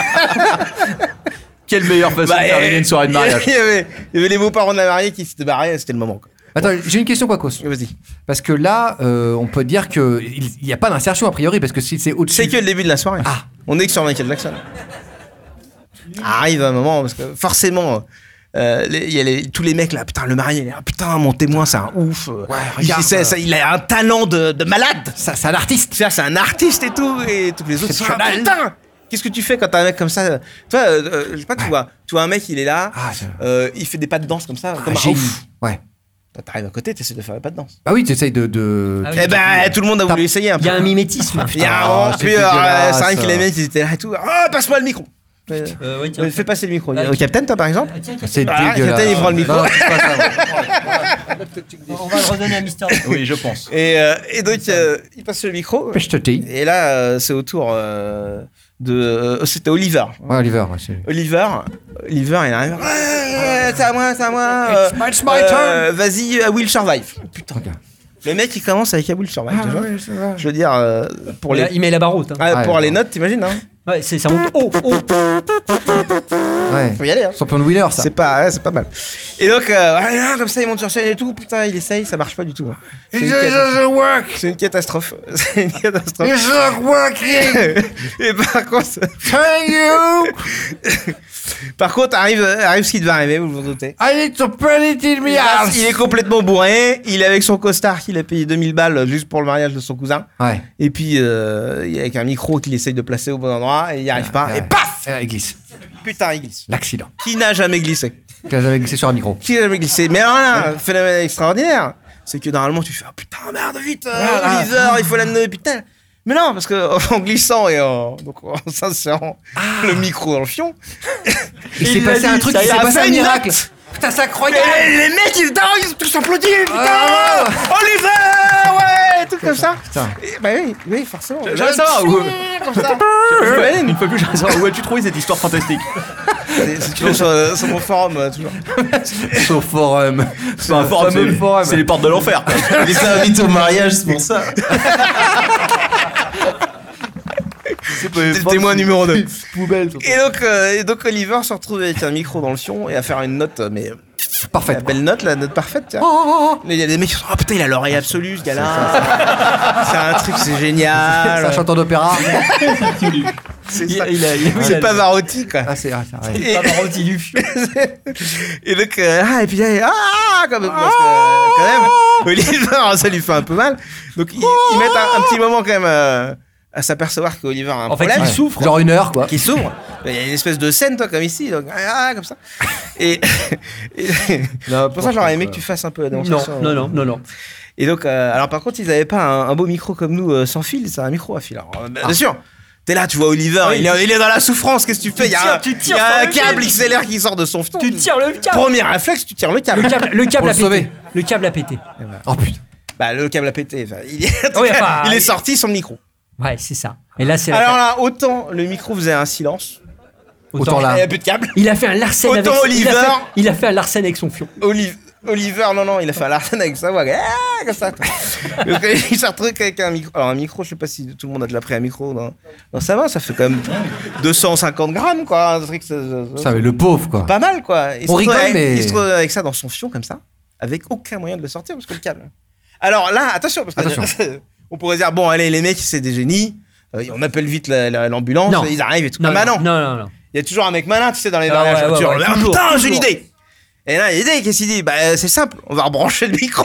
Quelle meilleure façon bah, de terminer une soirée de mariage. Il y avait, il y avait les beaux-parents de la mariée qui s'étaient barrés, c'était le moment. Quoi. Attends, j'ai une question, Quacos. Vas-y. Parce que là, euh, on peut dire que il n'y a pas d'insertion a priori, parce que si c'est au-dessus. C'est que le début de la soirée. Ah. On est que sur Michael Jackson. Arrive un moment, parce que forcément, euh, les- il y a les- tous les mecs là, putain, le marié, il est là, putain, mon témoin, c'est un ouf. Ouais, il, regarde, c'est- euh, ça- il a un talent de, de malade. Ça, c'est un artiste. C'est c'est un artiste et tout, et tous les autres C'est sont là, Chanel. putain. Qu'est-ce que tu fais quand t'as un mec comme ça? Toi, euh, euh, je sais pas, tu vois, tu vois un mec, il est là, Ah, c'est- euh, il fait des pas de danse comme ça, comme un génie. ouf. Ouais. Toi, t'arrives à côté, t'essaies de faire des pas de danse. Bah oui, tu essayes de. de... Ah oui. Eh ben, tout le monde a voulu essayer un Il y peu. a un mimétisme. Il y a un Ah, moment, c'est puis, euh, dégueulasse, c'est vrai que ça. les mecs, ils étaient là et tout. Oh, passe-moi le micro. Euh, Euh, ouais, tiens. euh, fais passer le micro. Ah, Au Captain, toi, par exemple? Ah, tiens, tiens, C'est Ah, dégueulasse. Captain, il prend le micro. Non, c'est pas ça. On va le redonner à Mister. Oui, je pense. Et, euh, et donc, euh, il passe le micro. Je te dis. Et là, euh, c'est au tour euh, de. euh, C'était Oliver. Ouais, Oliver, ouais, c'est. Oliver, Oliver, il arrive. Ouais, c'est à moi, c'est à moi. euh, It's my- it's my euh, Vas-y, I will survive. Putain. Ok. Le mec, il commence avec I will survive. Ah, déjà. ouais, ça va. Je veux dire, euh, pour Il les, a- il met la barotte. Hein. ah, Ouais, pour ouais. les notes, t'imagines, hein? Ouais, c'est- ça monte haut, haut. Ouais. Faut y aller, hein. Champion de Wheeler, ça. C'est pas, ouais, c'est pas mal. Et donc, euh, voilà, comme ça, il monte sur scène et tout. Putain, il essaye, ça marche pas du tout. hein. C'est une, catastrophe. C'est une catastrophe. C'est une catastrophe. Et par contre, par contre, arrive, arrive ce qui devait arriver, vous vous en doutez. I need to put it in me Il, il est complètement bourré. Il est avec son costard qu'il a payé deux mille balles juste pour le mariage de son cousin. Ouais. Et puis, euh, il est avec un micro qu'il essaye de placer au bon endroit et il n'y arrive pas. Ouais. Et paf, Et là, il glisse. putain, il glisse. L'accident. Qui n'a jamais glissé? Qui a jamais glissé sur un micro. Qui a jamais glissé? Mais alors là, phénomène extraordinaire, c'est que normalement tu fais ah, putain merde vite, euh, Ah, Oliver, il faut l'amener putain. Mais non, parce que en glissant et en, donc, en s'insérant le micro dans le fion, Il s'est il passé a un dit, truc, ça il y s'est a passé fait un une miracle. note. Putain, c'est incroyable. Et les mecs ils, non, ils ont tous applaudi, putain, Ah. Oliver, ouais, tout comme ça. Putain. Et, bah oui, oui, forcément. J'aimerais savoir où- Comme ça. Une fois plus, j'aimerais savoir où as-tu trouvé cette histoire fantastique? C'est c'est toujours sur, sur mon forum, euh, toujours. Sur forum. C'est pas un forum, fameux c'est- forum. c'est les portes de l'enfer. Il était invité au mariage, c'est pour ça. C'est le témoin numéro deux. Poubelle. Et donc, euh, et donc Oliver se retrouve avec un micro dans le fion et à faire une note, euh, mais Parfait. la belle note, la note parfaite. Tiens. Mais il y a des mecs qui sont oh putain, il a l'oreille absolue ce gars-là. C'est un truc, c'est C'est génial. un chanteur d'opéra. C'est Il- ça. il a- il a- C'est il a- Pavarotti quoi. Ah, c'est. Ah, c'est vrai. Et, Pavarotti du fion. et donc euh, ah et puis là, ah comme parce que euh, quand même Oliver ça lui fait un peu mal. Donc ils, ils mettent un, un petit moment quand même euh, à s'apercevoir qu'Oliver a un En fait, problème. il souffre. Genre une heure, quoi. Qui s'ouvre. Il y a une espèce de scène, toi, comme ici, donc, ah, comme ça. Et, et pour ça, j'aurais aimé que tu fasses un peu la Non, démonstration. non, non, non, non. Et donc, euh, alors par contre, ils n'avaient pas un, un beau micro comme nous, euh, sans fil, c'est un micro à fil. Alors, euh, bien sûr. T'es là, tu vois Oliver, Oui. il, est, il est dans la souffrance, qu'est-ce que tu fais? Il y a un, tu tires il y a sur un le câble fil. X L R qui sort de son fion. Tu tires le câble. Premier réflexe, tu tires le câble. Le câble, le câble Pour a le sauver. pété. Le câble a pété. Oh putain. Bah, le câble a pété. Enfin, il, est, Oui, enfin, il est il- sorti sans micro. Ouais, c'est ça. Et là, c'est la Alors là, autant le micro faisait un silence, Autant il là. n'y a plus de câble. Il a fait un Larsen Autant avec Oliver. Il a fait, il a fait un Larsen avec son fion. Olive. Oliver, non, non, il a fait un Larsen avec sa voix. Ah, comme ça. Donc, il s'est retrouvé avec un micro. Alors, un micro, je sais pas si tout le monde a déjà pris un micro dans, dans sa main. Ça fait quand même deux cent cinquante grammes, quoi. Un truc, ça, ça, Ça, mais le pauvre, quoi. pas mal, quoi. Il se On retrouve rigole, avec, mais- il se retrouve avec ça dans son fion, comme ça, avec aucun moyen de le sortir, parce que le câble. Alors là, attention, parce que Attention. on pourrait dire, bon, allez, les mecs, c'est des génies. Euh, on appelle vite la- la- l'ambulance, Non. ils arrivent et tout. Non, Ah bah non, non. non, non, non. Il y a toujours un mec malin, tu sais, dans les Ah dans la ouais, voiture. ouais, ouais, Ah, toujours, putain, j'ai une toujours. idée. Et là, l'idée, qu'est-ce qu'il dit? Bah, euh, c'est simple, on va rebrancher le micro.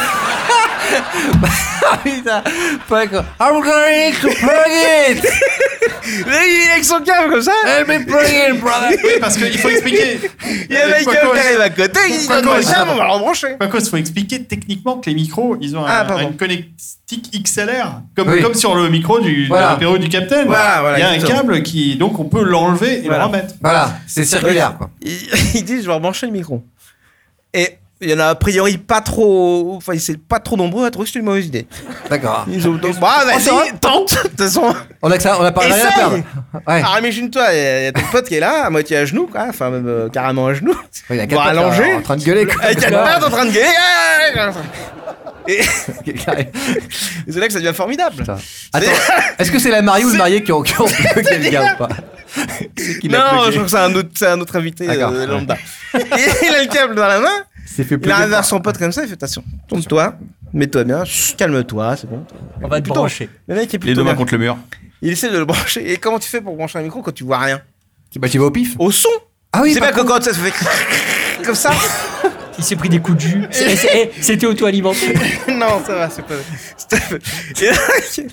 Ah putain, pas quoi. I'm going to plug it. Là, il est avec son câble comme ça. Let me plug it, brother. Oui, parce qu'il faut expliquer. Il y a un mec qui Quacos. arrive à côté, il dit, Quacos. donne-moi le câble, on va le rebrancher. Quacos, il faut expliquer techniquement que les micros, ils ont un- Ah, pardon. une connectique X L R, comme, Oui. comme sur le micro du, Voilà. de l'apéro du Capitaine. Voilà, voilà, il y a un exactement. câble qui, donc, on peut l'enlever et Voilà. le remettre. Voilà, c'est circulaire, quoi. Il, il dit, je vais rebrancher le micro. Et il y en a a priori pas trop, enfin, c'est pas trop nombreux à trouver que c'est une mauvaise idée. D'accord. Ils ont donc, bah, c'est vrai vas-y, tente. De toute façon, On a que ça, on a pas rien à essaye. perdre. Ouais. Alors imagine-toi, il y, a- il y a ton pote qui est là, à moitié à genoux, quoi, enfin même euh, carrément à genoux, Il y a voire quatre potes, là, allongé, en train de gueuler. quoi. avec quatre pattes en train de gueuler. Et Carré. c'est là que ça devient formidable. Putain. Attends, est-ce que c'est la mariée ou le marié qui ont, qui ont plugué le gars ou pas? C'est qui l'a Non, plugué je trouve que c'est un autre, c'est un autre invité D'accord. euh, lambda. Et il a le câble dans la main, C'est fait il pluguer arrive vers par- son pote comme ça, il fait attention, tourne-toi, mets-toi bien, chut, calme-toi, c'est bon. On va te Plutôt, brancher. Le mec est Les plutôt deux mains bien. contre le mur. Il essaie de le brancher. Et comment tu fais pour brancher un micro quand tu vois rien? Bah, tu vas au pif. Au son. Ah oui, C'est pas bien que con. quand ça se fait comme ça. Il s'est pris des coups de jus. C'est- c'est- C'était auto-alimenté. Non, ça va, c'est pas. c'est- Et là,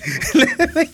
le mec,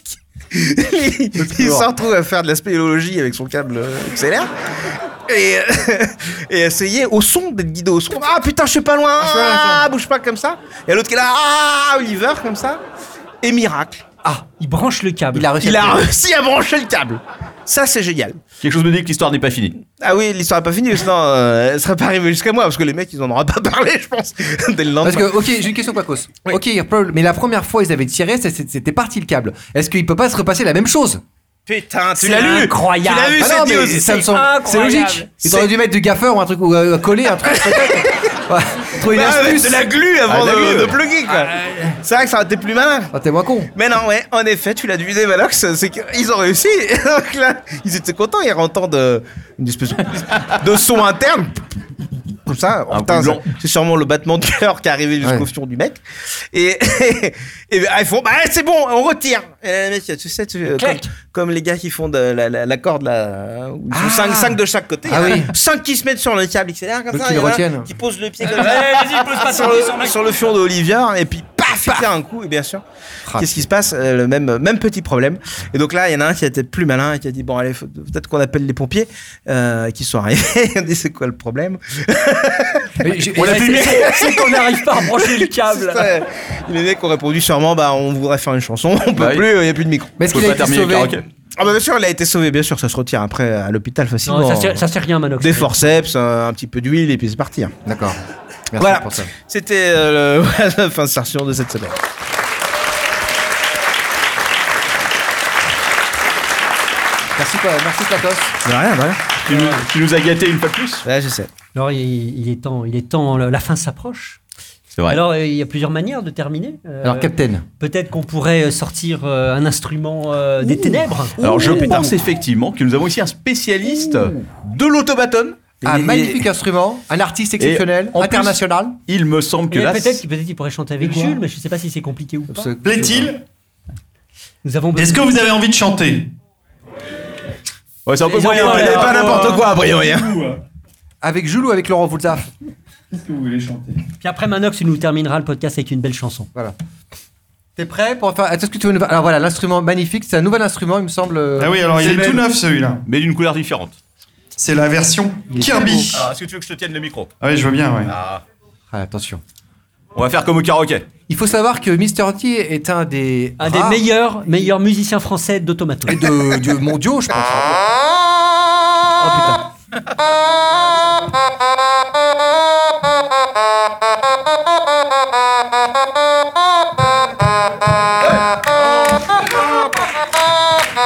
il, il se retrouve à faire de la spéléologie avec son câble euh, X L R. Et, euh, et essayer au son d'être guidé au son. Ah putain, je suis pas loin. Ah, bouge pas comme ça. Et l'autre qui est là. Ah, Oliver comme ça. Et miracle. Ah, il branche le câble. Il a réussi. Il à a pluguer. réussi à brancher le câble. Ça, c'est génial. Quelque chose me dit que l'histoire n'est pas finie. Ah oui, l'histoire n'est pas finie, sinon euh, elle serait pas arrivée jusqu'à moi, parce que les mecs, ils en auraient pas parlé, je pense, dès le lendemain. Parce que, ok, j'ai une question, Quacos. Ok, mais la première fois, ils avaient tiré, ça, c'est- c'était parti le câble. Est-ce qu'il peut pas se repasser la même chose? Putain, tu C'est l'as lu incroyable. Tu l'as vu, Ah cette non, mais news ça me C'est semble. C'est incroyable. logique. Ils auraient dû mettre du gaffeur ou un truc, ou euh, coller un truc. peut-être. Ouais. Trouver une Bah, avec astuce. de la glu avant Ah, de la de, glu. de plugger, quoi. C'est vrai que ça aurait été plus malin. Ah, t'es moins con. Mais non, ouais, en effet, tu l'as deviné, Malox, c'est qu'ils ont réussi. Et donc là, ils étaient contents, ils entendent une espèce de son interne. Comme ça, Un putain, coup de ça- c'est sûrement le battement de cœur qui est arrivé jusqu'au Ouais. fion du mec. Et, et, ah, ils font, bah c'est bon, on retire. Et le mec, tu sais, tu, comme, Clac. comme les gars qui font de la, la, la corde là, où ils sont Ah. cinq de chaque côté. Ah il y en a oui. cinq qui se mettent sur le câble X L R comme Ceux ça. qui il y le en a retiennent. Qui posent le pied comme ça. Vas-y, pose pas sur, le, sur le fion de Olivier, et puis paf, il tient un coup, et bien sûr. Ah, Qu'est-ce qui se passe? Euh, Le même, même petit problème. Et donc là, il y en a un qui a été plus malin et qui a dit bon, allez, faut- peut-être qu'on appelle les pompiers, euh, qui sont arrivés. On dit c'est quoi le problème? Mais j'ai- On l'a filmé. C'est qu'on n'arrive pas à brancher le câble. C'est ça. Les mecs ont répondu sûrement bah, on voudrait faire une chanson, on peut Bah oui. plus, il n'y a plus de micro. Mais est-ce Faut qu'il a pas été terminer le sauvé? karaoké. Ah bah bien sûr, il a été sauvé, bien sûr, ça se retire après à l'hôpital facilement. Non, ça sert, ça sert rien, Manox. Des forceps, un, un petit peu d'huile et puis c'est parti. hein. D'accord. Merci Voilà, pour ça. c'était euh, le- la fin de session de cette semaine. Merci, quoi. Merci, Quacos. De rien, de rien. Tu nous, tu nous as gâté une fois de plus. Ouais, je sais. Alors, il, il est temps, il est temps, la fin s'approche. C'est vrai. Alors, euh, il y a plusieurs manières de terminer. Euh, Alors, Captain. Peut-être qu'on pourrait sortir euh, un instrument euh, des ténèbres. Alors je pense effectivement que nous avons ici un spécialiste de l'autobaton. Un Et- magnifique instrument, un artiste exceptionnel, en plus, international. Il me semble que Et là, Peut-être qu'il peut qu'il pourrait chanter avec quoi Jules, mais je ne sais pas si c'est compliqué ou pas. Plaît-il? Nous avons Est-ce que vous avez envie de chanter? ouais, c'est un peu Les moyen. enfants, mais- C'est pas n'importe quoi, a priori. hein. Avec Jules ou avec Laurent Voulzaf? Qu'est-ce que vous voulez chanter? Puis après, Manox, il nous terminera le podcast avec une belle chanson. Voilà. T'es prêt pour faire. Est-ce que tu veux nous... Alors voilà, l'instrument magnifique, c'est un nouvel instrument, il me semble. Ah oui, alors il C'est est le tout même. neuf celui-là. Mais d'une couleur différente. C'est la version Il est Kirby. Alors, est-ce que tu veux que je te tienne le micro? Ah oui, je veux bien, ouais. Ah, attention. On va faire comme au karaoké. Il faut savoir que Mister T est un des. Un des rares- meilleurs, meilleurs musiciens français d'automaton. Et de, de mondiaux, je pense. Oh putain.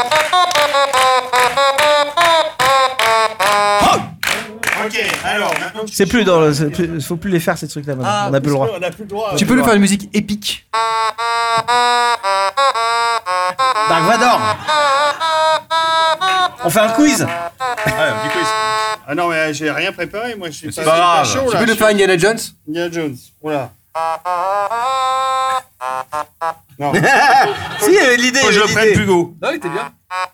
Ok, alors maintenant C'est plus dans le. c'est plus- Faut plus les faire ces trucs-là maintenant. Ah, On a plus le droit. On a plus le droit. Tu peux nous faire une musique épique. Dark Vador. On fait un quiz. Ouais, un petit quiz. Ah non, mais j'ai rien préparé, moi je suis C'est pas, pas grave. super chaud Tu là. peux nous faire Indiana Jones? Indiana Jones. Voilà. Non. Si, il y avait de l'idée. Faut que je il y le avait prenne l'idée. plus go. Non, il était bien.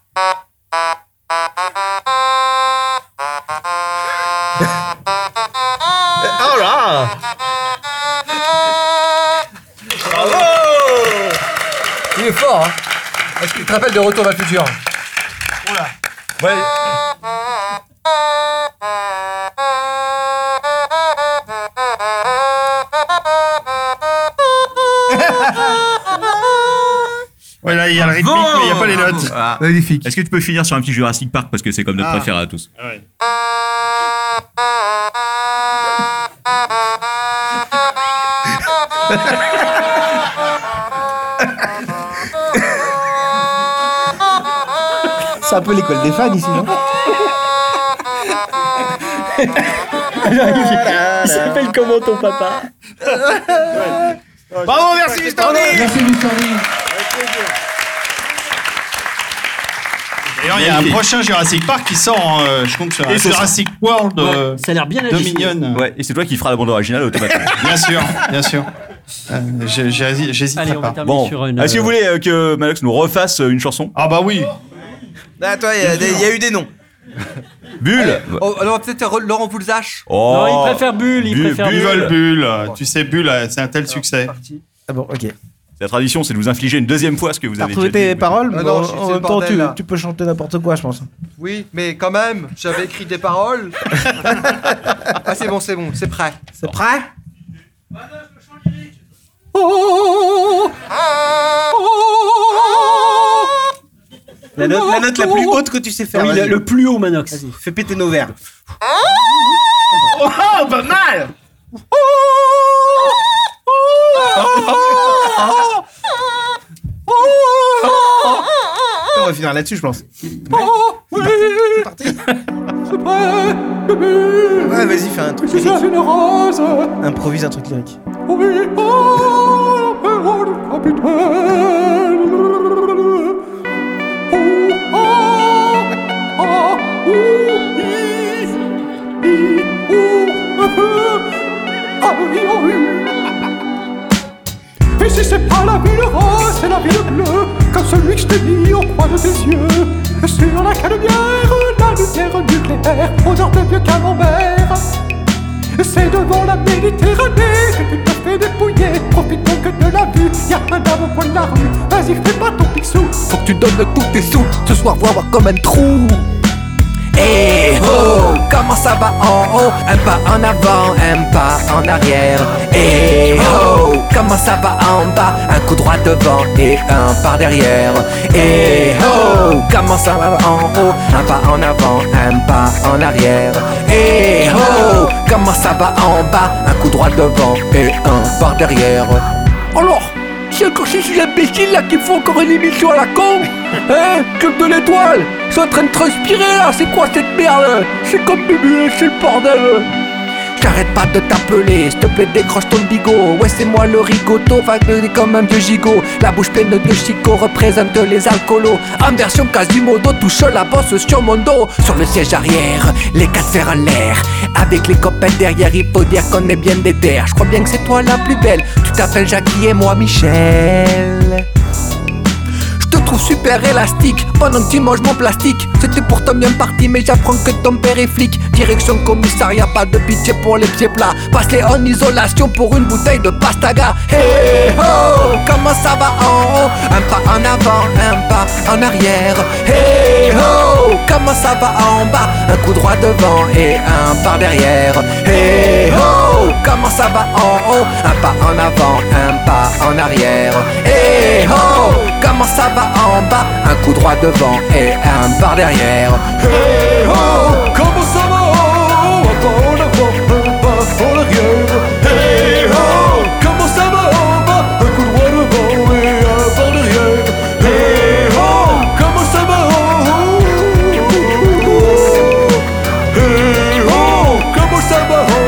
Oh là. Bravo. Il est fort, hein. Est-ce que tu te rappelles de Retour vers le futur? Ouais. Ouais, là il y a le rythmique, mais il n'y a pas les notes. Ah. Magnifique. Est-ce que tu peux finir sur un petit Jurassic Park parce que c'est comme notre Ah. préféré à tous. Ouais. C'est un peu l'école des fans ici, non? Il s'appelle comment ton papa? Bravo, merci Mister D. Merci, Mister D. D'ailleurs, il y a un prochain Jurassic Park qui sort, en, euh, je compte sur un Et ce Jurassic World euh, Ça a l'air bien Dominion. Ouais, et c'est toi qui feras la bande originale automatiquement. Bien sûr, bien sûr. Euh, j'ai- j'ai- J'hésiterai Allez, on va pas. terminer Bon, sur une. est-ce que vous voulez euh, que Malox nous refasse euh, une chanson? Ah bah oui. Ah, toi, il y, a des- il y a eu des noms. Bulle. Oh, alors peut-être Re- Laurent Voulzach. Oh. Non, il préfère Bulle, il Bulle, préfère Bulle, Bulle. Bulle. Tu sais, Bulle, euh, c'est un tel succès. Ah bon, ok. La tradition, c'est de vous infliger une deuxième fois ce que vous T'as avez retrouvé déjà dit. tes paroles? Ah non, Bon, c'est- en c'est même le temps, bordel, tu, là. tu peux chanter n'importe quoi, je pense. Oui, mais quand même, j'avais écrit des paroles. Ah, c'est bon, c'est bon, c'est prêt. C'est prêt? La note, la note la plus haute que tu sais faire. Oui, vas-y. le, le plus haut, Manox. Vas-y, fais péter nos verres. Oh, pas mal! On va finir là-dessus, je pense. C'est parti. Ouais, vas-y, fais un truc lyrique. Improvise un truc lyrique. Et si c'est pas la ville rose, c'est la ville bleue, comme celui que je t'ai mis au coin de tes yeux. Sur la canebière, la lumière nucléaire, odeur de vieux camembert. C'est devant la Méditerranée que tu te fais dépouiller. Profite donc de la vue, y'a un homme au coin de la rue. Vas-y, fais pas ton pixou. Faut que tu donnes tous tes sous, ce soir voir comme un trou. Eh oh, comment ça va en haut? Un pas en avant, un pas en arrière. Eh oh, comment ça va en bas? Un coup droit devant et un par derrière. Eh oh, comment ça va en haut? Un pas en avant, un pas en arrière. Eh oh, comment ça va en bas? Un coup droit devant et un par derrière. Alors, c'est encore si ces imbéciles là qui font encore une émission à la con. Hein, Club de l'étoile, je suis en train de transpirer là, c'est quoi cette merde? C'est comme bébé, c'est le bordel. J'arrête pas de t'appeler, s'il te plaît décroche ton bigot. Ouais c'est moi le rigoto, vague comme un vieux gigot. La bouche pleine de chico représente les alcoolos. En version Quasimodo, touche la bosse sur mon dos. Sur le siège arrière, les quatre fers en l'air. Avec les copains derrière, il faut dire qu'on est bien des terres. Je crois bien que c'est toi la plus belle. Tu t'appelles Jackie et moi Michel. Je te trouve super élastique pendant que tu manges mon plastique. C'était pourtant bien parti, mais j'apprends que ton père est flic. Direction commissariat, pas de pitié pour les pieds plats. Passé en isolation pour une bouteille de pastaga. Hey ho, comment ça va en haut? Un pas en avant, un pas en arrière. Hey ho, comment ça va en bas? Un coup droit devant et un par derrière. Hey ho, comment ça va en haut? Un pas en avant, un pas en arrière. Hey ho, comment ça va en bas? Un coup droit devant et un par derrière. Hey ho, comment ça va en haut? Un pas en avant, un pas en arrière. Hey ho, comment ça va en bas? Un coup droit devant et un par derrière. Hey ho, comment ça va en haut? Hey ho, comment ça va en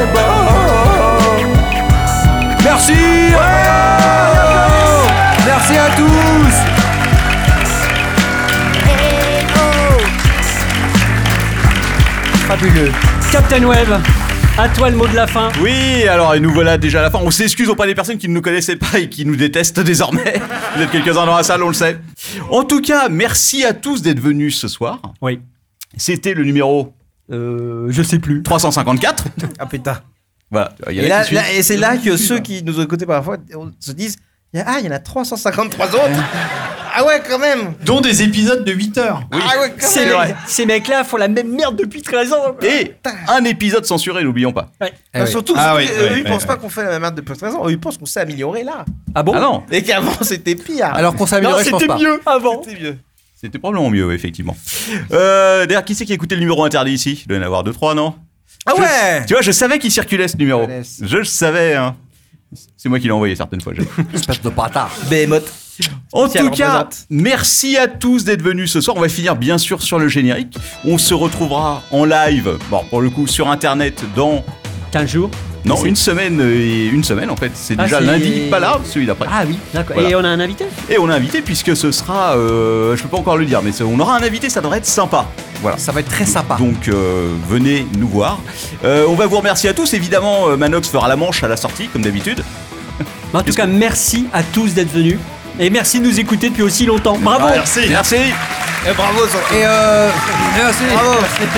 fabuleux. Captain Web, à toi le mot de la fin. Oui, alors et nous voilà déjà à la fin. On s'excuse auprès des personnes qui ne nous connaissaient pas et qui nous détestent désormais. Vous êtes quelques-uns dans la salle, on le sait. En tout cas, merci à tous d'être venus ce soir. Oui. C'était le numéro Euh, je sais plus. trois cent cinquante-quatre. Ah putain. Voilà. Il y en a Et, là, qui suivent. là- et c'est là que ceux qui nous ont écoutés parfois se disent il y a- ah, il y en a trois cent cinquante-trois autres. Ah ouais, quand même. Dont des épisodes de huit heures. Oui. Ah ouais, quand Ces, même. mecs- ces mecs-là font la même merde depuis treize ans. Et un épisode censuré, n'oublions pas. Ouais. Ah, surtout, Ah eux, oui, eux, oui, ils oui, pensent oui. pas qu'on fait la même merde depuis treize ans. Eux, ils pensent qu'on s'est amélioré là. Ah bon? Ah non, Et qu'avant, c'était pire. Alors qu'on s'est amélioré, je pense pas. mieux avant. c'était mieux. c'était probablement mieux, effectivement. Euh, D'ailleurs, qui c'est qui a écouté le numéro interdit ici? Il doit y en avoir deux, trois, non? Ah Je- ouais. Tu vois, je savais qu'il circulait ce numéro. Je laisse. Je le savais, hein. C'est moi qui l'ai envoyé certaines fois. j'avoue. Espèce de bâtard. Behemoth. En Si elle tout cas, représente. merci à tous d'être venus ce soir. On va finir bien sûr sur le générique. On se retrouvera en live, bon pour le coup sur internet dans quinze jours. non C'est- une semaine et une semaine en fait. C'est Ah, déjà c'est- lundi, pas là, celui d'après. Ah oui, d'accord. Voilà. Et on a un invité? Et on a invité puisque ce sera, euh, je peux pas encore le dire, mais c'est- on aura un invité, ça devrait être sympa. Voilà. Ça va être très sympa. Donc euh, venez nous voir. Euh, on va vous remercier à tous. Évidemment, euh, Manox fera la manche à la sortie comme d'habitude. En tout cas, merci à tous d'être venus. Et merci de nous écouter depuis aussi longtemps. Bravo! Merci. Merci. Et bravo, sur- Et euh. Merci. Bravo.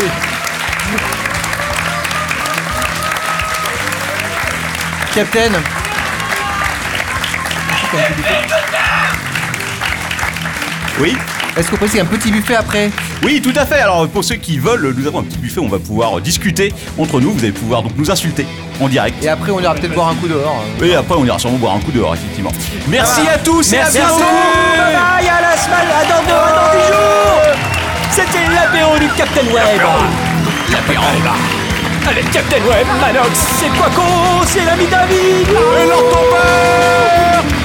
Captain. Oui. Est-ce qu'on peut essayer un petit buffet après? Oui, tout à fait. Alors, pour ceux qui veulent, nous avons un petit buffet. On va pouvoir discuter entre nous. Vous allez pouvoir donc nous insulter en direct. Et après, on ira peut-être boire un coup dehors. Et après, on ira sûrement boire un coup dehors, effectivement. Merci à tous et à Merci bientôt. beaucoup! Bye bye, à la semaine, à dans deux, à dans dix jours! C'était l'apéro du Captain Web! L'apéro! Avec Captain Web, Manox, c'est Quaco, c'est l'ami David! Et leur ton père!